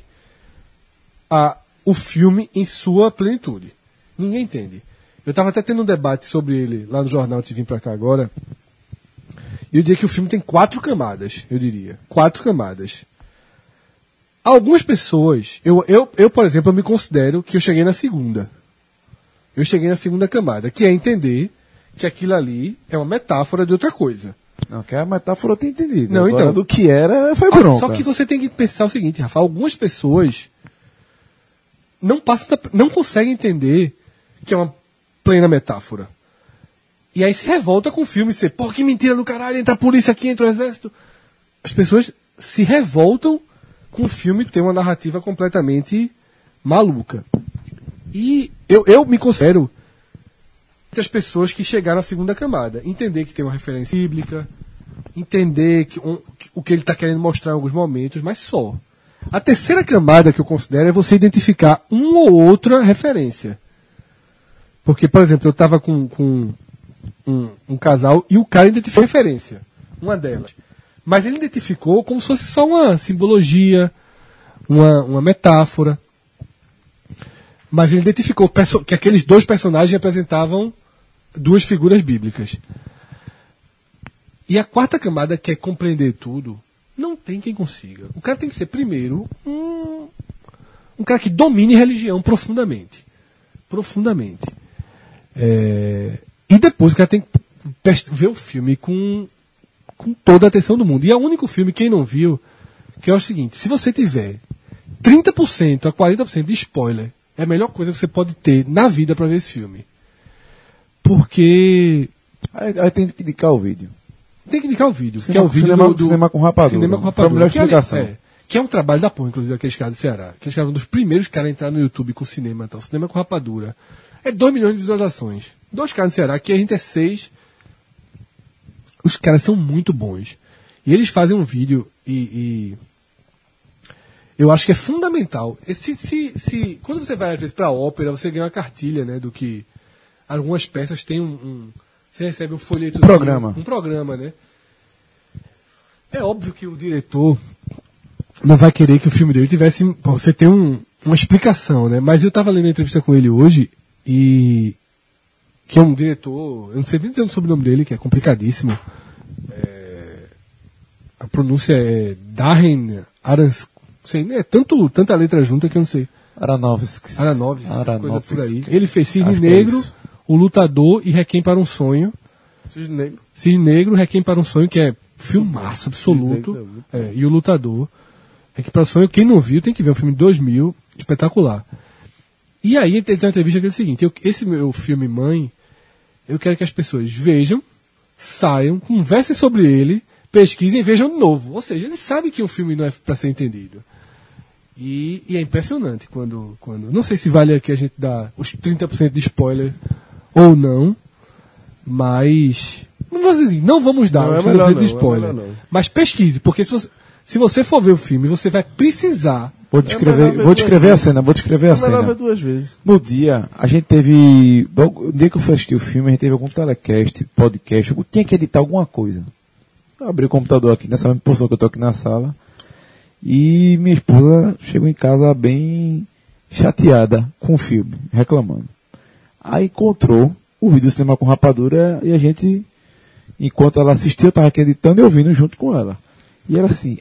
o filme em sua plenitude. Ninguém entende. Eu estava até tendo um debate sobre ele lá no jornal antes de vir para cá agora. E eu diria que o filme tem 4 camadas, eu diria. 4 camadas. Algumas pessoas, eu, por exemplo, eu me considero que eu cheguei na segunda. Eu cheguei na segunda camada, que é entender que aquilo ali é uma metáfora de outra coisa. Não, que a metáfora eu tenho entendido. Não, agora, então, do que era, foi bronca. Só que você tem que pensar o seguinte, Rafa, algumas pessoas não conseguem entender que é uma plena metáfora. E aí se revolta com o filme, pô, que mentira do caralho, entra a polícia aqui, entra o exército. As pessoas se revoltam com o filme ter uma narrativa completamente maluca. E eu me considero entre as pessoas que chegaram à segunda camada. Entender que tem uma referência bíblica, entender o que ele está querendo mostrar em alguns momentos, mas só. A terceira camada que eu considero é você identificar uma ou outra referência. Porque, por exemplo, eu estava com um casal e o cara identificou referência, uma delas. Mas ele identificou como se fosse só uma simbologia, uma metáfora. Mas ele identificou que aqueles 2 personagens representavam 2 figuras bíblicas. E a quarta camada, que é compreender tudo, não tem quem consiga. O cara tem que ser, primeiro, um cara que domine religião profundamente. Profundamente. E depois o cara tem que ver o filme com toda a atenção do mundo. E é o único filme, quem não viu, que é o seguinte, se você tiver 30% a 40% de spoiler, é a melhor coisa que você pode ter na vida para ver esse filme. Porque... Aí tem que indicar o vídeo. Tem que indicar o vídeo. Cinema, que é o vídeo Cinema com Rapadura. Cinema com Rapadura. Foi a melhor explicação. Que é um trabalho da porra, inclusive, aqueles caras do Ceará. Aqueles caras um dos primeiros caras a entrar no YouTube com cinema. Então, Cinema com Rapadura. É 2 milhões de visualizações. 2 caras do Ceará, aqui a gente é 6. Os caras são muito bons. E eles fazem um vídeo e eu acho que é fundamental. Quando você vai, às vezes, pra ópera, você ganha uma cartilha, né, do que algumas peças têm você recebe um folheto. Um programa, né? É óbvio que o diretor não vai querer que o filme dele tivesse... Bom, você tem uma explicação, né? Mas eu estava lendo a entrevista com ele hoje e... Que é um diretor... Eu não sei nem dizer o sobrenome dele, que é complicadíssimo. A pronúncia é Darren Arans... Sei, é tanta letra junta que eu não sei. Aranovski. Coisa por aí. Ele fez Cisne Negro, O Lutador e Requiem para um Sonho. Cisne Negro, Requiem para um Sonho, que é filmaço absoluto. E O Lutador. Requiem para um Sonho, quem não viu tem que ver, um filme de 2000, espetacular. E aí ele tem uma entrevista que é o seguinte, esse meu filme Mãe, eu quero que as pessoas vejam, saiam, conversem sobre ele, pesquisem e vejam de novo. Ou seja, ele sabe que o filme não é para ser entendido. E é impressionante quando... Não sei se vale aqui a gente dar os 30% de spoiler ou não, mas... Não vamos dar os 30% de spoiler. Mas pesquise, porque se você for ver o filme, você vai precisar... Vou descrever a cena. Ver 2 vezes. No dia, a gente teve... No dia que eu fui assistir o filme, a gente teve algum telecast, podcast, eu tinha que editar alguma coisa. Eu abri o computador aqui, nessa mesma posição que eu tô aqui na sala, e minha esposa chegou em casa bem chateada com o filme, reclamando. Aí encontrou o vídeo do Cinema com Rapadura e a gente, enquanto ela assistia, eu estava aqui editando e ouvindo junto com ela. E era assim,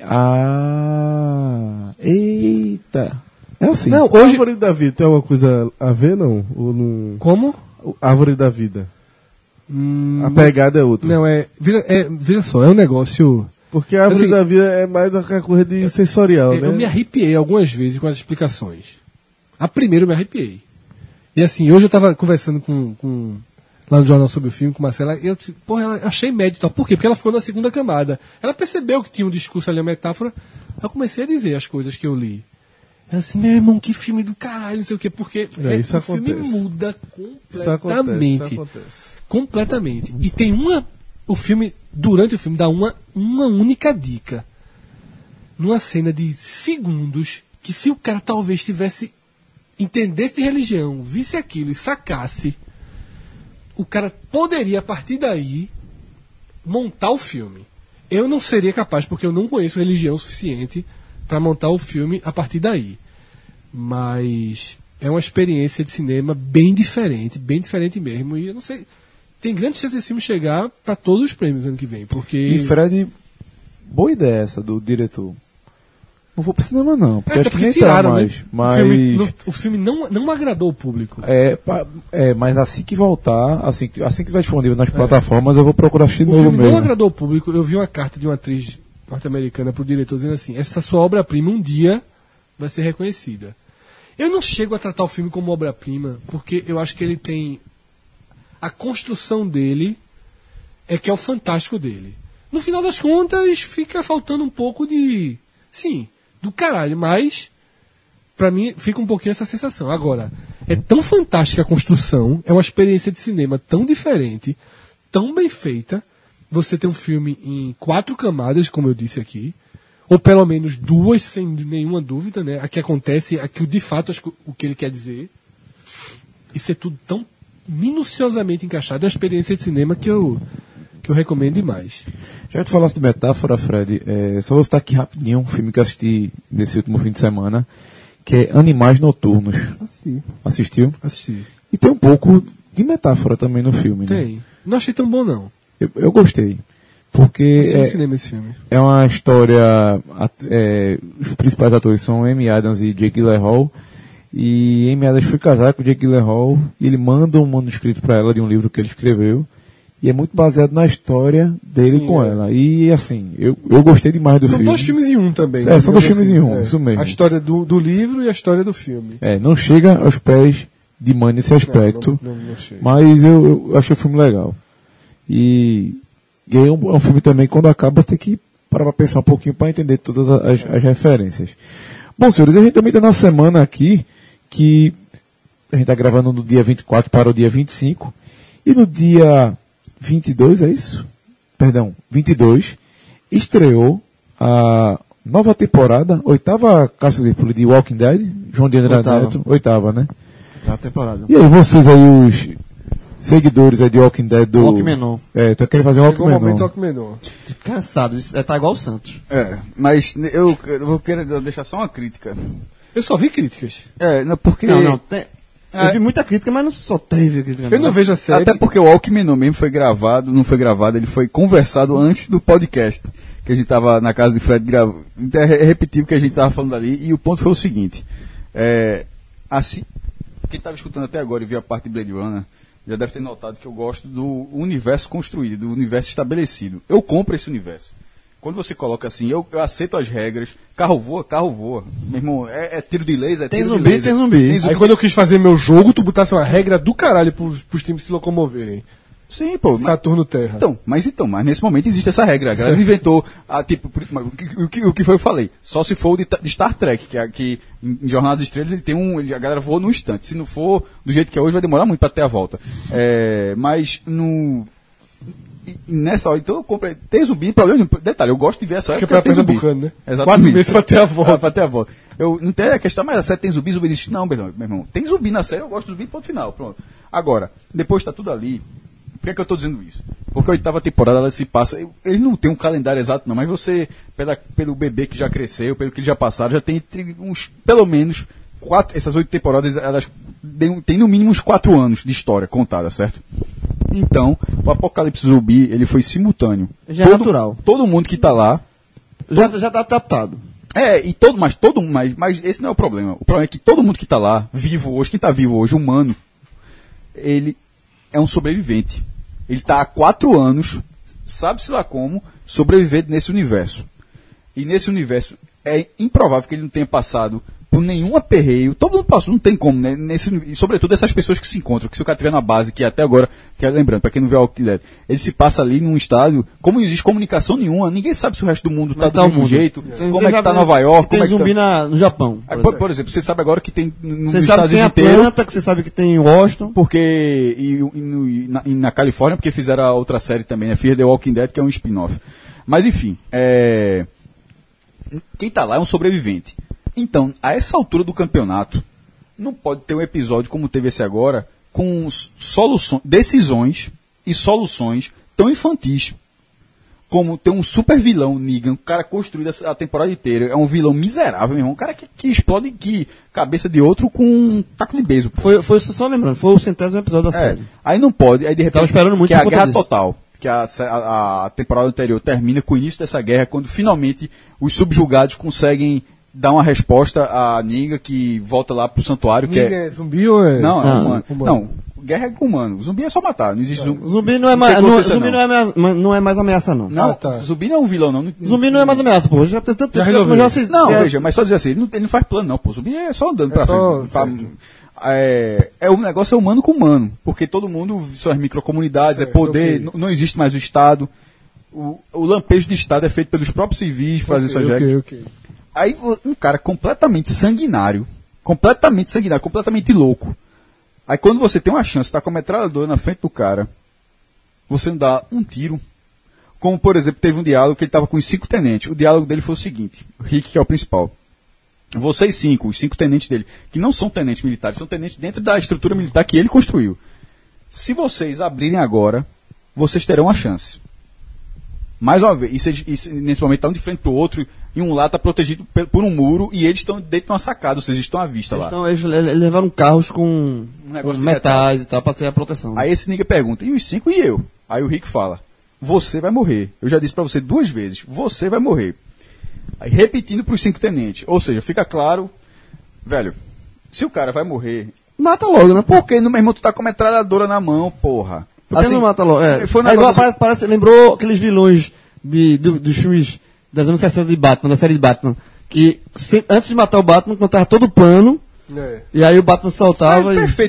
eita. É assim. Não, hoje... Árvore da Vida tem alguma coisa a ver, não? Ou não... Como? Árvore da Vida. A pegada é outra. Não, veja só, é um negócio... Porque a Árvore da Vida é mais uma coisa de sensorial, né? Eu me arrepiei algumas vezes com as explicações. A primeira eu me arrepiei. E assim, hoje eu estava conversando com lá no jornal sobre o filme com Marcela, e eu disse, porra, eu achei médio e tal. Por quê? Porque ela ficou na segunda camada. Ela percebeu que tinha um discurso ali, uma metáfora. Eu comecei a dizer as coisas que eu li. Ela assim, meu irmão, que filme do caralho, não sei o quê, porque isso o filme acontece. muda Isso completamente. acontece. Completamente. E tem durante o filme, dá uma única dica. Numa cena de segundos, que se o cara talvez entendesse de religião, visse aquilo e sacasse, o cara poderia, a partir daí, montar o filme. Eu não seria capaz, porque eu não conheço religião suficiente para montar o filme a partir daí. Mas é uma experiência de cinema bem diferente mesmo. E eu não sei, tem grande chance desse filme chegar para todos os prêmios ano que vem, porque... E Fred, boa ideia essa do diretor. Não vou pro cinema não, porque acho que nem tiraram, mais. Né? Mas o filme não agradou o público. Mas assim que voltar, assim que vai disponível nas plataformas, eu vou procurar assistir de novo filme mesmo. Não agradou o público. Eu vi uma carta de uma atriz norte-americana pro diretor dizendo assim: essa sua obra-prima um dia vai ser reconhecida. Eu não chego a tratar o filme como obra-prima, porque eu acho que ele tem... A construção dele que é o fantástico dele. No final das contas, fica faltando um pouco de... Sim, do caralho, mas pra mim fica um pouquinho essa sensação. Agora, é tão fantástica a construção, é uma experiência de cinema tão diferente, tão bem feita. Você tem um filme em 4 camadas, como eu disse aqui, ou pelo menos 2, sem nenhuma dúvida, né? Aqui acontece, aqui de fato o que ele quer dizer. Isso é tudo tão minuciosamente encaixado, é uma experiência de cinema que eu recomendo demais. Já que tu falaste de metáfora, Fred, só vou citar aqui rapidinho um filme que eu assisti nesse último fim de semana, que é Animais Noturnos. Assistiu? Assisti. E tem um pouco de metáfora também no filme, né? Tem. Não achei tão bom, não. Eu gostei. Porque no cinema esse filme. É uma história... os principais atores são Amy Adams e Jake Gyllenhaal. E Amy Adams foi casar com Jake Gyllenhaal e ele manda um manuscrito para ela de um livro que ele escreveu. E é muito baseado na história dele com ela. E assim, eu gostei demais do filme. São 2 filmes em um também. São 2 filmes em um, isso mesmo. A história do livro e a história do filme. Não chega aos pés de Mãe nesse aspecto. Não chega. Mas eu achei o filme legal. E é um filme também, quando acaba, você tem que parar para pensar um pouquinho para entender todas as referências. Bom, senhores, a gente também está na semana aqui que a gente está gravando no dia 24 para o dia 25. E no dia 22, é isso? Perdão, 22, estreou a nova temporada, 8ª Caça Zirpoli de Walking Dead, João de Andrade Neto, 8ª, né? 8ª temporada. E aí, vocês aí, os seguidores aí de Walking Dead do... Walkmenon. Então querem fazer um Chegou o momento Walkmenon. Cansado, tá igual o Santos. Mas eu vou querer deixar só uma crítica. Eu só vi críticas. Não, porque... Não, eu vi muita crítica, mas não só teve crítica. Eu não vejo a série. Até porque o Walkmenon mesmo foi gravado, não foi gravado, ele foi conversado antes do podcast, que a gente tava na casa de Fred gravando. Então é repetido o que a gente tava falando ali, e o ponto foi o seguinte, assim, quem tava escutando até agora e viu a parte de Blade Runner, já deve ter notado que eu gosto do universo construído, do universo estabelecido. Eu compro esse universo. Quando você coloca assim, eu aceito as regras, carro voa. Meu irmão, é tiro de laser, tem tiro zumbi, de laser. tem zumbi. Aí quando eu quis fazer meu jogo, tu botasse uma regra do caralho pros times se locomoverem. Sim, pô. Saturno Terra. Mas nesse momento existe essa regra. A galera inventou, o que foi eu falei? Só se for o de Star Trek, que em Jornada das Estrelas ele tem a galera voa num instante. Se não for do jeito que é hoje, vai demorar muito para ter a volta. Mas nessa hora, então eu comprei. Tem zumbi, problema. Detalhe, eu gosto de ver essa hora. Porque tem zumbi. Né? Exatamente. 4 meses pra ter a volta. Pra ter a volta. Eu não tenho a questão, mas a série tem zumbi existe. Não, meu irmão. Tem zumbi na série, eu gosto do zumbi, ponto final. Pronto. Agora, depois tá tudo ali. Por que eu estou dizendo isso? Porque a 8ª temporada ela se passa. Ele não tem um calendário exato, não, mas você, pelo bebê que já cresceu, pelo que eles já passaram, já tem pelo menos 4. Essas 8 temporadas, elas tem no mínimo uns 4 anos de história contada, certo? Então, o Apocalipse Zumbi, ele foi simultâneo. Já é natural. Todo mundo que está lá. Já está adaptado. Mas esse não é o problema. O problema é que todo mundo que está lá, vivo hoje, quem está vivo hoje, humano, ele é um sobrevivente. Ele está há 4 anos, sabe-se lá como, sobrevivendo nesse universo. E nesse universo é improvável que ele não tenha passado por nenhum aperreio, todo mundo passou, não tem como, né? E sobretudo essas pessoas que se encontram, que se o cara tiver na base, que até agora, que lembrando, pra quem não vê o Walking Dead, ele se passa ali num estádio, como não existe comunicação nenhuma, ninguém sabe se o resto do mundo tá do mesmo jeito, como é que tá Nova York, tem zumbi no Japão. Por exemplo, você sabe agora que tem nos Estados Unidos inteiro, que você sabe que tem Washington, porque e na Califórnia, porque fizeram a outra série também, né? Fear the Walking Dead, que é um spin-off. Mas enfim, quem tá lá é um sobrevivente. Então, a essa altura do campeonato, não pode ter um episódio como teve esse agora, com decisões e soluções tão infantis. Como ter um super vilão, Negan, um cara construído a temporada inteira, é um vilão miserável, meu irmão, um cara que explode cabeça de outro com um taco de beisebol. Foi só lembrando, foi o 100º episódio da série. Aí não pode, aí de repente, esperando muito que é a guerra total. Que a temporada anterior termina com o início dessa guerra, quando finalmente os subjugados conseguem dar uma resposta a Negan, que volta lá pro santuário. Negan é zumbi ou é? Não, é humano. Não, guerra é com humano. Zumbi é só matar, não existe zumbi. Zumbi não é mais, não é mais ameaça, não. Não, zumbi não é um vilão, não. Zumbi não é mais ameaça, pô. Já resolveu. Veja, mas só dizer assim, ele não faz plano, não, pô. Zumbi é só andando pra frente. O negócio é humano com humano, porque todo mundo, suas microcomunidades, é poder, não existe mais o Estado. O lampejo de Estado é feito pelos próprios civis, fazer suas regras. Aí um cara completamente sanguinário, completamente louco. Aí quando você tem uma chance de estar com a metralhadora na frente do cara, você não dá um tiro. Como, por exemplo, teve um diálogo que ele estava com os 5 tenentes. O diálogo dele foi o seguinte, o Rick, que é o principal. Vocês 5, os 5 tenentes dele, que não são tenentes militares, são tenentes dentro da estrutura militar que ele construiu. Se vocês abrirem agora, vocês terão uma chance. Mais uma vez, nesse momento estão de frente para o outro, e um lá está protegido por um muro, e eles estão dentro de uma sacada, ou seja, eles estão à vista lá. Então eles levaram carros com metais e tal, para ter a proteção. Aí esse nigga pergunta, e os 5 e eu? Aí o Rick fala, você vai morrer. Eu já disse para você 2 vezes, você vai morrer. Aí repetindo para os 5 tenentes. Ou seja, fica claro, velho, se o cara vai morrer, mata logo, né? Porque no meu irmão tu tá com a metralhadora na mão, porra. Assim, não mata logo. Foi um negócio igual, parece, lembrou aqueles vilões dos filmes das anos 60 de Batman, da série de Batman, que antes de matar o Batman, contava todo o plano, e aí o Batman saltava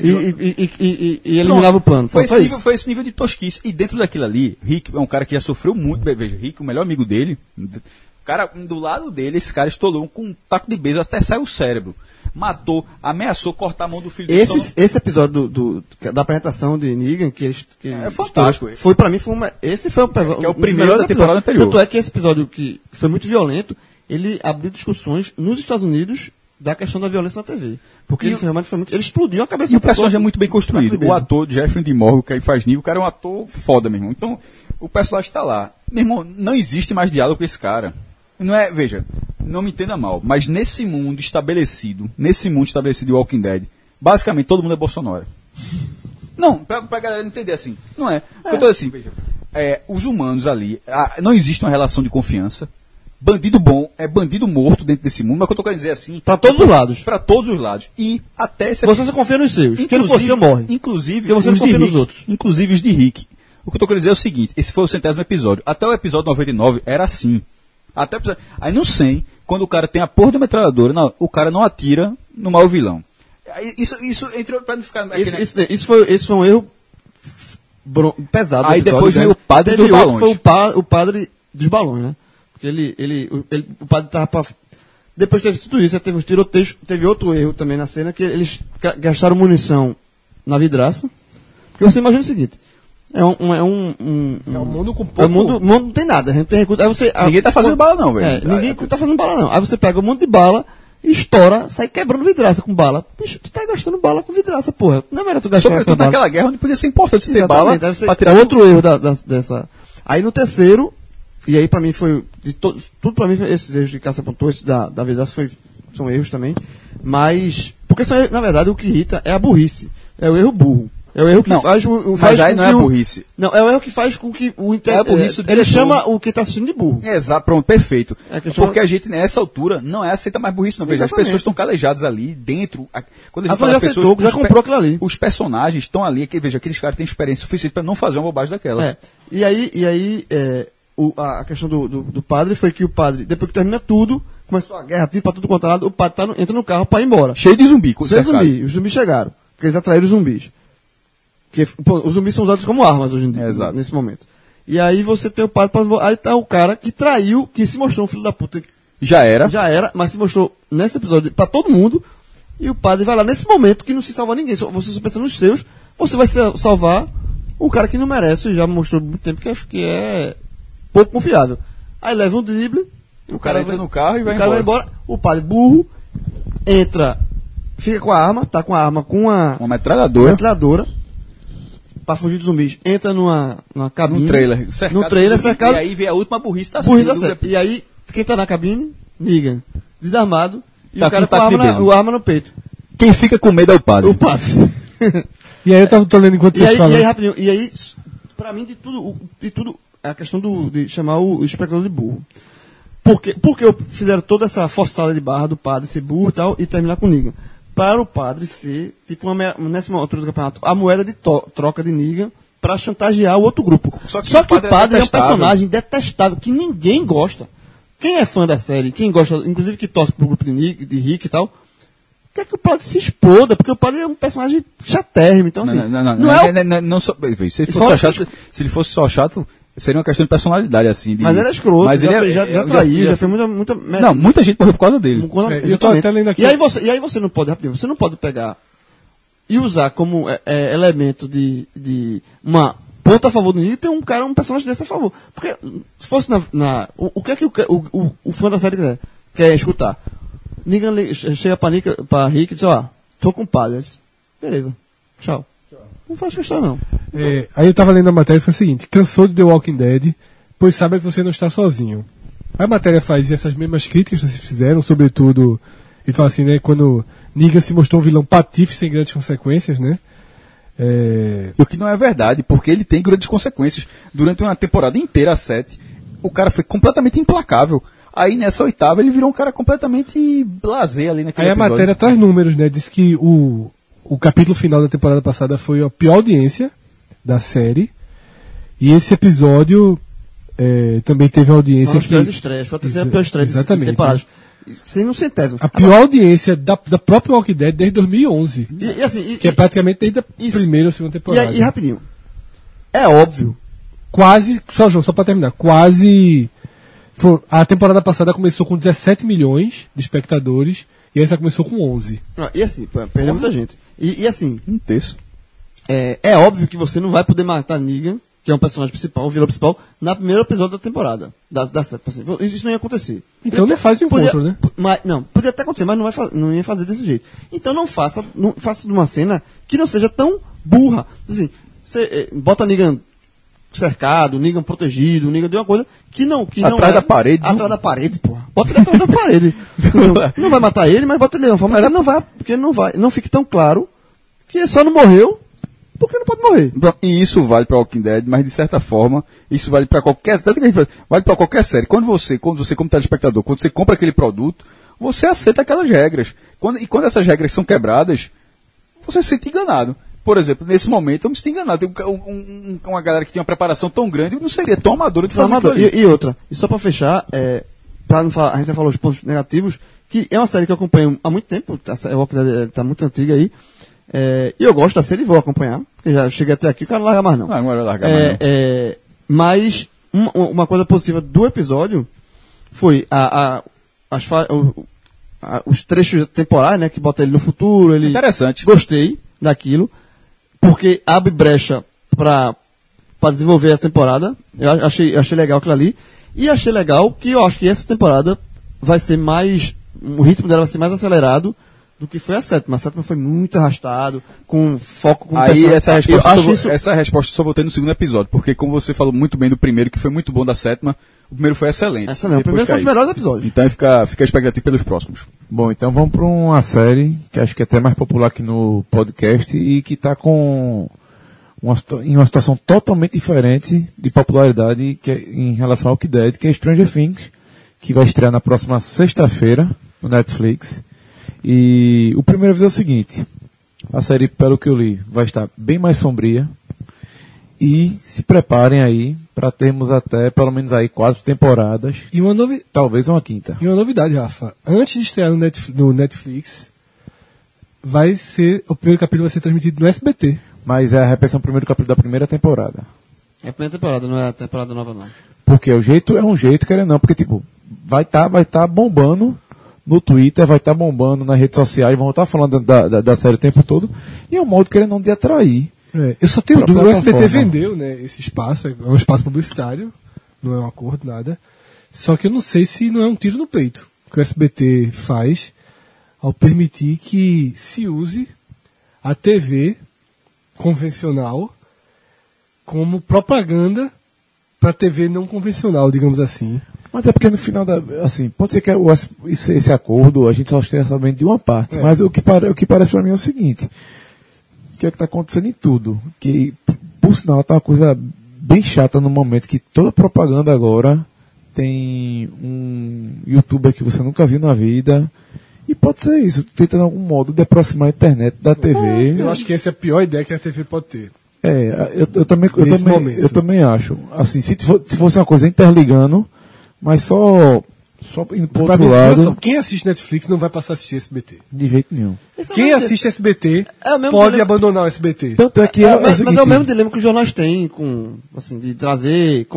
e eliminava o plano. Foi esse nível de tosquice. E dentro daquilo ali, Rick é um cara que já sofreu muito. Veja, Rick, o melhor amigo dele, cara, do lado dele, esse cara estolou com um taco de beisebol até sair o cérebro. Matou, ameaçou cortar a mão do filho dele. Esse episódio da apresentação de Negan, é fantástico. Foi pra mim, esse foi o episódio. Que é o primeiro da temporada anterior. Tanto é que esse episódio, que foi muito violento, ele abriu discussões nos Estados Unidos da questão da violência na TV. Porque ele realmente foi muito. Ele explodiu a cabeça. E o personagem é muito bem construído. O ator Jeffrey Dean Morgan, que faz Negan, o cara é um ator foda, meu irmão. Então, o personagem tá lá. Meu irmão, não existe mais diálogo com esse cara. Não é, veja, não me entenda mal, mas nesse mundo estabelecido de Walking Dead, basicamente todo mundo é Bolsonaro. Não, pra galera entender assim, não é. Eu tô assim, veja, os humanos ali, não existe uma relação de confiança. Bandido bom é bandido morto dentro desse mundo, mas o que eu tô querendo dizer assim, para todos os lados. Para todos os lados. E até você só confia nos seus. Inclusive, morre. Inclusive você os não confia nos outros. Inclusive os de Rick. O que eu tô querendo dizer é o seguinte, esse foi o 100º episódio. Até o episódio 99 era assim. Aí no 100, quando o cara tem a porra da metralhadora, o cara não atira no mau vilão. Isso entrou pra não ficar... Isso foi um erro pesado. Aí depois veio o padre dos balões. Foi o padre dos balões, né? Porque o padre tava pra... Depois teve tudo isso, teve os tiroteios, teve outro erro também na cena, que eles gastaram munição na vidraça. Porque você imagina o seguinte... É um mundo com pouco. O mundo não tem nada, a gente tem recurso. Ninguém tá fazendo bala, não, velho. Ninguém tá fazendo bala, não. Aí você pega um monte de bala e estoura, sai quebrando vidraça com bala. Bicho, tu tá gastando bala com vidraça, porra. Não é melhor tu gastar sobretudo naquela guerra onde podia ser importante ter bala pra tirar outro erro dessa. Aí no terceiro, e aí pra mim foi. Tudo pra mim, esses erros de Cássio apontou, esse da vidraça são erros também. Mas. Porque na verdade o que irrita é a burrice. É o erro burro. É o erro que faz mas aí não é a burrice. Não, é o erro que faz com que o ele chama o que está assistindo de burro. Exato, pronto, perfeito. Porque a gente, nessa altura, não aceita mais burrice, não. Veja, as pessoas estão calejadas ali, dentro. Quando a gente fala já pessoas, aceitou, já comprou aquilo ali. Os personagens estão ali, veja, aqueles caras têm experiência suficiente para não fazer uma bobagem daquela. E aí a questão do padre foi que o padre, depois que termina tudo, começou a guerra, tiro pra tudo quanto é lado, o padre entra no carro pra ir embora. Cheio de zumbi. Cheio de zumbi. Os zumbis chegaram. Porque eles atraíram os zumbis. Porque, pô, os zumbis são usados como armas hoje em dia, nesse momento. E aí você tem o padre, aí tá o cara que traiu, que se mostrou um filho da puta. Já era, mas se mostrou nesse episódio pra todo mundo. E o padre vai lá nesse momento que não se salva ninguém. Você só pensa nos seus, você vai salvar o cara que não merece, já mostrou muito tempo que é pouco confiável. Aí leva um drible, o cara entra no carro e vai embora. O cara vai embora, o padre burro entra, fica com a arma, tá com a arma com uma metralhadora pra fugir dos zumbis. Entra numa cabine. No trailer cercado. E aí vem a última burrice da cena. E aí, quem tá na cabine? Negan. Desarmado. E o cara com a arma no peito. Quem fica com medo é o padre. E aí eu tô lendo enquanto vocês falam. E aí, rapidinho, pra mim, de tudo é a questão de chamar o espectador de burro. Porque fizeram toda essa forçada de barra do padre ser burro e tal, e terminar com Negan. Para o padre ser, tipo, nessa altura do campeonato, a moeda de troca de Negan pra chantagear o outro grupo. Só que o padre é um personagem detestável, que ninguém gosta. Quem é fã da série, quem gosta, inclusive que torce pro grupo de Rick e tal, quer que o padre se exploda, porque o padre é um personagem chatérrimo. Então, assim. Se ele fosse só chato, seria uma questão de personalidade, assim. Mas ele é escroto, mas já traiu, já fez muita merda. Não, muita gente morreu por causa dele. Eu tô até lendo aqui. E aí você não pode pegar e usar como elemento de uma ponto a favor do Negan e ter um personagem desse a favor. Porque se fosse o que é que o fã da série quer escutar? Negan chega pra Rick e diz, tô com o padre. Disse, beleza, tchau. Não faz questão, não. Aí eu tava lendo a matéria e foi o seguinte: cansou de The Walking Dead, pois sabe que você não está sozinho. A matéria faz essas mesmas críticas que vocês fizeram, sobretudo, e fala assim, né, quando Negan se mostrou um vilão patife sem grandes consequências, né? O que não é verdade, porque ele tem grandes consequências. Durante uma temporada inteira, a 7, o cara foi completamente implacável. Aí nessa 8ª ele virou um cara completamente blasé ali naquele episódio. Aí a matéria traz números, né? Diz que o capítulo final da temporada passada foi a pior audiência da série. E esse episódio também teve uma audiência que... Foi a terceira pior estreia de temporadas. Sem um centésimo. A pior audiência da própria Walking Dead desde 2011. Que é praticamente desde a primeira ou segunda temporada. E rapidinho. É óbvio. Quase, só pra terminar, quase... A temporada passada começou com 17 milhões de espectadores e essa começou com 11. E assim, perdeu muita gente. E assim... Um terço. É óbvio que você não vai poder matar Negan, que é um personagem principal, um vilão principal, na primeira episódio da temporada. Da série. Assim, isso não ia acontecer. Então não faz o encontro, né? Podia até acontecer, mas não ia fazer desse jeito. Então não faça de uma cena que não seja tão burra. Assim, você bota Negan cercado, Negan protegido, Negan de uma coisa que não atrás da parede. Atrás da parede, porra. Bota ele atrás da parede. Não vai matar ele, mas bota ele de uma forma que ele não vai, porque não fique tão claro que ele só não morreu porque não pode morrer. E isso vale para Walking Dead, mas de certa forma, isso vale para qualquer, vale para qualquer série. Quando você como telespectador, quando você compra aquele produto, você aceita aquelas regras. Quando essas regras são quebradas, você se sente enganado. Por exemplo, nesse momento eu me sinto enganado. Tem uma galera que tem uma preparação tão grande, não seria tão amadora de fazer aquilo. E outra, e só para fechar, pra não falar, a gente já falou os pontos negativos, que é uma série que eu acompanho há muito tempo, a Walking Dead tá muito antiga aí, e eu gosto da série e vou acompanhar, porque já cheguei até aqui, o cara não larga mais não. Não vai largar mais não. Mas uma coisa positiva do episódio foi os trechos temporais, né, que bota ele no futuro, ele... Interessante. Gostei daquilo, porque abre brecha para desenvolver a temporada. Eu achei legal aquilo ali. E achei legal que eu acho que essa temporada vai ser mais... O ritmo dela vai ser mais acelerado do que foi a 7ª. A 7ª foi muito arrastado, com foco... Aí essa resposta só voltei no segundo episódio, porque como você falou muito bem do primeiro, que foi muito bom da 7ª, o primeiro foi excelente. O primeiro foi um dos melhores episódios. Então fica a expectativa pelos próximos. Bom, então vamos para uma série que acho que é até mais popular aqui no podcast e que está em uma situação totalmente diferente de popularidade em relação ao Walking Dead, que é Stranger Things, que vai estrear na próxima sexta-feira no Netflix. E o primeiro aviso é o seguinte: a série, pelo que eu li, vai estar bem mais sombria E se preparem aí para termos até pelo menos aí 4 temporadas. E talvez uma quinta. E uma novidade, Rafa. Antes de estrear no Netflix, o primeiro capítulo vai ser transmitido no SBT. Mas é a repetição do primeiro capítulo da primeira temporada. É a primeira temporada, não é a temporada nova, não. Porque o jeito é um jeito, querendo não. Porque, tipo, vai tá bombando no Twitter, vai estar bombando nas redes sociais, vão estar falando da série o tempo todo. E é um modo, querendo não, de atrair. Eu só tenho dúvida, o SBT vendeu, né, esse espaço, é um espaço publicitário, não é um acordo, nada. Só que eu não sei se não é um tiro no peito que o SBT faz ao permitir que se use a TV convencional como propaganda para TV não convencional, digamos assim. Mas é porque no final assim, pode ser que esse acordo a gente só esteja sabendo de uma parte, mas o que parece para mim é o seguinte, que é o que está acontecendo em tudo, que por sinal tá uma coisa bem chata no momento que toda propaganda agora tem um youtuber que você nunca viu na vida, e pode ser isso, tentando algum modo de aproximar a internet da TV. Eu acho que essa é a pior ideia que a TV pode ter. Eu também acho. Assim, se fosse uma coisa interligando, mas só indo pro outro lado. Quem assiste Netflix não vai passar a assistir SBT. De jeito nenhum. Quem assiste SBT pode abandonar o SBT. Tanto é que mas é o mesmo dilema que os jornais têm, assim, de trazer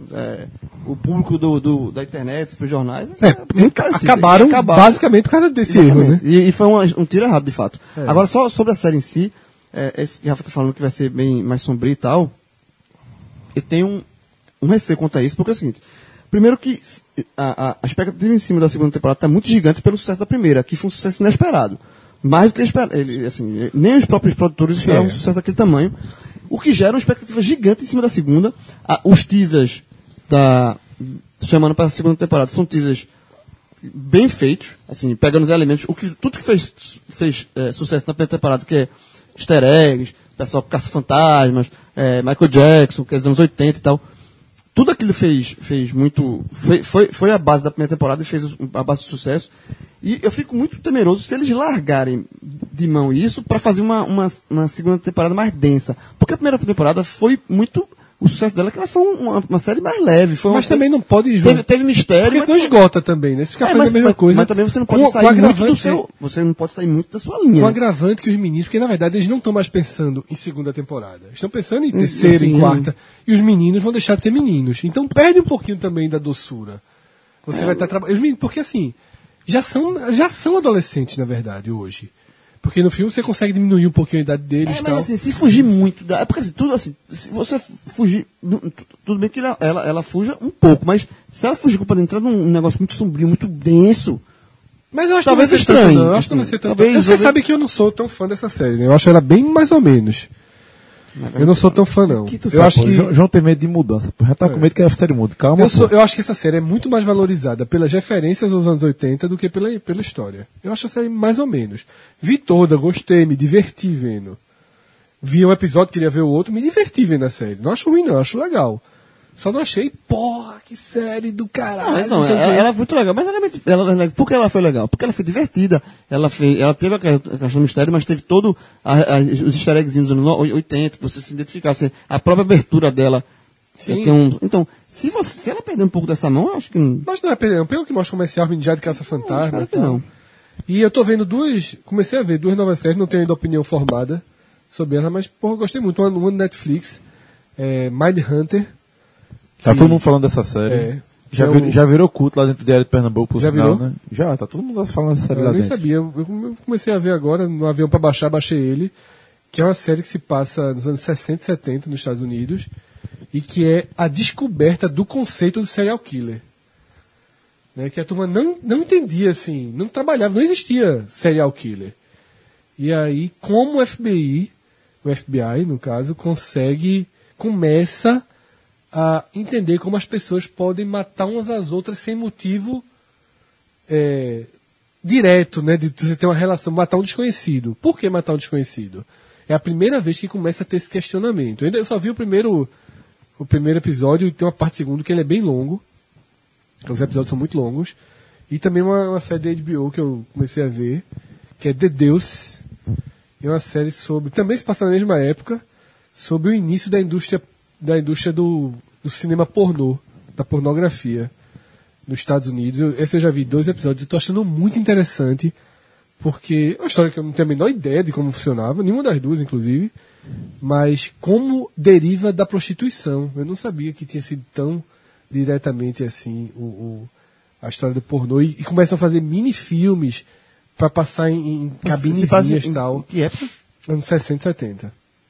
o público da internet para os jornais. Acabaram basicamente por causa desse erro, né? E foi um tiro errado, de fato. Agora, só sobre a série em si, esse que o Rafa está falando que vai ser bem mais sombrio e tal, eu tenho um receio quanto a isso, porque é o seguinte. Primeiro que a expectativa em cima da segunda temporada está muito gigante pelo sucesso da primeira, que foi um sucesso inesperado. Mais do que esperado. Assim, nem os próprios produtores esperavam um sucesso daquele tamanho. O que gera uma expectativa gigante em cima da segunda. Os teasers chamando para a segunda temporada são teasers bem feitos, assim, pegando os elementos. Tudo que fez sucesso na primeira temporada, que é easter eggs, pessoal caça fantasmas, Michael Jackson, que é dos anos 80 e tal. Tudo aquilo fez muito. Foi a base da primeira temporada e fez a base de sucesso. E eu fico muito temeroso se eles largarem de mão isso para fazer uma segunda temporada mais densa. Porque a primeira temporada foi muito. O sucesso dela é que ela foi uma série mais leve. Mas também não pode. Teve mistério. Porque senão esgota também, né? Se ficar fazendo a mesma coisa. Mas também você não pode sair muito do seu. Você não pode sair muito da sua linha. Com agravante que os meninos, porque na verdade eles não estão mais pensando em segunda temporada. Eles estão pensando em terceira, em quarta. E os meninos vão deixar de ser meninos. Então perde um pouquinho também da doçura. Você vai estar trabalhando. Porque assim, já são adolescentes, na verdade, hoje. Porque no filme você consegue diminuir um pouquinho a idade deles. Mas assim, se fugir muito é porque assim, tudo assim, se você fugir. Tudo bem que ela fuja um pouco, mas se ela fugir para entrar num negócio muito sombrio, muito denso. Mas eu acho talvez que estranho. Tanto, não. Eu acho que não vai ser tanto. Você sabe que eu não sou tão fã dessa série, né? Eu acho ela bem mais ou menos. Eu não sou tão fã, não. Eu acho que João tem medo de mudança. Já tá com medo que a série mude. Calma. Eu acho que essa série é muito mais valorizada pelas referências dos anos 80 do que pela história. Eu acho a série mais ou menos. Vi toda, gostei, me diverti vendo. Vi um episódio, queria ver o outro, me diverti vendo a série. Não acho ruim, não, acho legal. Só não achei, porra, que série do caralho. Ela é muito legal, mas por que ela foi legal? Porque ela foi divertida. Ela teve a questão do mistério, mas teve todo os easter eggzinhos dos anos 80, você se identificasse. A própria abertura dela. Então, se ela perder um pouco dessa mão, eu acho que não. Mas não é perder, não. Pelo que mostra comercial, Mendiá de Caça-Fantasma. Não, não. E eu tô vendo comecei a ver duas novas séries, não tenho ainda opinião formada sobre ela, mas, porra, eu gostei muito. Uma no Netflix, Mindhunter. Tá todo mundo falando dessa série. Já virou culto lá dentro do Diário de Pernambuco, por sinal, né? Já, tá todo mundo falando dessa série lá dentro. Eu nem sabia. Eu comecei a ver agora, no avião pra baixar, baixei ele, que é uma série que se passa nos anos 60 e 70 nos Estados Unidos, e que é a descoberta do conceito do serial killer. Né? Que a turma não entendia, assim, não trabalhava, não existia serial killer. E aí, como o FBI, no caso, começa a entender como as pessoas podem matar umas às outras sem motivo direto, né? De você ter uma relação, matar um desconhecido. Por que matar um desconhecido? É a primeira vez que começa a ter esse questionamento. Eu só vi o primeiro episódio e tem uma parte segundo que ele é bem longo. Os episódios são muito longos. E também uma série da HBO que eu comecei a ver, que é The Deuce. É uma série também se passa na mesma época, sobre o início da indústria da indústria do cinema pornô, da pornografia nos Estados Unidos. Esse eu já vi 2 episódios, eu tô achando muito interessante, porque é uma história que eu não tenho a menor ideia de como funcionava, nenhuma das duas, inclusive, mas como deriva da prostituição. Eu não sabia que tinha sido tão diretamente assim a história do pornô, e começam a fazer mini-filmes para passar em cabinezinhas e tal. Que época? Anos 60 e 70.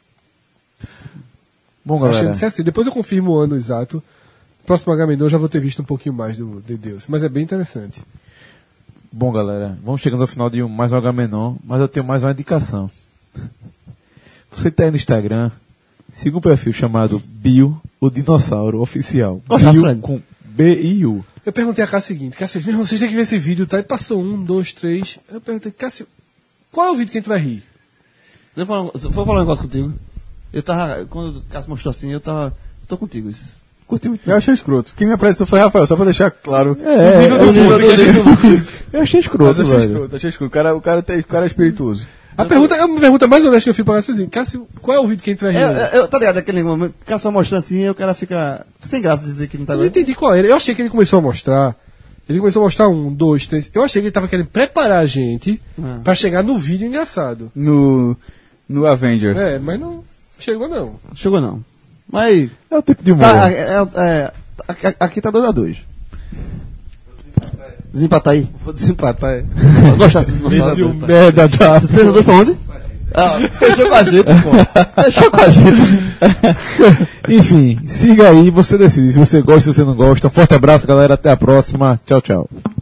Bom, galera. Depois eu confirmo o ano exato. Próximo Agamenon eu já vou ter visto um pouquinho mais de Deus, mas é bem interessante. Bom, galera, vamos chegando ao final de mais um Agamenon, mas eu tenho mais uma indicação. Você que tá aí no Instagram, siga um perfil chamado Bio, o Dinossauro Oficial. Bio com B-I-U. Eu perguntei a Cássio o seguinte: Cássio, vocês têm que ver esse vídeo, tá? E passou 1, 2, 3. Eu perguntei, Cássio, qual é o vídeo que a gente vai rir? Eu vou falar um negócio contigo. Quando o Cássio mostrou assim, eu tô contigo. Curti muito. Eu achei escroto. Quem me apresentou foi Rafael, só pra deixar claro. Eu achei escroto, velho. Achei escroto. O cara é espirituoso. A minha pergunta mais honesta que eu fiz pra Cássio assim: Cássio, qual é o vídeo que a gente vai rir? Tá ligado? Aquele momento, o Cássio vai mostrando assim, e o cara fica sem graça de dizer que não tá Eu não entendi qual era. Eu achei que ele começou a mostrar. Ele começou a mostrar 1, 2, 3. Eu achei que ele tava querendo preparar a gente pra chegar no vídeo engraçado. No Avengers. Mas não chegou não. Chegou não. Mas. É o tipo de humor. Aqui tá 2-2. Desempatar aí. Vou desempatar. Gostasse do Vídeo merda, tá? 3-2 pra onde? Fechou com a gente, pô. Fechou com a gente. Enfim, siga aí, você decide se você gosta, se você não gosta. Forte abraço, galera. Até a próxima. Tchau, tchau.